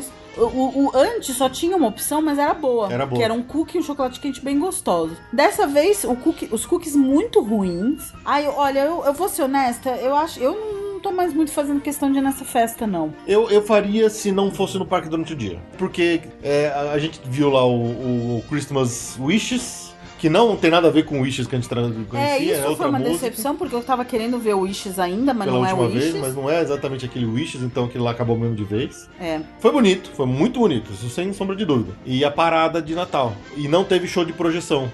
O antes só tinha uma opção, mas era boa. Que era um cookie e um chocolate quente bem gostoso. Dessa vez, os cookies muito ruins. Olha, eu vou ser honesta, eu não tô mais muito fazendo questão de ir nessa festa, não. Eu faria se não fosse no parque durante o dia. Porque a gente viu lá o Christmas Wishes, que não tem nada a ver com o Wishes que a gente conhecia. Isso foi uma decepção, porque eu tava querendo ver o Wishes ainda, mas não é o Wishes. Mas não é exatamente aquele Wishes, então aquele lá acabou mesmo de vez. Foi bonito, foi muito bonito, isso sem sombra de dúvida. E a parada de Natal. E não teve show de projeção,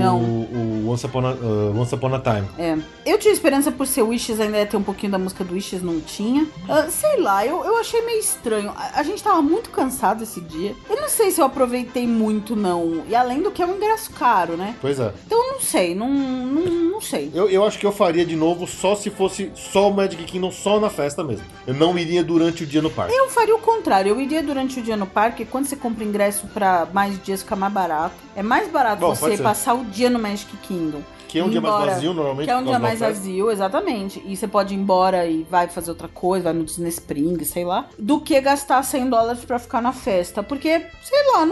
o Once Upon a Time. Eu tinha esperança por ser Wishes, ainda ia ter um pouquinho da música do Wishes, não tinha. Sei lá, eu achei meio estranho. A gente tava muito cansado esse dia. Eu não sei se eu aproveitei muito, não. E além do que é um ingresso caro, né? Pois é. Então eu não sei, não sei. Eu acho que eu faria de novo só se fosse só o Magic Kingdom, só na festa mesmo. Eu não iria durante o dia no parque. Eu faria o contrário, eu iria durante o dia no parque, e quando você compra ingresso pra mais dias fica mais barato. É mais barato você passar o dia no Magic Kingdom. Que é um dia mais vazio, normalmente. Que é um dia mais vazio, exatamente. E você pode ir embora e vai fazer outra coisa, vai no Disney Spring, sei lá. Do que gastar $100 pra ficar na festa. Porque, sei lá,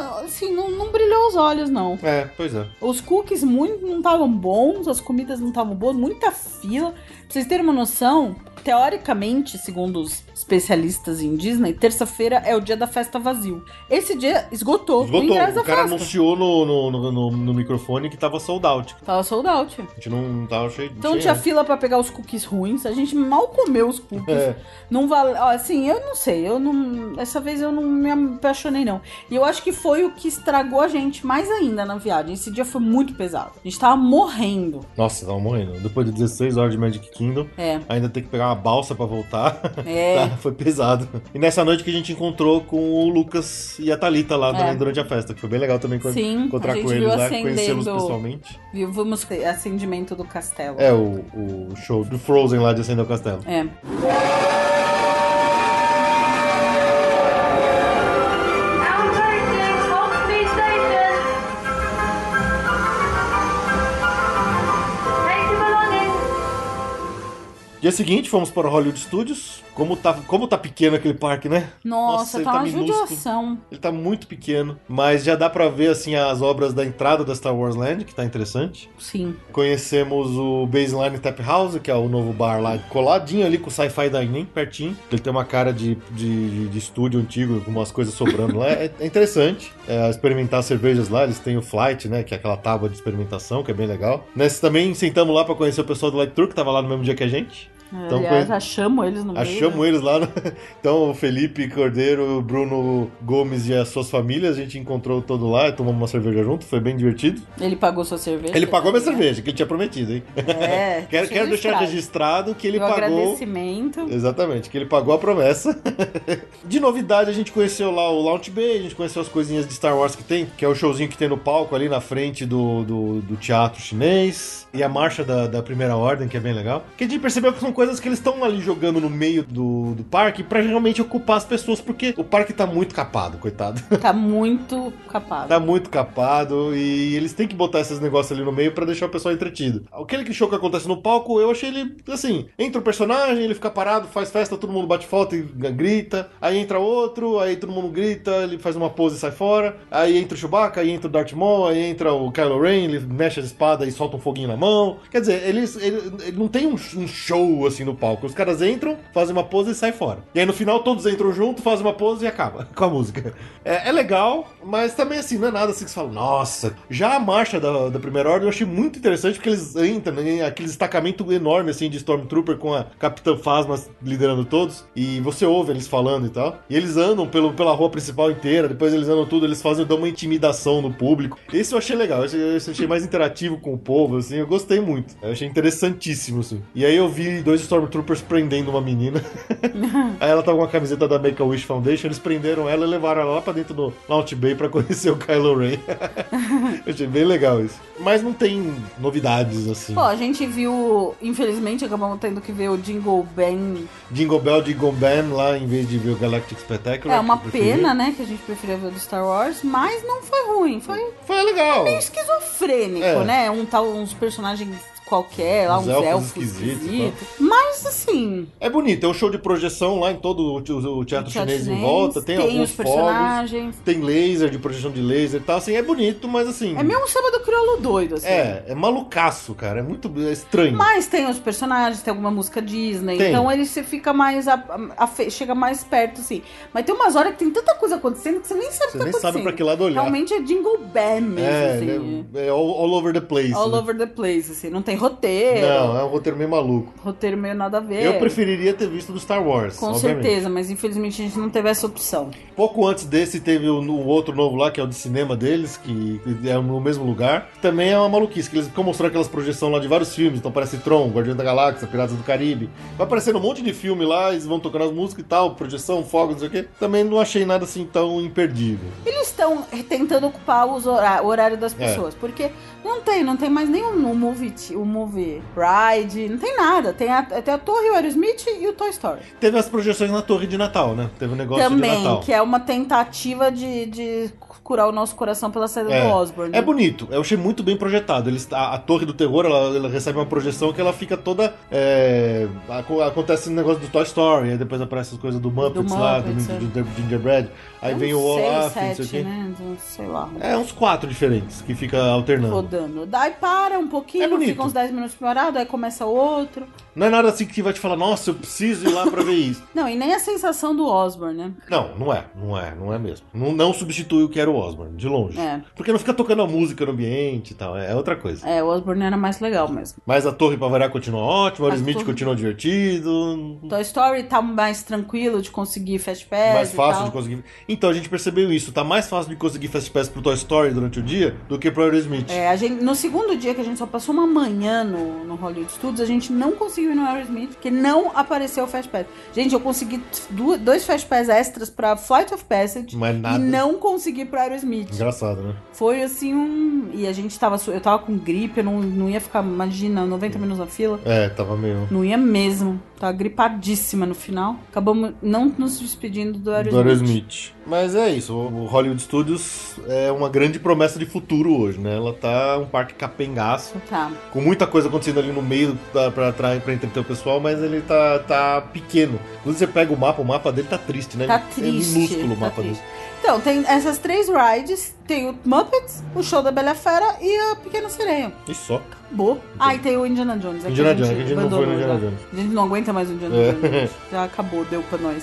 não brilhou os olhos, não. Pois é. Os cookies não estavam bons, as comidas não estavam boas, muita fila. vocês terem uma noção, teoricamente, segundo os especialistas em Disney, terça-feira é o dia da festa vazio. Esse dia esgotou. O ingresso da O cara festa. anunciou no microfone que tava sold out. Tava sold out. A gente não tava cheio. Então tinha fila pra pegar os cookies ruins. A gente mal comeu os cookies. Não vale. Assim, eu não sei. Dessa vez eu não me apaixonei, não. E eu acho que foi o que estragou a gente mais ainda na viagem. Esse dia foi muito pesado. A gente tava morrendo. Nossa, tava morrendo. Depois de 16 horas de Magic Kingdom, ainda tem que pegar uma balsa pra voltar. Tá, foi pesado. E nessa noite que a gente encontrou com o Lucas e a Thalita lá durante a festa, que foi bem legal também encontrar com eles lá, conhecê-los pessoalmente. Vimos acendimento do castelo. O show do Frozen lá de acender o castelo. Dia seguinte, fomos para o Hollywood Studios. Como tá pequeno aquele parque, né? Nossa, tá uma judiação. Ele tá muito pequeno, mas já dá pra ver, assim, as obras da entrada da Star Wars Land, que tá interessante. Sim. Conhecemos o Baseline Tap House, que é o novo bar lá, coladinho ali com o Sci-Fi Dining, pertinho. Ele tem uma cara de estúdio antigo, com umas coisas sobrando lá. É interessante experimentar cervejas lá. Eles têm o Flight, né, que é aquela tábua de experimentação, que é bem legal. Nós também sentamos lá pra conhecer o pessoal do Light Tour, que tava lá no mesmo dia que a gente. Então, aliás, achamos eles no meio. Achamos eles lá. Então, o Felipe Cordeiro, o Bruno Gomes e as suas famílias, a gente encontrou todo lá e tomamos uma cerveja junto, foi bem divertido. Ele pagou sua cerveja? Ele pagou minha cerveja, que ele tinha prometido, hein? Quero deixar registrado que ele pagou. Agradecimento. Exatamente, que ele pagou a promessa. De novidade, a gente conheceu lá o Launch Bay, a gente conheceu as coisinhas de Star Wars que tem, que é o showzinho que tem no palco ali na frente do teatro chinês, e a marcha da Primeira Ordem, que é bem legal. Que a gente percebeu que são coisas que eles estão ali jogando no meio do parque pra realmente ocupar as pessoas, porque o parque tá muito capado, coitado. Tá muito capado. Tá muito capado e eles têm que botar esses negócios ali no meio pra deixar o pessoal entretido. Aquele show que acontece no palco, eu achei ele, assim, entra o personagem, ele fica parado, faz festa, todo mundo bate foto e grita, aí entra outro, aí todo mundo grita, ele faz uma pose e sai fora, aí entra o Chewbacca, aí entra o Darth Maul, aí entra o Kylo Ren, ele mexe as espadas e solta um foguinho na mão. Quer dizer, ele não tem um show, assim, no palco. Os caras entram, fazem uma pose e saem fora. E aí no final todos entram junto, fazem uma pose e acaba com a música. É legal, mas também assim, não é nada assim que você fala, nossa. Já a marcha da Primeira Ordem eu achei muito interessante, porque eles entram em aquele destacamento enorme assim de Stormtrooper com a Capitã Phasma liderando todos, e você ouve eles falando e tal. E eles andam pela rua principal inteira, depois eles andam tudo, eles dão uma intimidação no público. Esse eu achei legal, eu achei mais interativo com o povo, assim, eu gostei muito. Eu achei interessantíssimo, assim. E aí eu vi 2 Stormtroopers prendendo uma menina. Aí ela tava com a camiseta da Make-A-Wish Foundation, eles prenderam ela e levaram ela lá pra dentro do Launch Bay pra conhecer o Kylo Ren. Eu achei bem legal isso. Mas não tem novidades, assim. Pô, a gente viu, infelizmente, acabamos tendo que ver o Jingle Bell, Jingle Band lá, em vez de ver o Galactic Spectacular. É uma pena, né, que a gente preferia ver o do Star Wars, mas não foi ruim, foi legal. Meio esquizofrênico, né? Uns personagens qualquer, lá uns elfos esquisitos. Mas assim... É bonito, é um show de projeção lá em todo o teatro chinês em volta. Tem alguns os personagens. Fogos, tem laser, de projeção de laser e tal. Assim, é bonito, mas assim... É meio um sábado crioulo doido, assim. É malucaço, cara. É estranho. Mas tem os personagens, tem alguma música Disney. Tem. Então ele fica mais... chega mais perto, assim. Mas tem umas horas que tem tanta coisa acontecendo que você nem sabe o que tá acontecendo. Você nem sabe pra que lado olhar. Realmente é Jingle Bell mesmo, assim. É all over the place. All over the place, assim. Não tem roteiro. Não, é um roteiro meio maluco. Roteiro meio nada a ver. Eu preferiria ter visto do Star Wars. Com obviamente. certeza, mas infelizmente a gente não teve essa opção. Pouco antes desse teve o outro novo lá, que é o de cinema deles, que é no mesmo lugar. Também é uma maluquice, que eles ficam mostrando aquelas projeções lá de vários filmes. Então aparece Tron, Guardião da Galáxia, Piratas do Caribe. Vai aparecendo um monte de filme lá, eles vão tocando as músicas e tal, projeção, fogos, não sei o quê. Também não achei nada assim tão imperdível. Eles estão tentando ocupar o horário das pessoas, porque não tem mais nenhum movie ride, não tem nada. Tem a Torre, o Aerosmith e o Toy Story. Teve as projeções na Torre de Natal, né? Teve um negócio também, de Natal. Que é uma tentativa de curar o nosso coração pela saída do Osborn. É bonito, eu achei muito bem projetado. A Torre do Terror, ela recebe uma projeção que ela fica toda... acontece o negócio do Toy Story, aí depois aparece as coisas do Muppets lá, do Gingerbread. Aí vem o Olaf, não sei o quê. Né? Sei lá. Uns 4 diferentes que fica alternando. Rodando. Daí para um pouquinho, bonito. fica uns 10 minutos demorado, aí começa outro. Não é nada assim que vai te falar, nossa, eu preciso ir lá pra ver isso. Não, e nem a sensação do Osborne, né? Não é mesmo. Não substitui o que era o Osborne, de longe. É. Porque não fica tocando a música no ambiente e tal, é outra coisa. É, o Osborne era mais legal mesmo. Mas a torre pra variar continua ótima, o A Smith torre- continua divertido. Toy Story tá mais tranquilo de conseguir Fast Pass Mais e fácil tal. de conseguir. Então a gente percebeu isso, tá mais fácil de conseguir Fast Pass pro Toy Story durante o dia do que pro Aerosmith. É, no segundo dia que a gente só passou uma manhã no Hollywood Studios, a gente não conseguiu ir no Aerosmith, porque não apareceu o Fast Pass. Gente, eu consegui 2 Fast Pass extras pra Flight of Passage Mas nada. e não consegui pro Aerosmith. Engraçado, né? Foi assim E a gente eu tava com gripe, eu não ia ficar, imagina, 90 minutos na fila. É, tava meio... Não ia mesmo. Tava gripadíssima no final. Acabamos não nos despedindo do Aerosmith. Do Aerosmith. Mas é isso, o Hollywood Studios é uma grande promessa de futuro hoje, né? Ela tá um parque capengaço, Tá. com muita coisa acontecendo ali no meio pra entreter o pessoal, mas ele tá pequeno. Quando você pega o mapa dele tá triste, né? Tá É triste. minúsculo o tá mapa triste. dele. Então, tem essas 3 rides. Tem o Muppets, o Show da Bela Fera e a Pequena Sereia. E só. Acabou. Ah, e tem o Indiana Jones. Indiana Jones, que a gente não foi no abandonou Indiana já. Jones. A gente não aguenta mais o Indiana É. Jones. Já acabou, deu pra nós.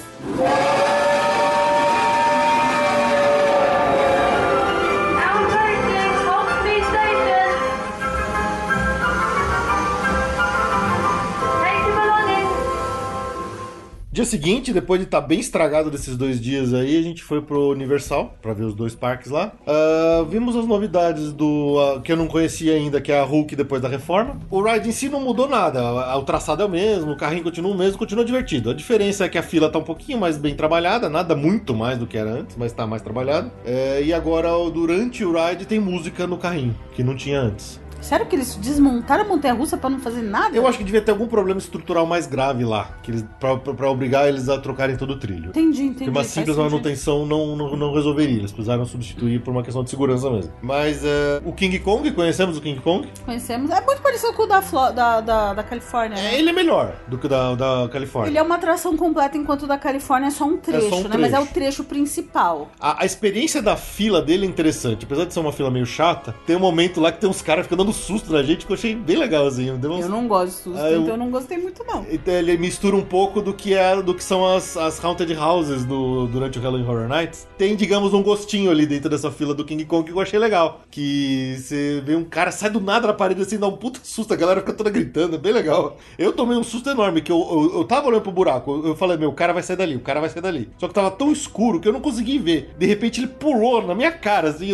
Dia seguinte, depois de estar bem estragado desses 2 dias aí, a gente foi pro Universal pra ver os 2 parques lá. Vimos as novidades que eu não conhecia ainda, que é a Hulk depois da reforma. O ride em si não mudou nada, o traçado é o mesmo, o carrinho continua o mesmo, continua divertido. A diferença é que a fila tá um pouquinho mais bem trabalhada, nada muito mais do que era antes, mas tá mais trabalhado. E agora, durante o ride, tem música no carrinho, que não tinha antes. Sério que eles desmontaram a montanha-russa pra não fazer nada? Eu acho que devia ter algum problema estrutural mais grave lá, que eles, pra obrigar eles a trocarem todo o trilho. Entendi. Porque uma faz simples sentido. manutenção não resolveria. Eles precisaram substituir por uma questão de segurança mesmo. Mas o King Kong, conhecemos o King Kong? Conhecemos. É muito parecido com o da Califórnia, né? Ele é melhor do que o da Califórnia. Ele é uma atração completa, enquanto o da Califórnia é só um trecho, né? Mas é o trecho principal. A experiência da fila dele é interessante. Apesar de ser uma fila meio chata, tem um momento lá que tem uns caras ficando dando susto na gente, que eu achei bem legalzinho. Eu não gosto de susto, então eu não gostei muito, não. Então ele mistura um pouco do que são as Haunted Houses durante o Halloween Horror Nights. Tem, digamos, um gostinho ali dentro dessa fila do King Kong que eu achei legal. Que você vê um cara, sai do nada na parede assim, dá um puta susto, a galera fica toda gritando, é bem legal. Eu tomei um susto enorme, que eu tava olhando pro buraco, eu falei, o cara vai sair dali, o cara vai sair dali. Só que tava tão escuro que eu não consegui ver. De repente ele pulou na minha cara, assim,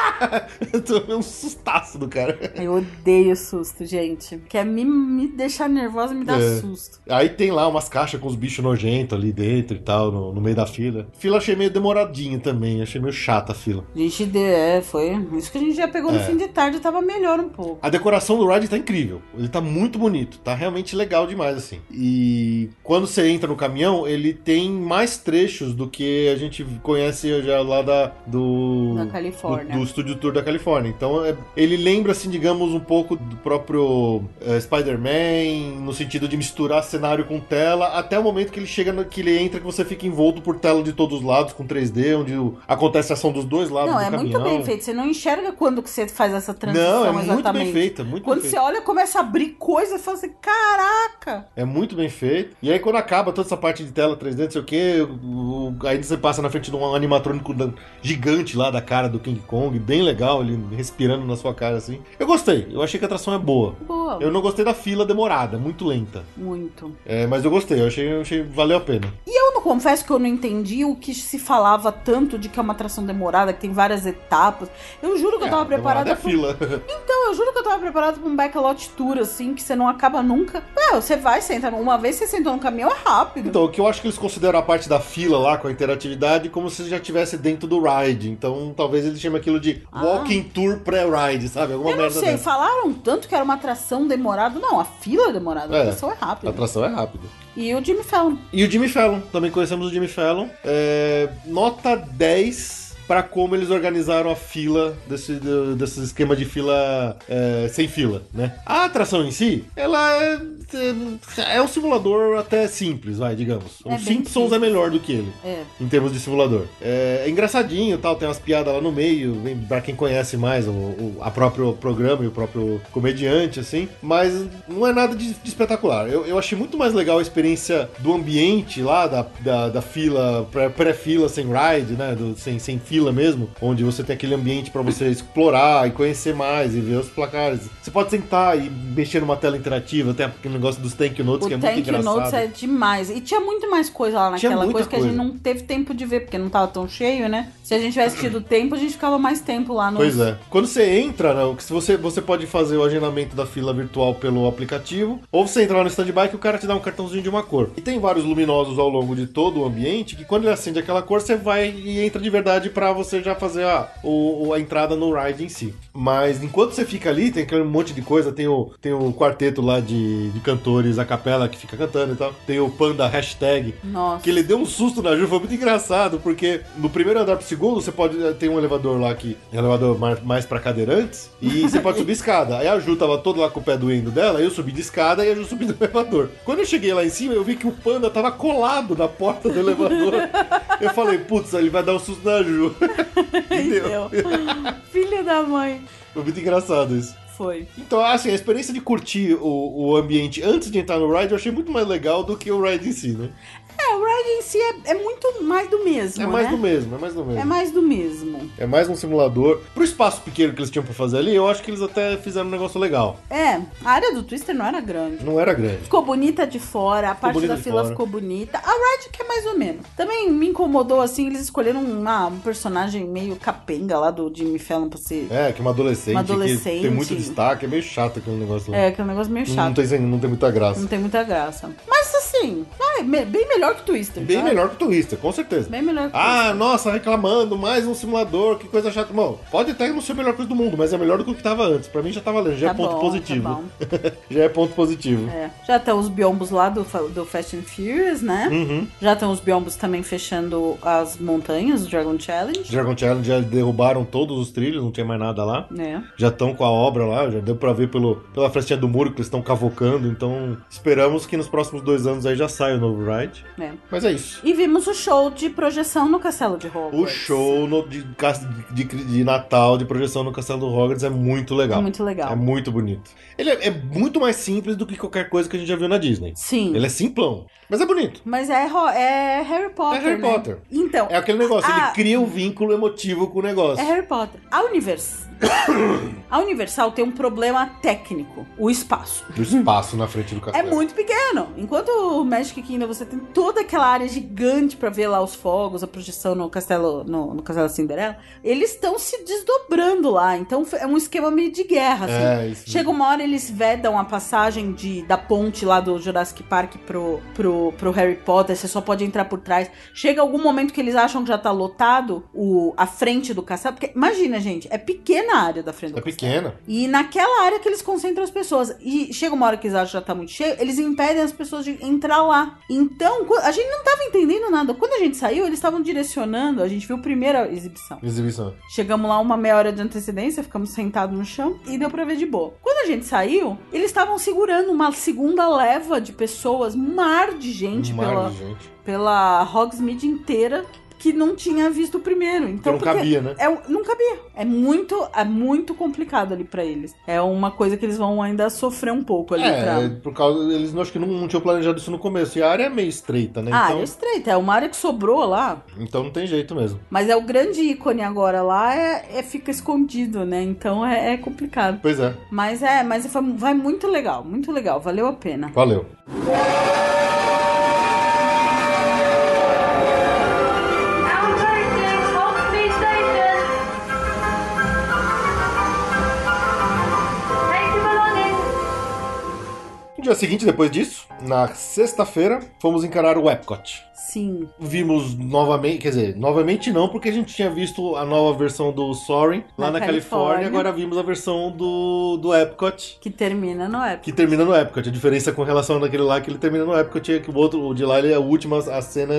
eu tomei um sustaço do cara. Eu odeio susto, gente. Quer me deixar nervosa e me dar susto. Aí tem lá umas caixas com os bichos nojentos ali dentro e tal, no meio da fila. Fila achei meio demoradinha também, achei meio chata a fila. A gente foi. Isso que a gente já pegou no fim de tarde, tava melhor um pouco. A decoração do ride tá incrível. Ele tá muito bonito, tá realmente legal demais, assim. E quando você entra no caminhão, ele tem mais trechos do que a gente conhece já lá da Califórnia. Do Studio Tour da Califórnia. Então ele lembra, assim, digamos, um pouco do próprio Spider-Man, no sentido de misturar cenário com tela, até o momento que ele chega, que ele entra, que você fica envolto por tela de todos os lados, com 3D, onde acontece a ação dos dois lados do caminhão. Não, é muito bem feito. Você não enxerga quando que você faz essa transição exatamente. Não, é exatamente. muito bem feita, muito quando bem você feita. olha, começa a abrir coisa e fala assim, caraca! É muito bem feito. E aí quando acaba toda essa parte de tela 3D, não sei o que, aí você passa na frente de um animatrônico gigante lá da cara do King Kong, bem legal, ele respirando na sua cara assim. Eu gostei, eu achei que a atração é boa. Boa. Eu não gostei da fila demorada, muito lenta. Muito. Mas eu gostei, eu achei valeu a pena. E eu não confesso que eu não entendi o que se falava tanto de que é uma atração demorada, que tem várias etapas. Eu juro que eu tava preparada pra fila. Então, eu juro que eu tava preparada pra um backlot tour, assim, que você não acaba nunca. Você vai, você entra. Uma vez você sentou no caminhão, é rápido. Então, o que eu acho que eles consideram a parte da fila lá, com a interatividade, como se já estivesse dentro do ride. Então, talvez eles chamem aquilo de walking tour pré-ride, sabe? Alguma eu não merda sei, dessa. Falaram tanto que era uma atração demorada. Não, a fila é demorada, a atração é rápida. A atração é rápida. E o Jimmy Fallon. E o Jimmy Fallon, também conhecemos o Jimmy Fallon. Nota 10 pra como eles organizaram a fila desse esquema de fila sem fila, né? A atração em si, ela é um simulador até simples, digamos. O Simpsons é melhor do que ele, em termos de simulador. É engraçadinho, tal, tem umas piadas lá no meio, pra quem conhece mais a próprio programa e o próprio comediante, assim, mas não é nada de espetacular. Eu achei muito mais legal a experiência do ambiente lá, da fila, pré-fila sem ride, né, sem fila mesmo, onde você tem aquele ambiente pra você explorar e conhecer mais e ver os placares. Você pode sentar e mexer numa tela interativa, tem aquele negócio dos thank you notes, que é muito engraçado. O thank you notes é demais. E tinha muito mais coisa lá naquela coisa que a gente não teve tempo de ver, porque não tava tão cheio, né? Se a gente tivesse tido tempo, a gente ficava mais tempo lá no... Pois é. Quando você entra, você pode fazer o agendamento da fila virtual pelo aplicativo, ou você entra lá no stand-by que o cara te dá um cartãozinho de uma cor. E tem vários luminosos ao longo de todo o ambiente, que quando ele acende aquela cor, você vai e entra de verdade pra você já fazer a entrada no ride em si. Mas enquanto você fica ali, tem aquele monte de coisa, tem o quarteto lá de cantores a capela que fica cantando e tal. Tem o Panda hashtag. Nossa. Que ele deu um susto na Ju, foi muito engraçado, porque no primeiro andar pro segundo, você pode ter um elevador lá que é um elevador mais pra cadeirantes, e você pode subir escada. Aí a Ju tava toda lá com o pé doendo dela, aí eu subi de escada e a Ju subiu do elevador. Quando eu cheguei lá em cima, eu vi que o Panda tava colado na porta do elevador. Eu falei, putz, ele vai dar um susto na Ju. E deu. Filha da mãe. Foi muito engraçado isso. Foi. Então, assim, a experiência de curtir o ambiente antes de entrar no ride eu achei muito mais legal do que o ride em si, né? O ride em si é muito mais do mesmo, É mais né? do mesmo, é mais do mesmo. É mais do mesmo. É mais um simulador. Pro espaço pequeno que eles tinham pra fazer ali, eu acho que eles até fizeram um negócio legal. A área do Twister não era grande. Não era grande. Ficou bonita de fora, a parte da fila ficou bonita. A ride que é mais ou menos. Também me incomodou, assim, eles escolheram um personagem meio capenga lá do Jimmy Fallon pra ser... que uma adolescente que tem muito destaque. É meio chato aquele negócio lá. Aquele negócio meio chato. Não tem muita graça. Não tem muita graça. Mas, assim, bem melhor que o Twister. Bem melhor que o Twister, com certeza. Bem melhor que o Twister. Nossa, reclamando, mais um simulador, que coisa chata. Bom, pode até não ser a melhor coisa do mundo, mas é melhor do que o que tava antes. Pra mim já tá valendo, já é ponto positivo. Tá bom. Já é ponto positivo. Já tem os biombos lá do Fast and Furious, né? Uhum. Já tem os biombos também fechando as montanhas do Dragon Challenge. Dragon Challenge já derrubaram todos os trilhos, não tinha mais nada lá. Já estão com a obra lá, já deu pra ver pela frestinha do muro que eles estão cavocando, então esperamos que nos próximos 2 anos aí já saia o novo ride. Mas é isso. E vimos o show de projeção no Castelo de Hogwarts. O show de Natal de projeção no Castelo do Hogwarts é muito legal. É muito legal. É muito bonito. Ele é muito mais simples do que qualquer coisa que a gente já viu na Disney. Sim. Ele é simplão, mas é bonito. Mas é Harry Potter, É Harry Potter. Então... É aquele negócio, ele cria um vínculo emotivo com o negócio. É Harry Potter. A Universal tem um problema técnico, o espaço. O espaço na frente do castelo. É muito pequeno. Enquanto o Magic Kingdom você tem toda aquela área gigante pra ver lá os fogos, a projeção no castelo, no Castelo Cinderela, eles estão se desdobrando lá. Então é um esquema meio de guerra, assim. Isso. Chega uma hora eles vedam a passagem da ponte lá do Jurassic Park pro Harry Potter, você só pode entrar por trás. Chega algum momento que eles acham que já tá lotado a frente do castelo, porque imagina, gente, é pequena a área da frente do castelo. É pequena. E naquela área que eles concentram as pessoas. E chega uma hora que eles acham que já tá muito cheio, eles impedem as pessoas de entrar lá. Então, a gente não tava entendendo nada. Quando a gente saiu, eles estavam direcionando, a gente viu a primeira exibição. Chegamos lá uma meia hora de antecedência, ficamos sentados no chão e deu pra ver de boa. Quando a gente saiu, eles estavam segurando uma segunda leva de pessoas, um mar de gente pela Hogsmeade inteira, que não tinha visto o primeiro. Então, não cabia, né? Não cabia. É muito complicado ali pra eles. É uma coisa que eles vão ainda sofrer um pouco ali. Por causa... Eles acho que não tinham planejado isso no começo. E a área é meio estreita, né? A área é estreita. É uma área que sobrou lá. Então não tem jeito mesmo. Mas o grande ícone agora lá fica escondido, né? Então é complicado. Pois é. Mas vai muito legal. Muito legal. Valeu a pena. Valeu. No dia seguinte, depois disso, na sexta-feira, fomos encarar o Epcot. Sim. Vimos novamente, quer dizer, novamente não, porque a gente tinha visto a nova versão do Soarin lá na Califórnia, agora vimos a versão do Epcot. Que termina no Epcot. Que termina no Epcot. A diferença com relação naquele lá que ele termina no Epcot é que o outro, o de lá, ele é a última, a cena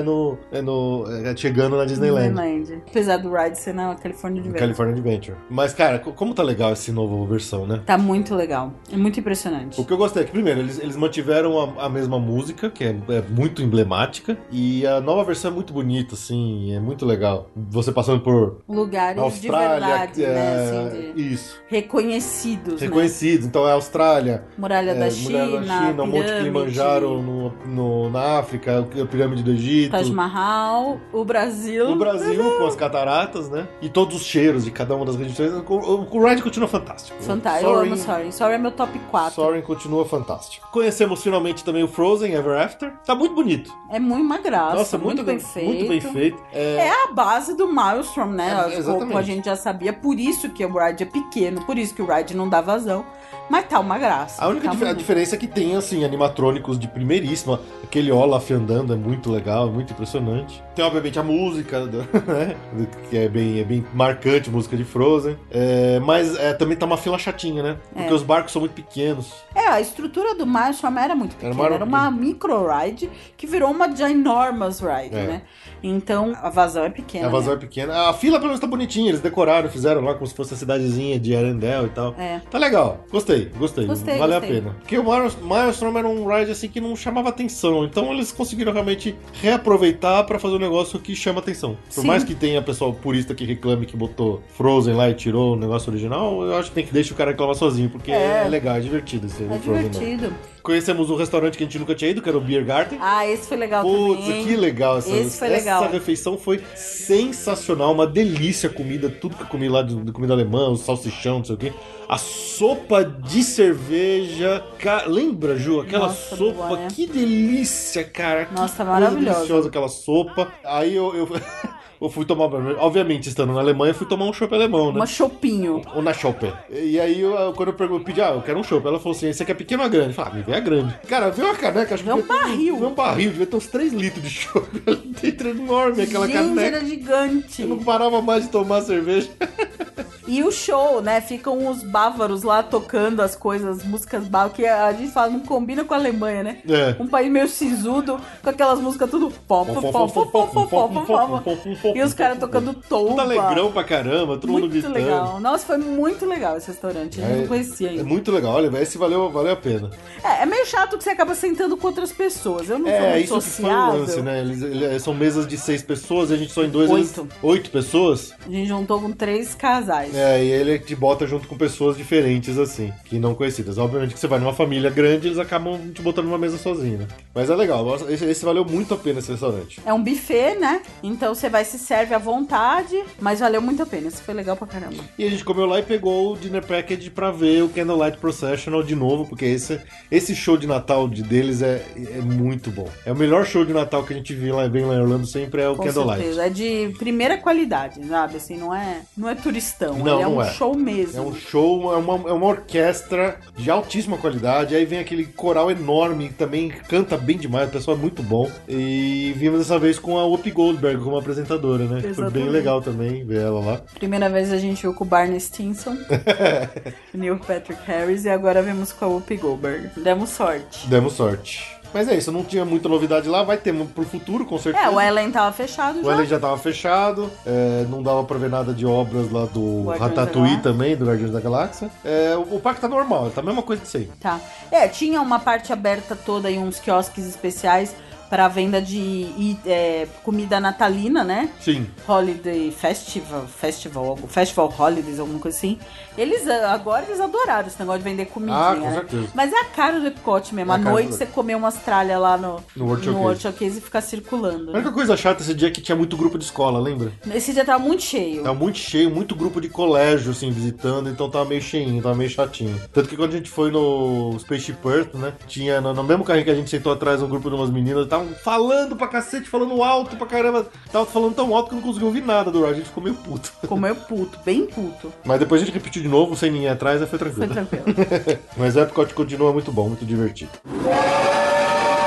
é chegando na Disneyland. Apesar do ride ser na California Adventure. California Adventure. Mas, cara, como tá legal essa nova versão, né? Tá muito legal. É muito impressionante. O que eu gostei é que, primeiro, eles mantiveram a mesma música, que é muito emblemática, e a nova versão é muito bonita, assim, é muito legal. Você passando por lugares Austrália, de verdade, né? Assim, isso. Reconhecidos, né? Então é Austrália, Muralha da China, o Monte Kilimanjaro na África, a Pirâmide do Egito, Taj Mahal, o Brasil com as cataratas, né? E todos os cheiros de cada uma das regiões. O ride continua fantástico. Fantástico, eu amo Soarin. Soarin é meu top 4. Soarin continua fantástico. Conhecemos finalmente também o Frozen Ever After. Tá muito bonito. É muito uma graça. Nossa, muito bem feito. Muito bem feito. É a base do Maelstrom, né? Exatamente. Como a gente já sabia. Por isso que o ride é pequeno, por isso que o ride não dá vazão. Mas tá uma graça. A única diferença é que tem, assim, animatrônicos de primeiríssima. Aquele Olaf andando é muito legal, muito impressionante. Tem, obviamente, a música, né? Que é bem marcante, música de Frozen. Mas também tá uma fila chatinha, né? Porque os barcos são muito pequenos. A estrutura do Maelstrom era muito pequena. Era uma micro-ride que virou uma ginormous ride, né? Então, a vazão é pequena. A vazão é pequena. A fila, pelo menos, tá bonitinha. Eles decoraram, fizeram lá como se fosse a cidadezinha de Arendelle e tal. Tá legal. Gostei. Valeu a pena. Porque o Maelstrom era um ride assim que não chamava atenção. Então eles conseguiram realmente reaproveitar pra fazer um negócio que chama atenção. Por mais que tenha pessoal purista que reclame que botou Frozen lá e tirou o negócio original, eu acho que tem que deixar o cara reclamar sozinho, porque é legal, é divertido esse Frozen. Divertido. Conhecemos um restaurante que a gente nunca tinha ido, que era o Beer Garden. Esse foi legal também. Putz, que legal. Essa refeição foi sensacional, uma delícia a comida, tudo que eu comi lá de comida alemã, o salsichão, não sei o quê. A sopa de cerveja. Lembra, Ju? Aquela sopa. Boa, né? Que delícia, cara. Nossa, maravilhosa. Deliciosa aquela sopa. Aí eu fui tomar. Obviamente, estando na Alemanha, eu fui tomar um chopp alemão, né? Uma choppinho. Ou na chopp. E aí, quando eu pedi, eu quero um chopp. Ela falou assim: esse aqui é pequeno ou grande? Eu falei, me vê a grande. Cara, veio uma caneca, acho que. Veio um barril. Veio um barril, devia ter uns 3 litros de chopp. Dentro enorme aquela caneca. Era gigante. Eu não parava mais de tomar cerveja. E o show, né? Ficam os bávaros lá tocando as coisas, músicas bávaras, que a gente fala, não combina com a Alemanha, né? Um país meio sisudo, com aquelas músicas tudo pop. E os caras tocando tomba. Tudo alegrão pra caramba, todo mundo gritando. Muito legal. Nossa, foi muito legal esse restaurante. A gente não conhecia ainda. É muito legal. Olha, esse valeu a pena. É meio chato que você acaba sentando com outras pessoas. Eu não sou muito sociável. Que foi o lance, né? São mesas de 6 pessoas, a gente só em 2 8 pessoas. A gente juntou com 3 casais. E ele te bota junto com pessoas diferentes, assim, que não conhecidas. Obviamente que você vai numa família grande, eles acabam te botando numa mesa sozinho, né? Mas é legal, esse valeu muito a pena, esse restaurante. É um buffet, né? Então você vai se serve à vontade, mas valeu muito a pena, isso foi legal pra caramba. E a gente comeu lá e pegou o dinner package pra ver o Candlelight Processional de novo, porque esse show de Natal deles é muito bom. É o melhor show de Natal que a gente vem lá em Orlando sempre, é o Candlelight. Com certeza, é de primeira qualidade, sabe? Assim, não é turistão. Não, é um show mesmo. É um show, é uma orquestra de altíssima qualidade. Aí vem aquele coral enorme que também canta bem demais, o pessoal é muito bom. E vimos dessa vez com a Whoopi Goldberg como apresentadora, né? Exatamente. Foi bem legal também ver ela lá. Primeira vez a gente viu com o Barney Stinson, Neil Patrick Harris, e agora vemos com a Whoopi Goldberg. Demos sorte. Mas é isso, não tinha muita novidade lá, vai ter pro futuro, com certeza. O Ellen tava fechado já. O Ellen já tava fechado, não dava pra ver nada de obras lá do Ratatouille também, do Guardiões da Galáxia. O parque tá normal, tá a mesma coisa disso aí. Tá. Tinha uma parte aberta toda e uns quiosques especiais para venda de comida natalina, né? Sim. Holiday Festival Holidays, alguma coisa assim. Agora eles adoraram esse negócio de vender comidinha, com certeza. Né? Mas é a cara do Epcot mesmo. À noite você comer umas tralhas lá no World Showcase e ficar circulando. A única coisa chata esse dia é que tinha muito grupo de escola, lembra? Esse dia tava muito cheio. Tava muito cheio, muito grupo de colégio, assim, visitando, então tava meio cheinho, tava meio chatinho. Tanto que quando a gente foi no Spaceship Earth, né, tinha no mesmo carrinho que a gente sentou atrás um grupo de umas meninas, estavam falando pra cacete, falando alto pra caramba. Tava falando tão alto que eu não conseguia ouvir nada do ride, a gente ficou meio puto. Bem puto. Mas depois a gente repetiu de novo, sem ninguém atrás, aí foi tranquilo. Foi tranquilo. Mas o Epcot continua muito bom, muito divertido.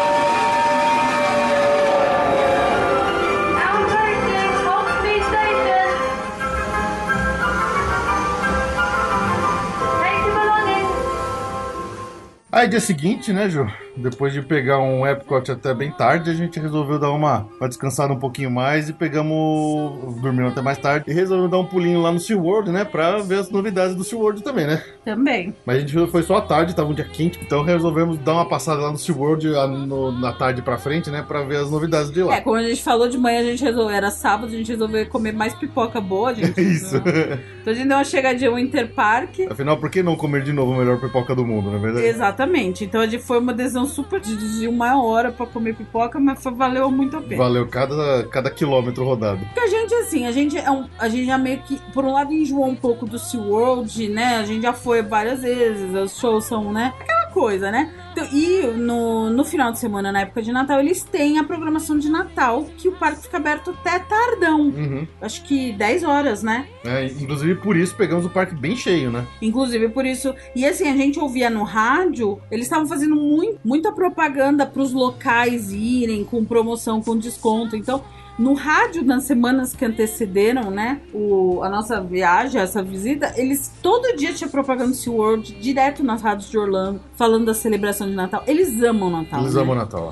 Aí dia seguinte, né, Ju? Depois de pegar um Epcot até bem tarde, a gente resolveu dar uma descansada um pouquinho mais e dormimos até mais tarde e resolvemos dar um pulinho lá no SeaWorld, né, pra ver as novidades do SeaWorld também, né? Também. Mas a gente foi só à tarde, tava um dia quente, então resolvemos dar uma passada lá no SeaWorld na tarde pra frente, né, pra ver as novidades de lá. Como a gente falou de manhã, a gente resolveu, era sábado, a gente resolveu comer mais pipoca boa, gente. Isso. Então a gente deu uma chegadinha no Interpark. Afinal, por que não comer de novo a melhor pipoca do mundo, não é verdade? Exatamente. Então a gente foi uma decisão super de 1 hora pra comer pipoca, mas valeu muito a pena. Valeu cada quilômetro rodado. Porque a gente, assim, a gente já meio que, por um lado, enjoou um pouco do SeaWorld, né? A gente já foi várias vezes, os shows são, né? Aquela coisa, né? Então, e no final de semana, na época de Natal, eles têm a programação de Natal, que o parque fica aberto até tardão. Uhum. Acho que 10 horas, né? Inclusive por isso pegamos o parque bem cheio, né? Inclusive por isso. E assim, a gente ouvia no rádio, eles estavam fazendo muita propaganda para os locais irem com promoção, com desconto. Então, no rádio, nas semanas que antecederam, né, a nossa viagem, essa visita, eles todo dia tinha propaganda do SeaWorld, direto nas rádios de Orlando, falando da celebração de Natal. Eles amam Natal. Eles amam Natal.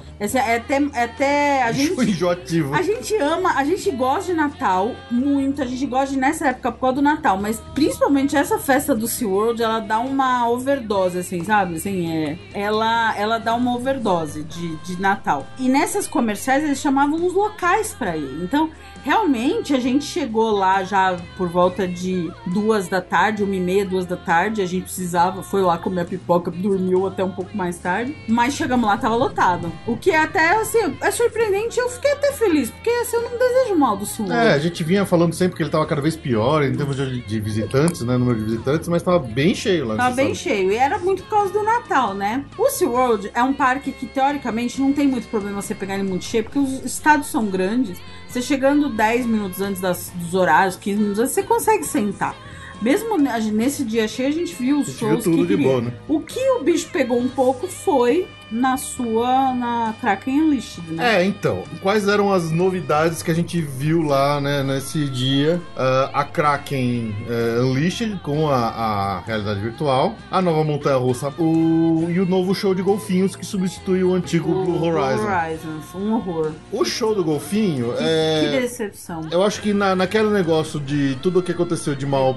Até a gente... enjoativo. A gente ama, a gente gosta de Natal muito, a gente gosta de nessa época por causa do Natal, mas principalmente essa festa do SeaWorld, ela dá uma overdose, assim, sabe? Assim, ela dá uma overdose de Natal. E nessas comerciais, eles chamavam os locais pra ir. Então, realmente, a gente chegou lá já por volta de 2 da tarde, 1h30, 2 da tarde. A gente foi lá comer a pipoca, dormiu até um pouco mais tarde. Mas chegamos lá, tava lotado. O que é até, assim, é surpreendente. Eu fiquei até feliz, porque assim, eu não desejo mal do SeaWorld. A gente vinha falando sempre que ele tava cada vez pior em termos de visitantes, né, número de visitantes, mas tava bem cheio lá. Tava bem cheio, e era muito por causa do Natal, né? O SeaWorld é um parque que, teoricamente, não tem muito problema você pegar ele muito cheio, porque os estados são grandes. Você chegando 10 minutos antes dos horários, 15 minutos antes, você consegue sentar. Mesmo nesse dia cheio, a gente viu os shows viu tudo de boa, né? O que o bicho pegou um pouco foi na Kraken Unleashed, né? Então, quais eram as novidades que a gente viu lá, né, nesse dia? A Kraken Unleashed com a realidade virtual, a nova montanha-russa e o novo show de golfinhos que substitui o antigo Blue Horizon. Um horror. O show do golfinho Que decepção. Eu acho que naquele negócio de tudo o que aconteceu de mal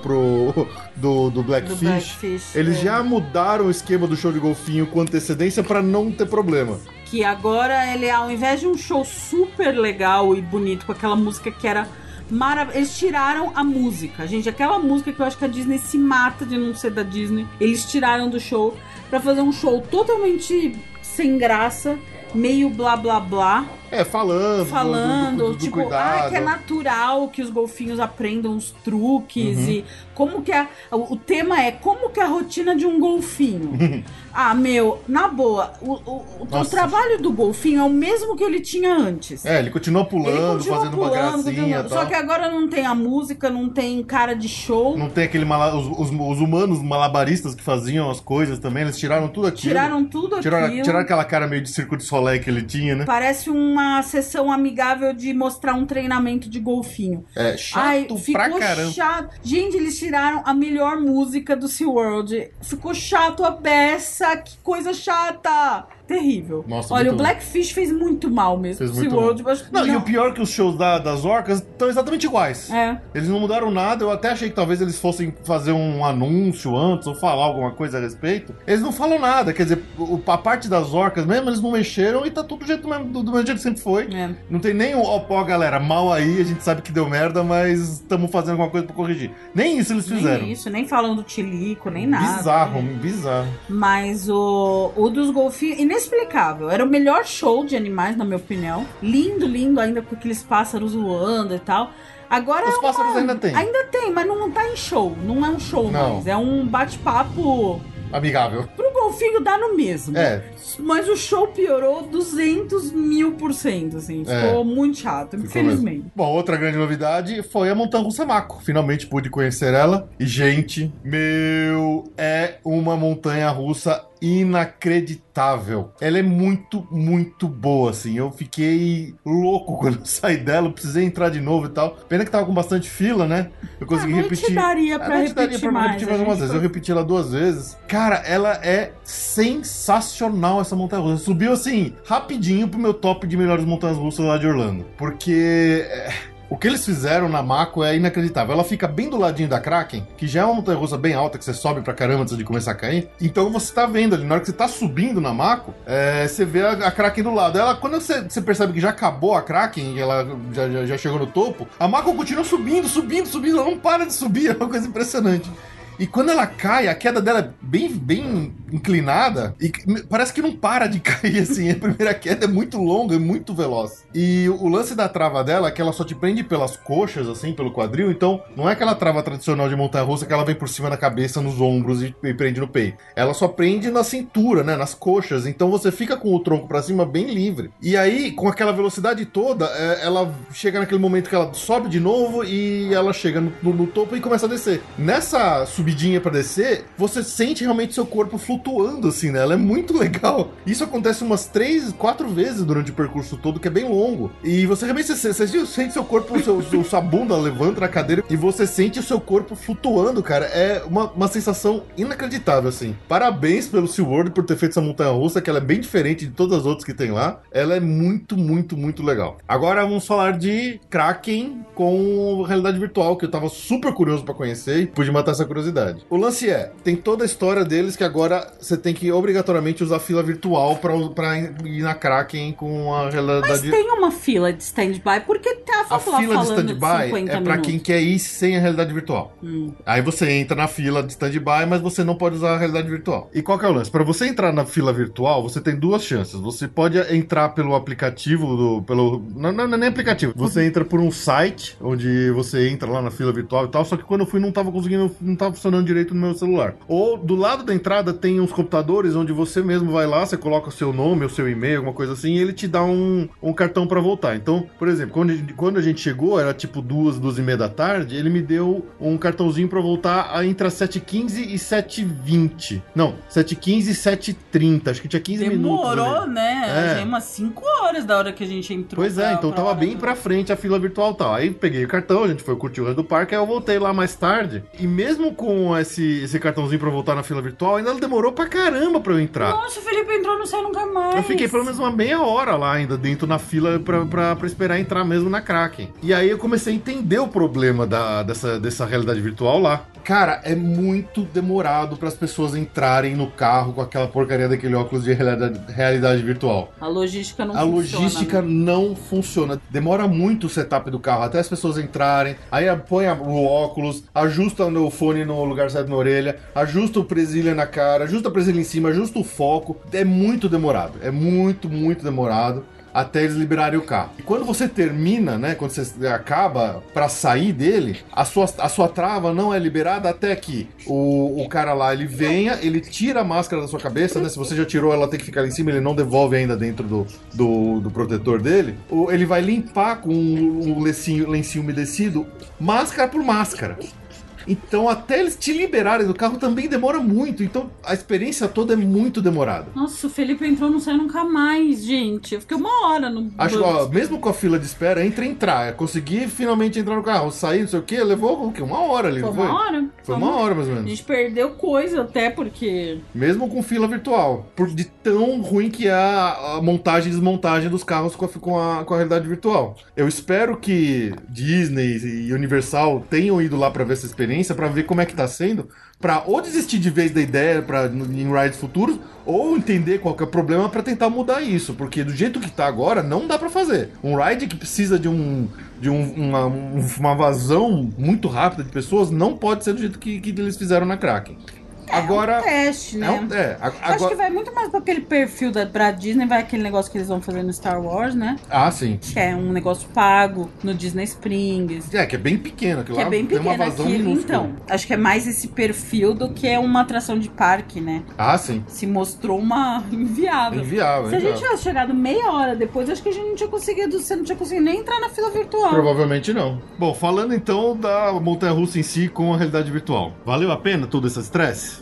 do Blackfish, eles já mudaram o esquema do show de golfinho com antecedência pra não ter problema. Que agora ele, ao invés de um show super legal e bonito com aquela música que era maravilhosa, eles tiraram a música, gente, aquela música que eu acho que a Disney se mata de não ser da Disney, eles tiraram do show pra fazer um show totalmente sem graça, meio blá blá blá. Falando, do tipo, cuidado. Que é natural que os golfinhos aprendam os truques e como que o tema é como que é a rotina de um golfinho. Na boa, o trabalho do golfinho é o mesmo que ele tinha antes. Ele continua pulando, fazendo uma gracinha. Só que agora não tem a música, não tem cara de show. Não tem aquele os humanos malabaristas que faziam as coisas também, eles tiraram tudo aquilo. Tiraram aquela cara meio de Circo de Soleil que ele tinha, né? Parece uma sessão amigável de mostrar um treinamento de golfinho. Chato pra caramba. Chato. Gente, eles tiraram a melhor música do SeaWorld. Ficou chato a beça. Que coisa chata. Terrível. Nossa, olha, o Blackfish fez muito mal mesmo. Fez muito mal. Não, e o pior é que os shows das orcas estão exatamente iguais. Eles não mudaram nada. Eu até achei que talvez eles fossem fazer um anúncio antes ou falar alguma coisa a respeito. Eles não falam nada. Quer dizer, a parte das orcas mesmo, eles não mexeram e tá tudo do mesmo jeito que sempre foi. Não tem nem galera, mal aí, a gente sabe que deu merda, mas estamos fazendo alguma coisa pra corrigir. Nem isso eles fizeram. Nem isso, nem falam do Tilico, nem nada. Bizarro. Mas o dos golfinhos, inexplicável. Era o melhor show de animais, na minha opinião. Lindo, ainda com aqueles pássaros voando e tal. Agora os pássaros ainda tem. Ainda tem, mas não tá em show. Não é um show mais. É um bate-papo amigável. Pro golfinho dá no mesmo. Mas o show piorou 200.000%, assim. Ficou muito chato, infelizmente. Mesmo. Bom, outra grande novidade foi a montanha-russa Mako. Finalmente pude conhecer ela. E, gente, é uma montanha-russa inacreditável. Ela é muito, muito boa, assim. Eu fiquei louco quando eu saí dela, eu precisei entrar de novo e tal. Pena que tava com bastante fila, né? Eu consegui repetir. Daria pra repetir mais algumas vezes. Eu repeti ela 2 vezes. Cara, ela é sensacional, essa montanha-russa. Subiu, assim, rapidinho pro meu top de melhores montanhas-russas lá de Orlando. Porque... o que eles fizeram na Mako é inacreditável. Ela fica bem do ladinho da Kraken, que já é uma montanha-russa bem alta, que você sobe pra caramba antes de começar a cair. Então você tá vendo ali, na hora que você tá subindo na Mako, você vê a Kraken do lado. Ela, quando você percebe que já acabou a Kraken, e ela já chegou no topo, a Mako continua subindo, ela não para de subir, é uma coisa impressionante. E quando ela cai, a queda dela é bem inclinada e parece que não para de cair, assim. A primeira queda é muito longa e muito veloz. E o lance da trava dela é que ela só te prende pelas coxas, assim, pelo quadril. Então, não é aquela trava tradicional de montanha-russa que ela vem por cima da cabeça, nos ombros e prende no peito. Ela só prende na cintura, né, nas coxas. Então você fica com o tronco pra cima bem livre. E aí, com aquela velocidade toda, ela chega naquele momento que ela sobe de novo e ela chega no topo e começa a descer. Nessa subidinha pra descer, você sente realmente seu corpo flutuando, assim, né? Ela é muito legal. Isso acontece umas 3, 4 vezes durante o percurso todo, que é bem longo. E você realmente você sente seu corpo, sua bunda levanta na cadeira e você sente o seu corpo flutuando, cara. É uma sensação inacreditável, assim. Parabéns pelo SeaWorld por ter feito essa montanha-russa, que ela é bem diferente de todas as outras que tem lá. Ela é muito, muito, muito legal. Agora vamos falar de Kraken com realidade virtual, que eu tava super curioso pra conhecer e pude matar essa curiosidade. O lance tem toda a história deles que agora você tem que obrigatoriamente usar fila virtual pra ir na Kraken com a realidade... Mas tem uma fila de stand-by, porque tava lá falando de 50 minutos. A fila de stand-by é pra quem quer ir sem a realidade virtual. Aí você entra na fila de stand-by, mas você não pode usar a realidade virtual. E qual que é o lance? Pra você entrar na fila virtual, você tem 2 chances. Você pode entrar pelo aplicativo, não é nem aplicativo. Você entra por um site, onde você entra lá na fila virtual e tal, só que quando eu fui não tava funcionando direito no meu celular. Ou do lado da entrada tem uns computadores onde você mesmo vai lá, você coloca o seu nome, o seu e-mail, alguma coisa assim, e ele te dá um cartão pra voltar. Então, por exemplo, quando a gente chegou, era tipo 2h30 da tarde, ele me deu um cartãozinho pra voltar entre as 7h15 e 7h20. Não, 7h15 e 7h30. Acho que tinha 15 minutos. Demorou, né? Já umas 5 horas da hora que a gente entrou. Pois então tava bem pra frente a fila virtual e tal. Aí peguei o cartão, a gente foi curtir o resto do parque, aí eu voltei lá mais tarde. E mesmo com esse cartãozinho pra voltar na fila virtual, ainda demorou pra caramba pra eu entrar. Nossa, o Felipe entrou no céu nunca mais. Eu fiquei pelo menos uma meia hora lá ainda dentro na fila pra esperar entrar mesmo na Kraken. E aí eu comecei a entender o problema dessa realidade virtual lá. Cara, é muito demorado para as pessoas entrarem no carro com aquela porcaria daquele óculos de realidade virtual. A logística não funciona. A logística não funciona. Demora muito o setup do carro até as pessoas entrarem. Aí põe o óculos, ajusta o fone no lugar certo na orelha, ajusta o presilha na cara, ajusta a presilha em cima, ajusta o foco. É muito demorado. É muito, muito demorado até eles liberarem o carro. E quando você termina, né, quando você acaba pra sair dele, a sua trava não é liberada até que o cara lá, ele venha, ele tira a máscara da sua cabeça, né, se você já tirou, ela tem que ficar lá em cima, ele não devolve ainda dentro do protetor dele, ele vai limpar com um lencinho umedecido, máscara por máscara. Então, até eles te liberarem do carro também demora muito. Então, a experiência toda é muito demorada. Nossa, o Felipe entrou, não sai nunca mais, gente. Eu fiquei uma hora no... mesmo com a fila de espera, entrar. Consegui finalmente entrar no carro. Sair, não sei o quê, levou o quê? Uma hora ali, não foi? Foi uma hora, mais ou menos. A gente perdeu coisa até porque... Mesmo com fila virtual. De tão ruim que é a montagem e desmontagem dos carros com a realidade virtual. Eu espero que Disney e Universal tenham ido lá pra ver essa experiência, pra ver como é que tá sendo, pra ou desistir de vez da ideia em rides futuros, ou entender qual que é o problema pra tentar mudar isso, porque do jeito que tá agora, não dá pra fazer. Um ride que precisa de uma vazão muito rápida de pessoas, não pode ser do jeito que eles fizeram na Kraken. Agora, é um teste, né? Acho que vai muito mais pra aquele perfil pra Disney, vai aquele negócio que eles vão fazer no Star Wars, né? Ah, sim. Que é um negócio pago no Disney Springs. Que é bem pequeno. Que é bem pequeno. Tem uma vazão minúscula. Então, acho que é mais esse perfil do que uma atração de parque, né? Ah, sim. Se mostrou uma inviável. Se a gente tivesse chegado meia hora depois, acho que a gente não tinha conseguido, você não tinha conseguido nem entrar na fila virtual. Provavelmente não. Bom, falando então da montanha-russa em si com a realidade virtual. Valeu a pena todo esse estresse?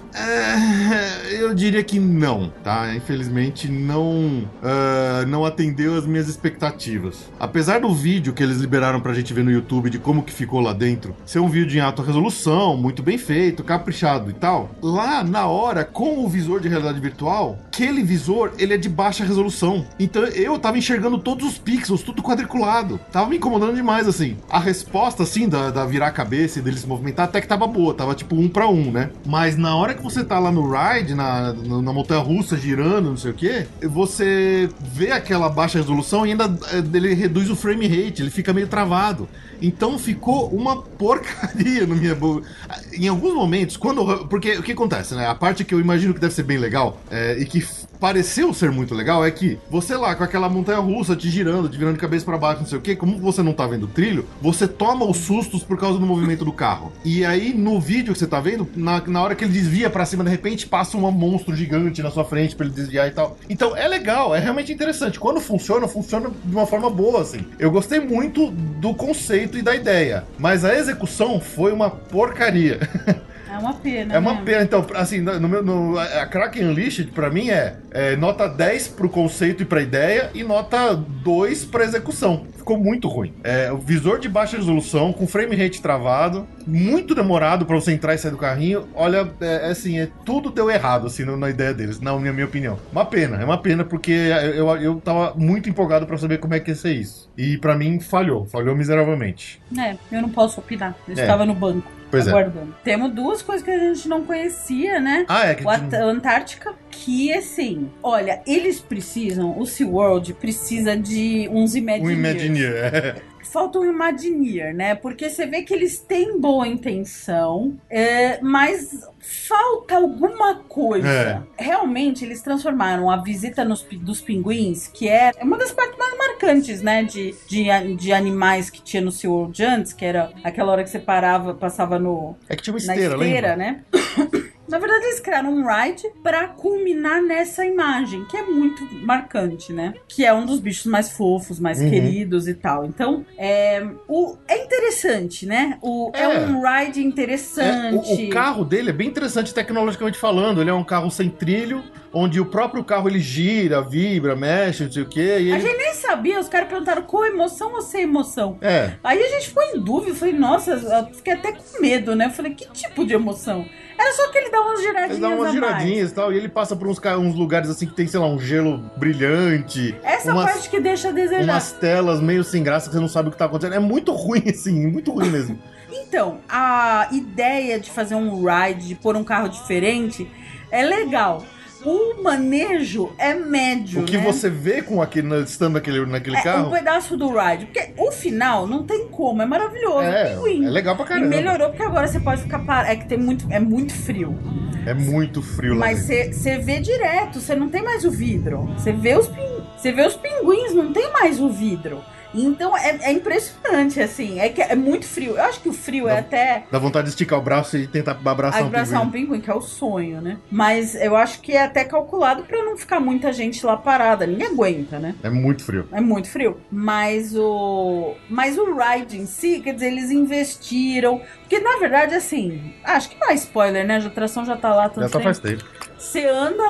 Eu diria que não, tá? Infelizmente não atendeu as minhas expectativas. Apesar do vídeo que eles liberaram pra gente ver no YouTube de como que ficou lá dentro, ser um vídeo em alta resolução, muito bem feito, caprichado e tal, lá na hora, com o visor de realidade virtual, aquele visor, ele é de baixa resolução. Então eu tava enxergando todos os pixels, tudo quadriculado. Tava me incomodando demais, assim. A resposta, assim, da virar a cabeça e dele se movimentar, até que tava boa, tava tipo 1 para 1, né? Mas na hora que você tá lá no ride, na montanha-russa, girando, não sei o quê, você vê aquela baixa resolução e ainda ele reduz o frame rate, ele fica meio travado. Então ficou uma porcaria no minha boca. Em alguns momentos, porque o que acontece, né? A parte que eu imagino que deve ser bem legal, e que pareceu ser muito legal, é que você lá com aquela montanha-russa te girando, te virando de cabeça pra baixo, não sei o quê, como você não tá vendo o trilho, você toma os sustos por causa do movimento do carro. E aí, no vídeo que você tá vendo, na hora que ele desvia pra cima, de repente passa um monstro gigante na sua frente pra ele desviar e tal. Então é legal, é realmente interessante. Quando funciona de uma forma boa, assim. Eu gostei muito do conceito e da ideia, mas a execução foi uma porcaria. É uma pena. É uma pena. Então, assim, a Kraken Unleashed, pra mim, é nota 10 pro conceito e pra ideia e nota 2 pra execução. Ficou muito ruim. O visor de baixa resolução, com frame rate travado, muito demorado pra você entrar e sair do carrinho. Olha, tudo deu errado, assim, na ideia deles, na minha opinião. É uma pena, porque eu tava muito empolgado pra saber como é que ia ser isso. E pra mim, falhou miseravelmente. Eu não posso opinar. Eu estava no banco. Pois aguardando. Temos duas coisas que a gente não conhecia, né? Antártica, que assim, olha, eles precisam, o SeaWorld precisa de uns Imagineers. Um Imagineer, Falta um Imagineer, né? Porque você vê que eles têm boa intenção, mas falta alguma coisa. Realmente, eles transformaram a visita dos pinguins, que é uma das partes mais marcantes, né? De animais que tinha no SeaWorld antes, que era aquela hora que você passava que tinha uma esteira, né? Na verdade, eles criaram um ride pra culminar nessa imagem, que é muito marcante, né? Que é um dos bichos mais fofos, mais queridos e tal. Então, é interessante, né? É um ride interessante. O carro dele é bem interessante tecnologicamente falando. Ele é um carro sem trilho, onde o próprio carro ele gira, vibra, mexe, não sei o quê. A gente nem sabia, os caras perguntaram com emoção ou sem emoção. Aí a gente ficou em dúvida, eu falei, nossa, eu fiquei até com medo, né? Eu falei, que tipo de emoção? Era só que ele dá umas giradinhas. Ele dá umas giradinhas e tal, e ele passa por uns lugares assim que tem, sei lá, um gelo brilhante. Essa parte que deixa a desejar. Umas telas meio sem graça que você não sabe o que tá acontecendo. É muito ruim, assim, muito ruim mesmo. Então, a ideia de fazer um ride, de pôr um carro diferente, é legal. O manejo é médio, O que você vê estando naquele carro? Um pedaço do ride. Porque o final não tem como, é maravilhoso. É legal pra caramba. E melhorou porque agora você pode ficar parado. É que é muito frio. É muito frio lá. Mas você vê direto, você não tem mais o vidro. Você vê os pinguins, não tem mais o vidro. Então é impressionante, assim. É muito frio. Eu acho que o frio até. Dá vontade de esticar o braço e tentar abraçar um pinguim, que é o sonho, né? Mas eu acho que é até calculado pra não ficar muita gente lá parada. Ninguém aguenta, né? É muito frio. É muito frio. Mas o ride em si, quer dizer, eles investiram. Porque na verdade, assim, acho que não é spoiler, né? A atração já tá lá já faz tempo. Você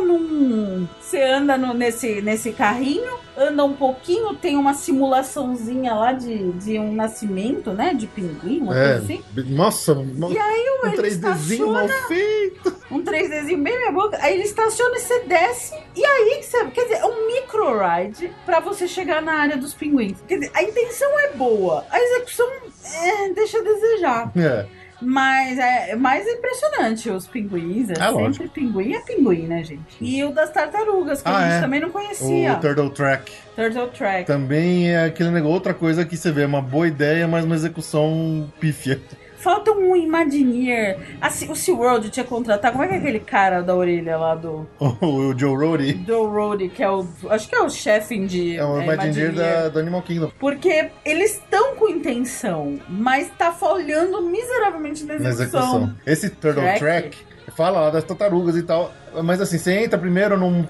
anda nesse carrinho, anda um pouquinho, tem uma simulaçãozinha lá de um nascimento, né? De pinguim, uma coisa assim. Nossa, e aí um 3Dzinho mal feito. Um 3Dzinho bem minha boca. Aí ele estaciona e você desce. E aí, quer dizer, é um micro ride pra você chegar na área dos pinguins. Quer dizer, a intenção é boa, a execução deixa a desejar. Mas é mais impressionante os pinguins. Sempre lógico. Pinguim, né, gente? E o das tartarugas, que a gente também não conhecia. O Turtle Track. Também é aquele negócio, outra coisa que você vê, é uma boa ideia, mas uma execução pífia. Falta um Imagineer. Assim, o SeaWorld tinha contratado. Como é que é aquele cara da orelha lá do. O Joe Rohde. Joe Rohde, que é o. Acho que é o chefe de. É o Imagineer do Animal Kingdom. Porque eles estão com intenção, mas tá falhando miseravelmente na execução. Esse Turtle Track Fala lá das tartarugas e tal. Mas assim, você entra primeiro num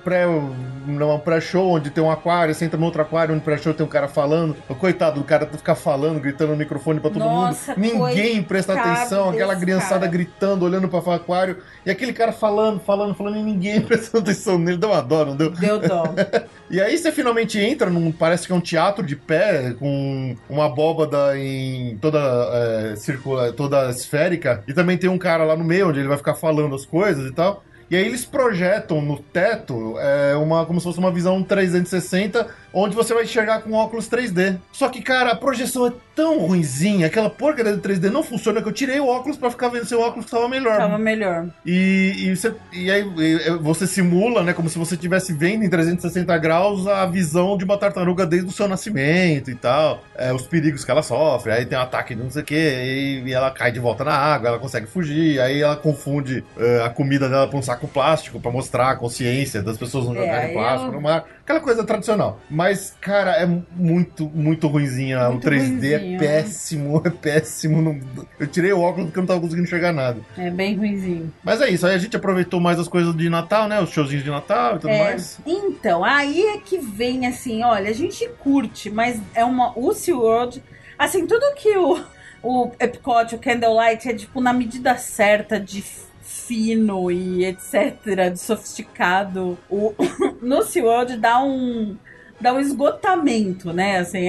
pré-show onde tem um aquário, você entra no outro aquário onde pré-show tem um cara falando. Coitado do cara ficar falando, gritando no microfone pra todo mundo. Ninguém presta atenção, aquela criançada gritando, olhando pra aquário. E aquele cara falando, e ninguém prestando atenção nele. Deu uma dó, não deu? Deu dó. E aí você finalmente entra parece que é um teatro de pé, com uma abóbada em toda circular, toda esférica. E também tem um cara lá no meio, onde ele vai ficar falando as coisas e tal. E aí eles projetam no teto como se fosse uma visão 360, onde você vai enxergar com óculos 3D. Só que, cara, a projeção é tão ruinzinha, aquela porcaria de 3D não funciona, que eu tirei o óculos pra ficar vendo se o óculos tava melhor. Tava melhor. E aí você simula, né, como se você estivesse vendo em 360 graus a visão de uma tartaruga desde o seu nascimento e tal. Os perigos que ela sofre, aí tem um ataque de não sei o que, e ela cai de volta na água, ela consegue fugir, aí ela confunde a comida dela pra um saco plástico pra mostrar a consciência das pessoas não jogarem plástico no mar. Aquela coisa tradicional. Mas, cara, é muito, muito ruinzinha. Muito o 3D ruinzinho, é péssimo, é péssimo. Eu tirei o óculos porque eu não tava conseguindo enxergar nada. É bem ruinzinho. Mas é isso, aí a gente aproveitou mais as coisas de Natal, né? Os showzinhos de Natal e tudo mais. Então, aí é que vem assim, olha, a gente curte, mas o SeaWorld, assim, tudo que o Epcot, o Candlelight é tipo na medida certa de fino e etc, de sofisticado. No SeaWorld dá um esgotamento, né? Assim,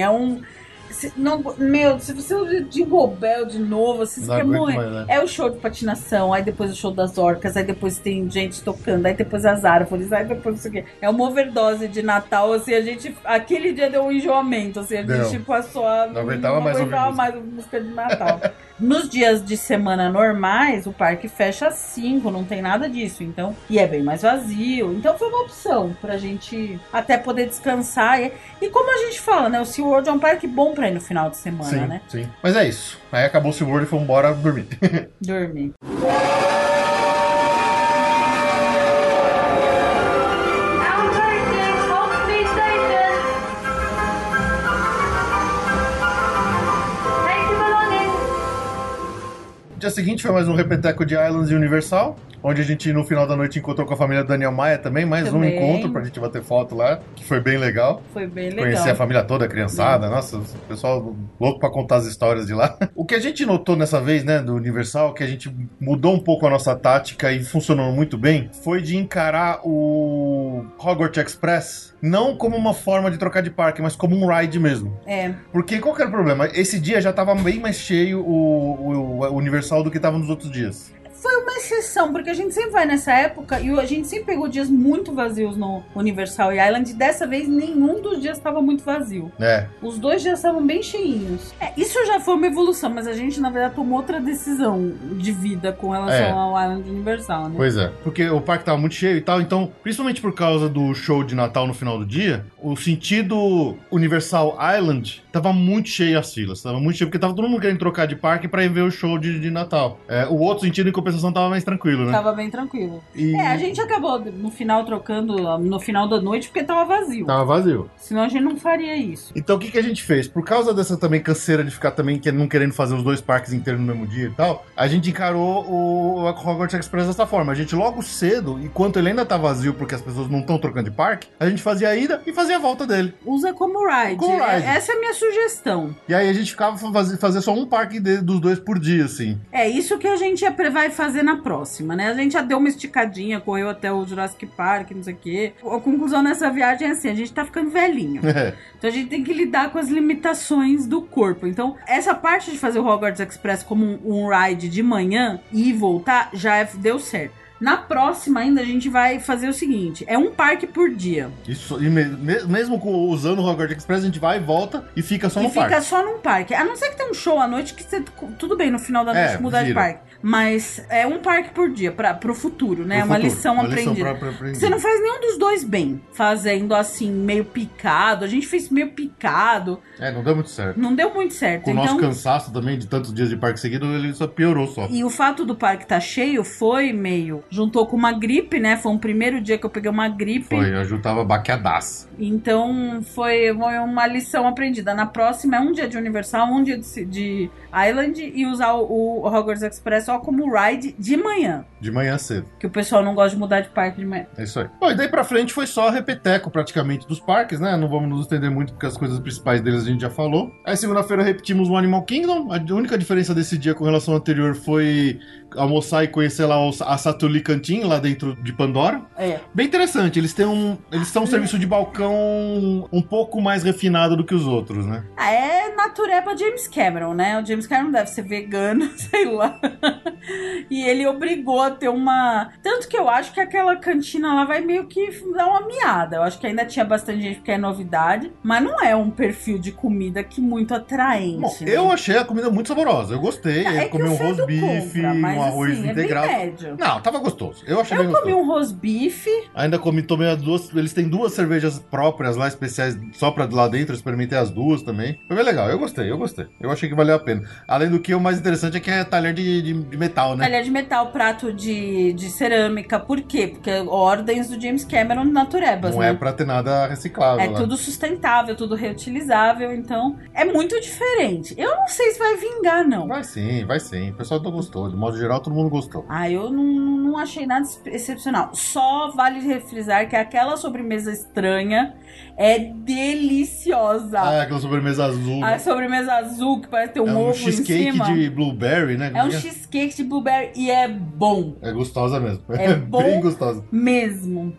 se você usa Jingle Bell de novo, você quer morrer. Né? É o show de patinação, aí depois o show das orcas, aí depois tem gente tocando, aí depois as árvores, aí depois não sei o quê. É uma overdose de Natal, assim, aquele dia deu um enjoamento, assim, a gente passou a... Não aguentava mais a música de Natal. Nos dias de semana normais, o parque fecha às 5, não tem nada disso, então... E é bem mais vazio, então foi uma opção pra gente até poder descansar. E como a gente fala, né, o SeaWorld é um parque bom pra ir no final de semana, né? Sim, mas é isso. Aí acabou o SeaWorld e fomos embora dormir. Dormir. Dia seguinte foi mais um repeteco de Islands e Universal, onde a gente no final da noite encontrou com a família do Daniel Maia também, um encontro pra gente bater foto lá, que foi bem legal. Foi bem legal. Conhecer a família toda, a criançada, nossa, o pessoal louco pra contar as histórias de lá. O que a gente notou nessa vez, né, do Universal, que a gente mudou um pouco a nossa tática e funcionou muito bem, foi de encarar o Hogwarts Express não como uma forma de trocar de parque, mas como um ride mesmo. Porque qual que era o problema? Esse dia já tava bem mais cheio o Universal do que tava nos outros dias. Foi uma exceção, porque a gente sempre vai nessa época e a gente sempre pegou dias muito vazios no Universal e Island, e dessa vez nenhum dos dias estava muito vazio. Os 2 dias estavam bem cheinhos. Isso já foi uma evolução, mas a gente, na verdade, tomou outra decisão de vida com relação ao Island Universal, né? Pois é, porque o parque tava muito cheio e tal, então, principalmente por causa do show de Natal no final do dia, o sentido Universal Island tava muito cheio as filas, tava muito cheio, porque tava todo mundo querendo trocar de parque pra ir ver o show de Natal. O outro sentido, em compensação, tava mais tranquilo, né? Tava bem tranquilo. A gente acabou no final trocando no final da noite porque tava vazio. Tava vazio. Senão a gente não faria isso. Então o que a gente fez? Por causa dessa também canseira de ficar também não querendo fazer os 2 parques inteiros no mesmo dia e tal, a gente encarou o Hogwarts Express dessa forma. A gente logo cedo, enquanto ele ainda tá vazio porque as pessoas não estão trocando de parque, a gente fazia a ida e fazia a volta dele. Usa como ride. Essa é a minha sugestão. E aí a gente ficava fazer só um parque dos 2 por dia, assim. É isso que a gente vai fazer na próxima, né? A gente já deu uma esticadinha, correu até o Jurassic Park, não sei o quê. A conclusão dessa viagem é assim, a gente tá ficando velhinho. Então a gente tem que lidar com as limitações do corpo. Então, essa parte de fazer o Hogwarts Express como um ride de manhã e voltar, já deu certo. Na próxima ainda a gente vai fazer o seguinte, é um parque por dia. Isso, e mesmo usando o Hogwarts Express, a gente vai e volta e fica só no parque. E fica só num parque. A não ser que tenha um show à noite que você, tudo bem, no final da noite mudar de parque. Mas é um parque por dia, pro futuro, né? Uma lição aprendida. Você não faz nenhum dos 2 bem, fazendo assim, meio picado. A gente fez meio picado. Não deu muito certo. Não deu muito certo. Com o nosso cansaço também de tantos dias de parque seguido, ele só piorou só. E o fato do parque estar cheio foi meio juntou com uma gripe, né? Foi um primeiro dia que eu peguei uma gripe. Foi, a Ju tava baqueadaça. Então foi uma lição aprendida. Na próxima é um dia de Universal, um dia de Island e usar o Hogwarts Express só como ride de manhã. De manhã cedo. Que o pessoal não gosta de mudar de parque de manhã. É isso aí. Bom, e daí pra frente foi só repeteco praticamente dos parques, né? Não vamos nos estender muito porque as coisas principais deles a gente já falou. Aí segunda-feira repetimos o Animal Kingdom. A única diferença desse dia com relação ao anterior foi almoçar e conhecer lá a Satuli Canteen, lá dentro de Pandora. É. Bem interessante. Eles são um serviço de balcão um pouco mais refinado do que os outros, né? É natureba James Cameron, né? O James Cameron deve ser vegano, sei lá. E ele obrigou a ter uma... Tanto que eu acho que aquela cantina lá vai meio que dar uma miada. Eu acho que ainda tinha bastante gente porque é novidade, mas não é um perfil de comida que muito atraente. Bom, né? Eu achei a comida muito saborosa. Eu gostei. É Comi um roast beef, um arroz assim, integral. É bem médio. Não, tava gostoso. Eu achei bem Eu gostoso. comi um roast beef. Ainda tomei as duas. Eles têm duas cervejas próprias lá, especiais, só pra lá dentro. Eu experimentei as duas também. Foi bem legal. Eu gostei. Eu achei que valeu a pena. Além do que, o mais interessante é que é talher de metal, né? Talher de metal, prato de cerâmica. Por quê? Porque ordens do James Cameron naturebas, Não né? é pra ter nada reciclável. É lá. tudo sustentável, tudo reutilizável, então é muito diferente. Eu não sei se vai vingar, não. Vai sim. O pessoal gostou. De modo geral, todo mundo gostou. Eu não achei nada excepcional. Só vale refrisar que aquela sobremesa estranha é deliciosa. Aquela sobremesa azul. A sobremesa azul que parece ter um ovo um em cheesecake cima. de blueberry, né? É um cheesecake de blueberry e é bom. É gostosa mesmo. É bom bem gostosa. mesmo.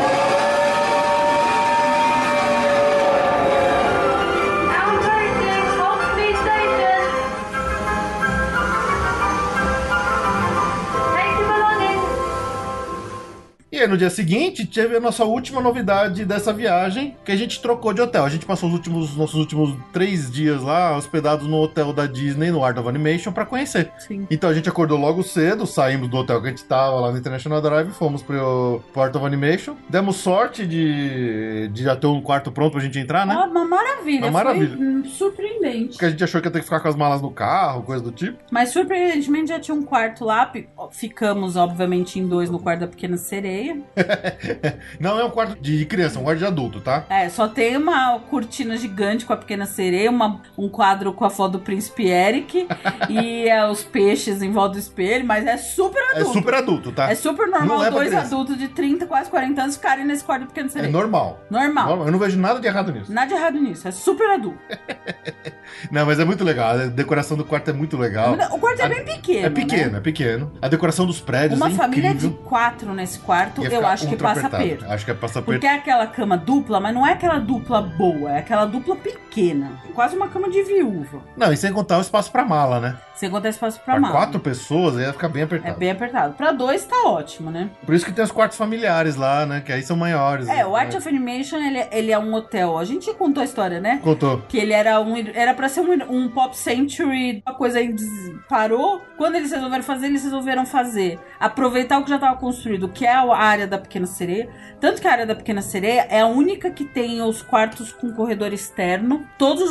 E aí, no dia seguinte, teve a nossa última novidade dessa viagem, que a gente trocou de hotel. A gente passou nossos últimos 3 dias lá, hospedados no hotel da Disney, no Art of Animation, pra conhecer. Sim. Então a gente acordou logo cedo, saímos do hotel que a gente tava lá no International Drive, fomos pro Art of Animation. Demos sorte de já ter um quarto pronto pra gente entrar, né? Uma maravilha. Uma maravilha. Foi surpreendente. Porque a gente achou que ia ter que ficar com as malas no carro, coisa do tipo. Mas surpreendentemente já tinha um quarto lá. Ficamos, obviamente, em 2 no quarto da Pequena Sereia. Não é um quarto de criança, é um quarto de adulto, tá? Só tem uma cortina gigante com a Pequena Sereia, um quadro com a foto do Príncipe Eric e os peixes em volta do espelho, mas é super adulto. É super adulto, tá? É super normal Não é pra 2 criança. adultos de 30, quase 40 anos ficarem nesse quarto da Pequena É Sereia. normal. Normal. Eu não vejo nada de errado nisso. Nada de errado nisso, é super adulto. Não, mas é muito legal. A decoração do quarto é muito legal. O quarto é bem pequeno. É pequeno. A decoração dos prédios Uma é família incrível. de 4 nesse quarto, Ia eu ficar acho que ultra passa apertado. perto. Acho que passa perto. Porque é aquela cama dupla, mas não é aquela dupla boa, é aquela dupla pequena. Quase uma cama de viúva. Não, e sem contar o espaço pra mala, né? Você conta espaço pra Pra mala. 4 pessoas ia ficar bem É apertado. bem apertado. Pra 2 tá ótimo, né? Por isso que tem os quartos familiares lá, né? Que aí são maiores. O Art of Animation, ele é um hotel. A gente contou a história, né? Contou. Que ele era pra ser um Pop Century, uma coisa aí parou. Quando eles resolveram fazer. Aproveitar o que já estava construído, que é a área da Pequena Sereia. Tanto que a área da Pequena Sereia é a única que tem os quartos com corredor externo. Todos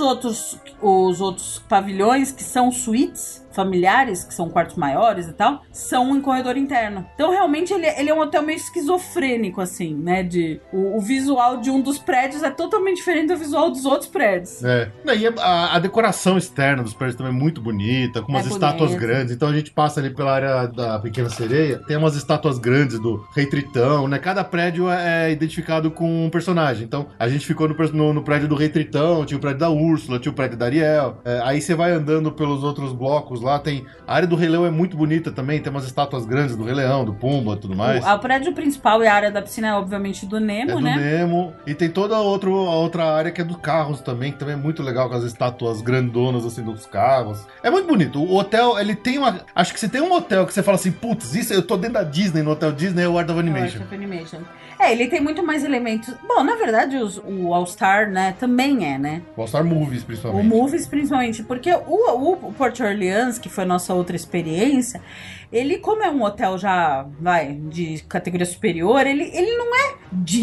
os outros pavilhões, que são suítes familiares, que são quartos maiores e tal, são em corredor interno. Então, realmente, ele é um hotel meio esquizofrênico, assim, né? O visual de um dos prédios é totalmente diferente do visual dos outros prédios. E a decoração externa dos prédios também é muito bonita, com umas estátuas grandes. Então a gente passa ali pela área da Pequena Sereia, tem umas estátuas grandes do Rei Tritão, né? Cada prédio é identificado com um personagem. Então a gente ficou no prédio do Rei Tritão, tinha o prédio da Úrsula, tinha o prédio da Ariel. Aí você vai andando pelos outros blocos lá, tem... A área do Rei Leão é muito bonita também, tem umas estátuas grandes do Rei Leão, do Pumba e tudo mais. O prédio principal e a área da piscina é obviamente do Nemo, né? Nemo. E tem toda a outra área que é dos carros também, que também é muito legal, com as estátuas grandonas assim dos carros. É muito bonito. O hotel, ele tem uma... Acho que se tem um hotel que você fala assim, putz, isso eu tô dentro da Disney, no Hotel Disney, é o Art of Animation. Ele tem muito mais elementos. Bom, na verdade, o All-Star, né, também é, né? O All-Star Movies, principalmente. O Movies, principalmente, porque o Port Orleans, que foi a nossa outra experiência, ele, como é um hotel já, de categoria superior, ele não é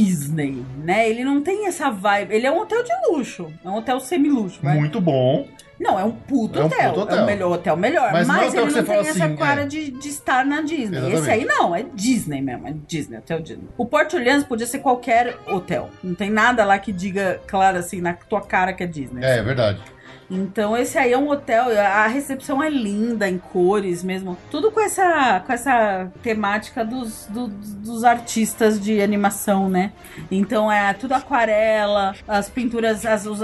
Disney, né? Ele não tem essa vibe. Ele é um hotel de luxo. É um hotel semi-luxo, Muito bom. Não, é um puto hotel. É o melhor hotel, melhor. Mas ele não tem essa cara de estar na Disney. Exatamente. Esse aí não, é Disney mesmo. É Disney, hotel Disney. O Port Orleans podia ser qualquer hotel. Não tem nada lá que diga, claro, assim, na tua cara que é Disney. É verdade. Então esse aí é um hotel, a recepção é linda, em cores mesmo. Tudo com essa temática dos artistas de animação, né? Então é tudo aquarela, as pinturas,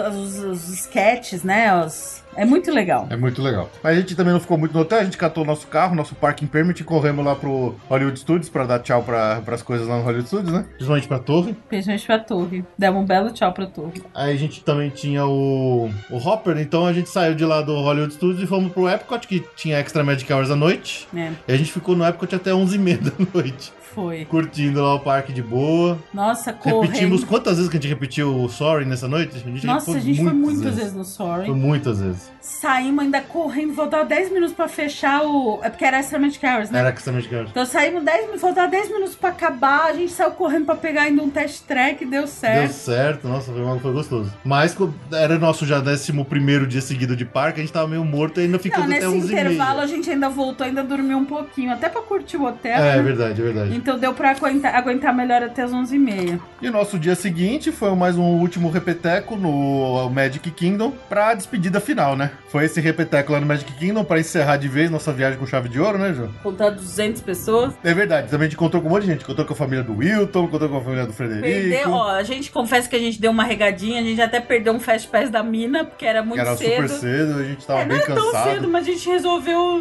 os sketches, né? É muito legal. É muito legal. Mas a gente também não ficou muito no hotel, a gente catou nosso carro, nosso parking permit e corremos lá pro Hollywood Studios pra dar tchau pras coisas lá no Hollywood Studios, né? Principalmente pra torre. Principalmente pra torre. Demos um belo tchau pra torre. Aí a gente também tinha o Hopper, então a gente saiu de lá do Hollywood Studios e fomos pro Epcot, que tinha Extra Magic Hours à noite. É. E a gente ficou no Epcot até 11h30 da noite. Foi. Curtindo lá o parque de boa. Nossa, correndo. Repetimos quantas vezes que a gente repetiu o Sorry nessa noite? A gente foi muitas vezes no Sorry. Foi muitas vezes. Saímos ainda correndo, faltava 10 minutos pra fechar o... É porque era Extra Magic Hours, né? Era Extra Magic Hours. Então saímos 10 minutos, faltava 10 minutos pra acabar, a gente saiu correndo pra pegar ainda um test track e deu certo. Deu certo, nossa, foi gostoso. Mas era nosso já 11º dia seguido de parque, a gente tava meio morto e ainda ficamos até 11h30. Nesse intervalo a gente ainda voltou, ainda dormiu um pouquinho, até pra curtir o hotel. É, né? verdade, é verdade. Então deu pra aguentar melhor até as 11h30. E o nosso dia seguinte foi mais um último repeteco no Magic Kingdom pra despedida final, né? Foi esse repeteco lá no Magic Kingdom pra encerrar de vez nossa viagem com chave de ouro, né, Ju? Contar 200 pessoas. É verdade, também a gente encontrou com um monte de gente. Encontrou com a família do Wilton, encontrou com a família do Frederico. A gente confessa que a gente deu uma regadinha, a gente até perdeu um Fast Pass da Mina, porque era muito cedo. Era super cedo, a gente tava bem cansado. Não era tão cedo, mas a gente resolveu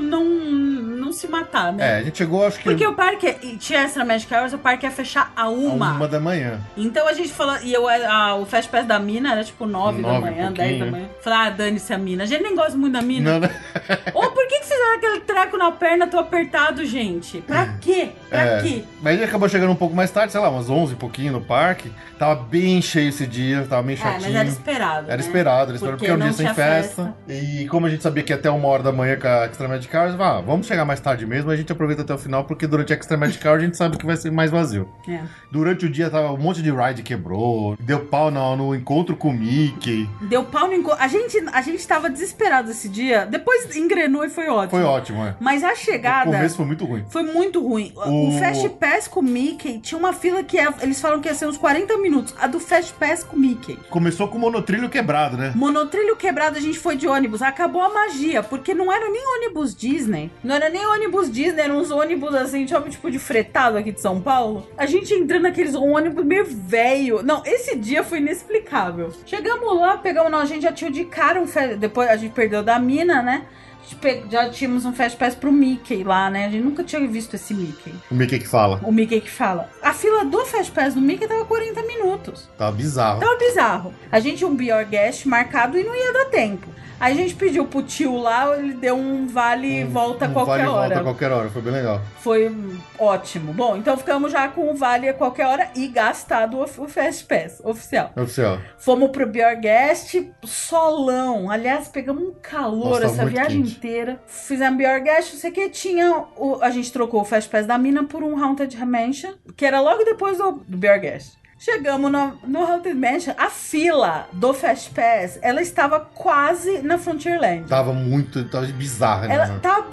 não se matar, né? É, a gente chegou, acho que... Porque o parque, tinha Extra Magic Hours, o parque ia fechar a 1 da manhã. Então a gente falou, e o Fast Pass da Mina era tipo 9 da manhã, 10 da manhã. Falei, dane-se a Mina. A gente nem gosta muito da Mina. Não, né? Por que vocês fizeram aquele treco na perna tão apertado, gente? Pra quê? Pra quê? Mas a gente acabou chegando um pouco mais tarde, sei lá, umas 11 e pouquinho no parque. Tava bem cheio esse dia, tava meio chatinho. Mas era esperado, Era né? esperado, porque é um dia sem festa. E como a gente sabia que ia até 1h da manhã com a Extra Magic Hours, vamos chegar mais tarde mesmo, a gente aproveita até o final, porque durante a Extra Magic Hours a gente sabe que vai ser mais vazio. Durante o dia tava um monte de ride quebrou, deu pau no encontro com o Mickey. Deu pau no encontro. A gente tava desesperado esse dia, depois engrenou e foi ótimo. Foi ótimo, é. Mas a chegada... O começo foi muito ruim. Foi muito ruim. O Fast Pass com o Mickey tinha uma fila que eles falam que ia ser uns 40 minutos. A do Fast Pass com o Mickey. Começou com o monotrilho quebrado, né? Monotrilho quebrado, a gente foi de ônibus. Acabou a magia, porque não era nem ônibus Disney. Não era nem ônibus Disney, eram uns ônibus assim, tipo de fretado aqui de São Paulo. A gente entrando naqueles ônibus meio velho. Não, esse dia foi inexplicável. Chegamos lá, a gente já tinha de cara depois a gente perdeu da Mina, né? Já tínhamos um Fast Pass pro Mickey lá, né? A gente nunca tinha visto esse Mickey. O Mickey que fala. O Mickey que fala. A fila do Fast Pass do Mickey tava 40 minutos. Tava bizarro. A gente tinha um Be Your Guest marcado e não ia dar tempo. Aí a gente pediu pro tio lá, ele deu um vale volta a qualquer hora. Volta a qualquer hora, foi bem legal. Foi ótimo. Bom, então ficamos já com o vale a qualquer hora e gastado o Fast Pass oficial. Fomos pro Be Your Guest, solão. Aliás, pegamos um calor essa viagem inteira. Fizemos Be Your Guest, não sei o que, a gente trocou o Fast Pass da Mina por um Haunted Mansion, que era logo depois do Be Your Guest. Chegamos no Haunted Mansion, a fila do Fast Pass, ela estava quase na Frontierland. Tava bizarra, né? Tava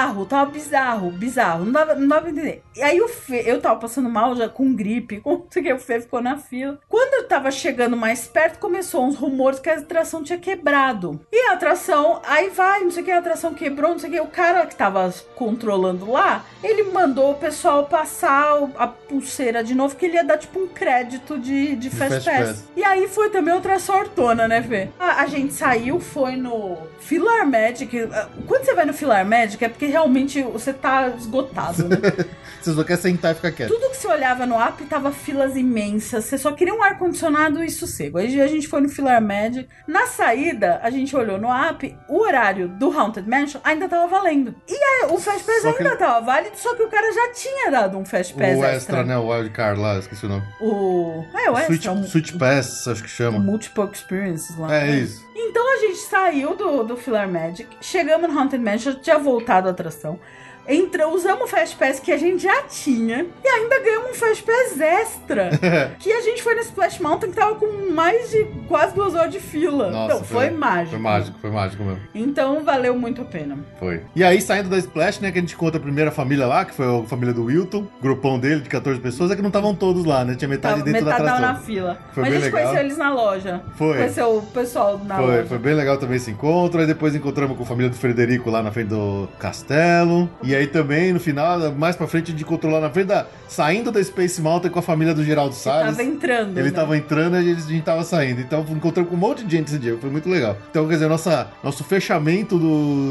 bizarro. Não dava pra entender. E aí eu tava passando mal já com gripe, com não sei o que, o Fê ficou na fila. Quando eu tava chegando mais perto, começou uns rumores que a atração tinha quebrado. E a atração, não sei o que, a atração quebrou, não sei o que. O cara que tava controlando lá, ele mandou o pessoal passar a pulseira de novo, que ele ia dar tipo um crédito de Fast Pass. E aí foi também outra sortona, né, Fê? A gente saiu, foi no Philar Magic. Quando você vai no Philar Magic é porque realmente você tá esgotado, né? Você só quer sentar e ficar quieto. Tudo que você olhava no app tava filas imensas. Você só queria um ar-condicionado e sossego. Aí a gente foi no Philar Magic. Na saída, a gente olhou no app, o horário do Haunted Mansion ainda tava valendo. E aí, o Fast Pass ainda tava válido, só só que o cara já tinha dado um Fast Pass extra. O extra, né? O Wild Card lá, esqueci o nome. O extra. Switch Pass, acho que chama. O Multiple Experiences lá. É isso. Então a gente saiu do Filler Magic, chegamos no Haunted Mansion, tinha voltado a atração. Usamos o Fast Pass que a gente já tinha e ainda ganhamos um Fast Pass extra. Que a gente foi no Splash Mountain que tava com mais de quase 2 horas de fila. Nossa, então foi mágico. Foi mágico mesmo. Então valeu muito a pena. Foi. E aí, saindo da Splash, né, que a gente conta a primeira família lá, que foi a família do Wilton, grupão dele de 14 pessoas, é que não estavam todos lá, né? Tinha metade dentro da atração. Metade na fila. Foi Mas bem a gente legal. conheceu eles na loja. Foi. Conheceu o pessoal na loja. Foi bem legal também esse encontro. Aí depois encontramos com a família do Frederico lá na frente do castelo. E aí também, no final, mais pra frente, a gente encontrou lá na frente saindo da Space Mountain com a família do Geraldo Salles. Tava entrando. Ele né? tava entrando e a gente tava saindo. Então encontramos com um monte de gente esse dia. Foi muito legal. Então, quer dizer, nosso fechamento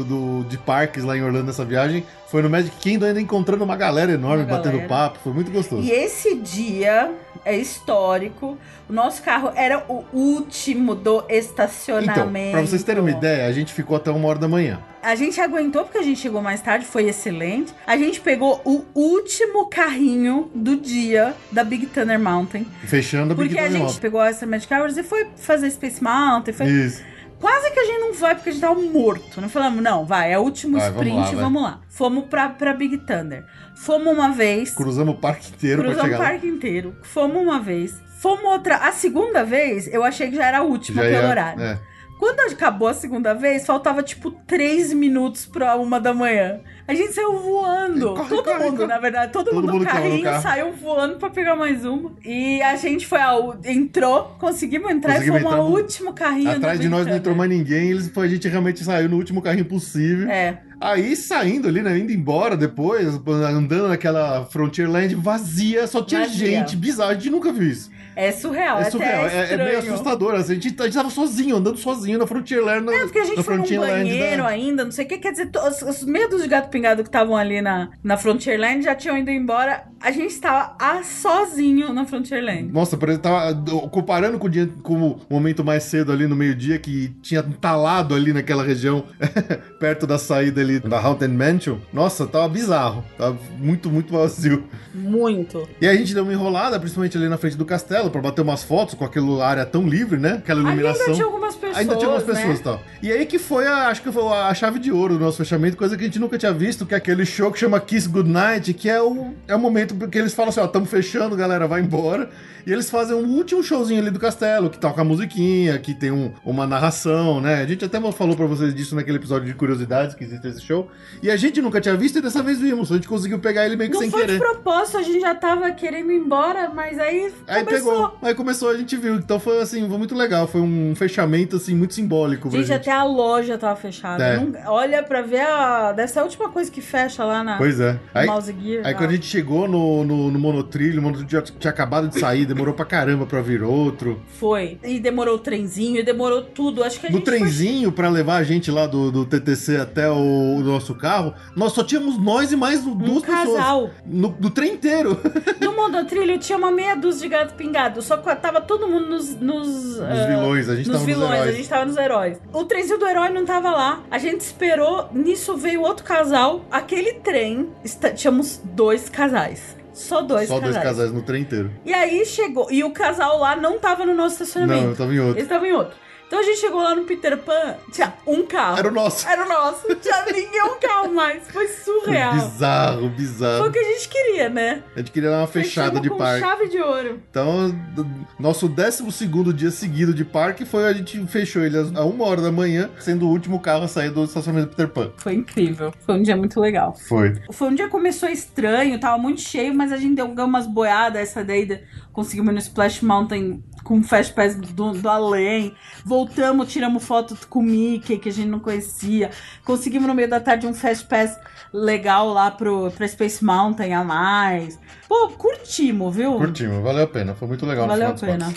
de parques lá em Orlando nessa viagem foi no Magic Kingdom, ainda encontrando uma galera enorme, batendo papo. Foi muito gostoso. E esse dia é histórico. O nosso carro era o último do estacionamento. Então, pra vocês terem uma ideia, a gente ficou até 1h da manhã. A gente aguentou porque a gente chegou mais tarde, foi excelente. A gente pegou o último carrinho do dia da Big Thunder Mountain. Fechando a Big Thunder Mountain. Porque a gente pegou essa Magic Hours e foi fazer Space Mountain. Isso. Quase que a gente não vai porque a gente tava morto. Não falamos, não, vai, é o último sprint, vamos lá. Fomos pra Big Thunder. Fomos uma vez. Cruzamos o parque inteiro pra chegar. Cruzamos o parque inteiro. Fomos uma vez. Fomos outra. A segunda vez, eu achei que já era a última pelo horário. É. Quando acabou a segunda vez, faltava tipo 3 minutos pra 1 da manhã. A gente saiu voando. Todo mundo, na verdade. Todo mundo no carrinho saiu voando pra pegar mais uma. E a gente foi entrou, conseguimos entrar e fomos ao último carrinho. Atrás de nós não entrou mais ninguém. A gente realmente saiu no último carrinho possível. É. Aí saindo ali, né, indo embora depois, andando naquela Frontierland vazia, só tinha gente bizarra, a gente nunca viu isso. É surreal, é meio assustador, assim, a gente tava sozinho, andando sozinho na Frontierland. Porque a gente foi num banheiro ainda, não sei o que, quer dizer, os medos de gato pingado que estavam ali na Frontierland já tinham ido embora, a gente estava sozinho na Frontierland. Nossa, comparando com o momento mais cedo ali no meio-dia, que tinha entalado ali naquela região, perto da saída ali da Haunted Mansion, nossa, tava bizarro, tava muito, muito vazio. Muito. E aí a gente deu uma enrolada, principalmente ali na frente do castelo, pra bater umas fotos com aquela área tão livre, né? Aquela iluminação. Ainda tinha algumas pessoas, né? Tal. E aí que foi, acho que foi a chave de ouro do nosso fechamento, coisa que a gente nunca tinha visto, que é aquele show que chama Kiss Goodnight, que é o momento que eles falam assim, ó, tamo fechando, galera, vai embora. E eles fazem um último showzinho ali do castelo, que toca a musiquinha, que tem uma narração, né? A gente até falou pra vocês disso naquele episódio de curiosidades que existe esse show. E a gente nunca tinha visto e dessa vez vimos. A gente conseguiu pegar ele meio que sem querer. Não foi de propósito, a gente já tava querendo ir embora, mas aí começou. Aí começou, a gente viu. Então foi assim, foi muito legal. Foi um fechamento, assim, muito simbólico. Gente, até a loja tava fechada. Olha pra ver, deve ser a última coisa que fecha lá na Mouse Gear. Aí quando a gente chegou no monotrilho, o monotrilho já tinha acabado de sair, demorou pra caramba pra vir outro. Foi. E demorou o trenzinho, e demorou tudo. Acho que a gente trenzinho pra levar a gente lá do TTC até o nosso carro, nós só tínhamos nós e mais duas pessoas. Casal. No trem inteiro. No monotrilho tinha uma meia dúzia de gato pingado, só que tava todo mundo nos vilões, a gente tava nos heróis. A gente tava nos heróis. O trenzinho do herói não tava lá. A gente esperou, nisso veio outro casal. Aquele trem, tínhamos 2 casais. Só dois casais no trem inteiro. E aí chegou. E o casal lá não tava no nosso estacionamento. Não, tava em outro. Eles estavam em outro. Então a gente chegou lá no Peter Pan, tinha um carro. Era o nosso. Não tinha nenhum carro mais. Foi surreal. Bizarro. Foi o que a gente queria, né? A gente queria dar uma fechada de parque. Com chave de ouro. Então, nosso 12º dia seguido de parque foi a gente fechou ele a 1h da manhã, sendo o último carro a sair do estacionamento do Peter Pan. Foi incrível. Foi um dia muito legal. Foi um dia que começou estranho, tava muito cheio, mas a gente deu umas boiadas. Essa daí conseguimos ir no Splash Mountain com Fast Pass do além. Voltamos, tiramos foto com o Mickey, que a gente não conhecia. Conseguimos no meio da tarde um Fast Pass legal lá pra Space Mountain a mais. Pô, curtimos, viu? Curtimos, valeu a pena. Foi muito legal. Valeu a pena.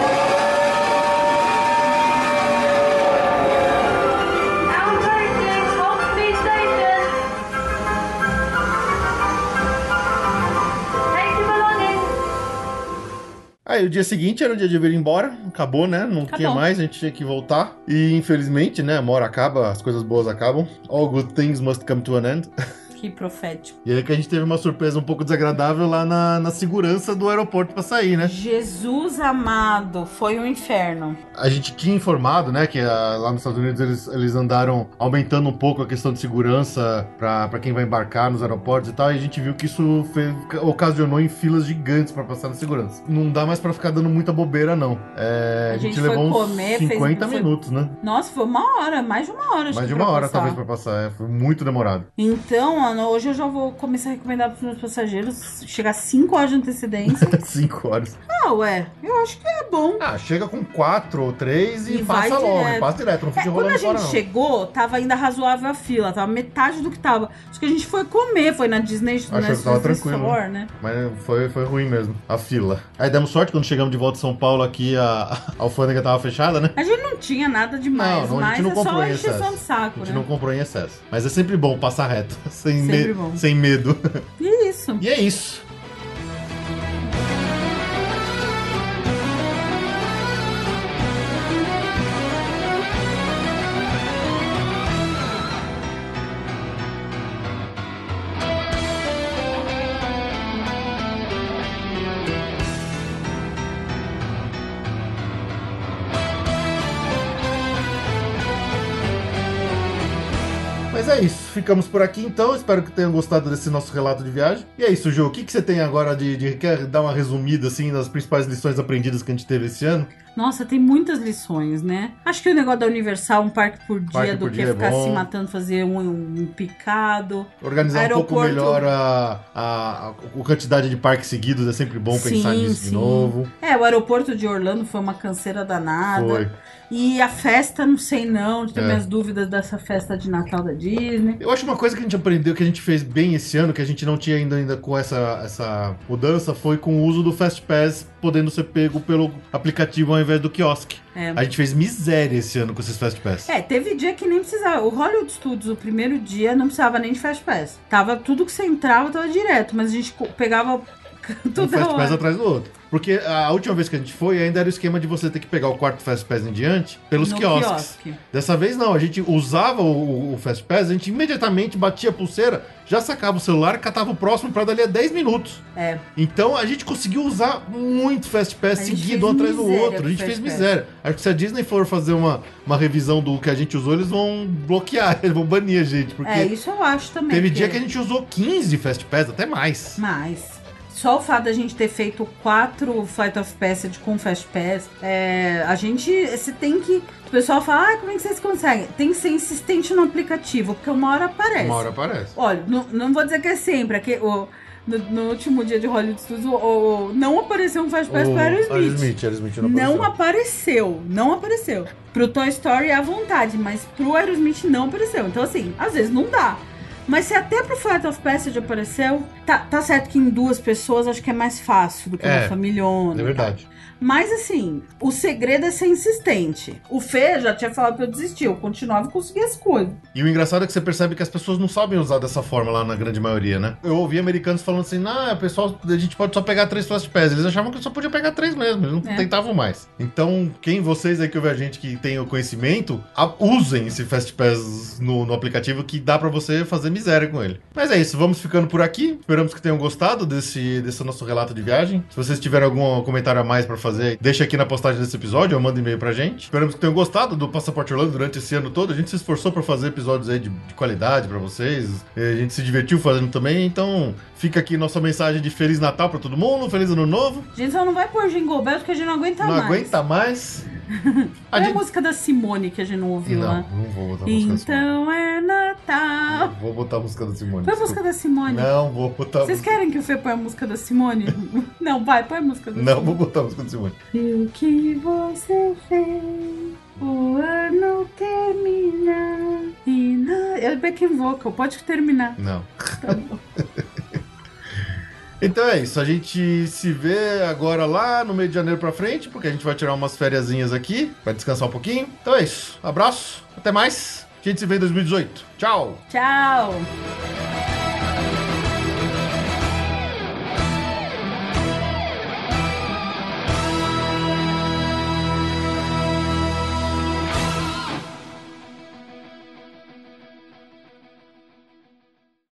Aí o dia seguinte era o dia de vir embora, acabou, né? Não tinha mais, a gente tinha que voltar. E infelizmente, né, a hora acaba, as coisas boas acabam. All good things must come to an end. Que profético. E aí que a gente teve uma surpresa um pouco desagradável lá na segurança do aeroporto pra sair, né? Jesus amado, foi um inferno. A gente tinha informado, né, que lá nos Estados Unidos eles andaram aumentando um pouco a questão de segurança pra quem vai embarcar nos aeroportos e tal, e a gente viu que isso ocasionou em filas gigantes pra passar na segurança. Não dá mais pra ficar dando muita bobeira, não. A gente levou uns 50 minutos, né? Nossa, foi uma hora, mais de uma hora. Mais de uma hora, talvez, pra passar. Foi muito demorado. Então, Ana, hoje eu já vou começar a recomendar pros meus passageiros chegar 5 horas de antecedência. 5 horas. Eu acho que é bom. Chega com 4 ou 3 e passa logo, e passa direto, não fica enrolando fora, não. Quando a gente chegou, tava ainda razoável a fila, tava metade do que tava. Acho que a gente foi comer, foi na Disney, Achei que tava tranquilo, Store, né? Mas foi ruim mesmo, a fila. Aí demos sorte, quando chegamos de volta em São Paulo aqui, a alfândega tava fechada, né? A gente não tinha nada demais, não, a gente não comprou em excesso. Só de saco, a gente não comprou em excesso. Mas é sempre bom passar reto, sem medo. E isso. E é isso. Mas é isso, ficamos por aqui então, espero que tenham gostado desse nosso relato de viagem. E é isso, Jô, o que você tem agora quer dar uma resumida assim das principais lições aprendidas que a gente teve esse ano? Nossa, tem muitas lições, né? Acho que o negócio da Universal, um parque por dia, do que ficar se matando, fazer um picado. Organizar um pouco melhor a quantidade de parques seguidos, é sempre bom pensar nisso de novo. O aeroporto de Orlando foi uma canseira danada. Foi. E a festa, não sei não, tenho minhas dúvidas dessa festa de Natal da Disney. Eu acho uma coisa que a gente aprendeu, que a gente fez bem esse ano, que a gente não tinha ainda com essa mudança, foi com o uso do Fast Pass podendo ser pego pelo aplicativo ao invés do quiosque. A gente fez miséria esse ano com esses Fast Pass. Teve dia que nem precisava. O Hollywood Studios, o primeiro dia, não precisava nem de Fast Pass. Tava tudo que você entrava, tava direto, mas a gente pegava um Fast Pass atrás do outro. Porque a última vez que a gente foi, ainda era o esquema de você ter que pegar o quarto Fast Pass em diante pelos quiosques. Dessa vez não, a gente usava o Fast Pass, a gente imediatamente batia a pulseira, já sacava o celular e catava o próximo pra dali a 10 minutos. Então a gente conseguiu usar muito Fast Pass seguido um atrás do outro. A gente fez miséria. Acho que se a Disney for fazer uma revisão do que a gente usou, eles vão bloquear, eles vão banir a gente. Porque isso eu acho também. Teve dia que a gente usou 15 Fast Pass, até mais. Só o fato da gente ter feito 4 Flight of Passage com Fast Pass, você tem que... O pessoal fala, como é que vocês conseguem? Tem que ser insistente no aplicativo, porque uma hora aparece. Olha, não vou dizer que é sempre, no último dia de Hollywood Studios, não apareceu um Fast Pass para Aerosmith. Aerosmith não apareceu. Pro Toy Story é à vontade, mas pro Aerosmith não apareceu. Então, assim, às vezes não dá. Mas se até pro Flight of Passage apareceu, tá certo que em 2 pessoas acho que é mais fácil do que uma familhona. É verdade. Mas assim, o segredo é ser insistente. O Fê já tinha falado pra eu desistir, eu continuava e conseguia as coisas. E o engraçado é que você percebe que as pessoas não sabem usar dessa forma lá na grande maioria, né? Eu ouvi americanos falando assim, pessoal, a gente pode só pegar 3 Fast Pass. Eles achavam que só podia pegar 3 mesmo, eles não tentavam mais. Então, vocês aí que ouvem a gente que tem o conhecimento, usem esse Fast Pass no aplicativo que dá pra você fazer miséria com ele. Mas é isso, vamos ficando por aqui. Esperamos que tenham gostado desse nosso relato de viagem. Se vocês tiverem algum comentário a mais pra fazer, deixa aqui na postagem desse episódio, ou manda e-mail pra gente. Esperamos que tenham gostado do Passaporte Orlando durante esse ano todo. A gente se esforçou pra fazer episódios aí de qualidade pra vocês. A gente se divertiu fazendo também, então fica aqui nossa mensagem de Feliz Natal pra todo mundo, Feliz Ano Novo. A gente só não vai pôr Jingle Bells porque a gente não aguenta mais. Não aguenta mais. A música da Simone que a gente não ouviu lá. Não vou botar a música da Simone. Então é Natal. Não vou botar a música da Simone. Põe a música da Simone. Não vou botar. Vocês querem que o Fê põe a música da Simone? Não, vai, põe a música da Simone. Não vou botar a música da Simone. E o que você fez? O ano termina. É backing vocal, pode terminar. Não. Tá bom. Então é isso, a gente se vê agora lá no meio de janeiro pra frente, porque a gente vai tirar umas fériasinhas aqui, vai descansar um pouquinho. Então é isso, abraço, até mais, a gente se vê em 2018. Tchau! Tchau!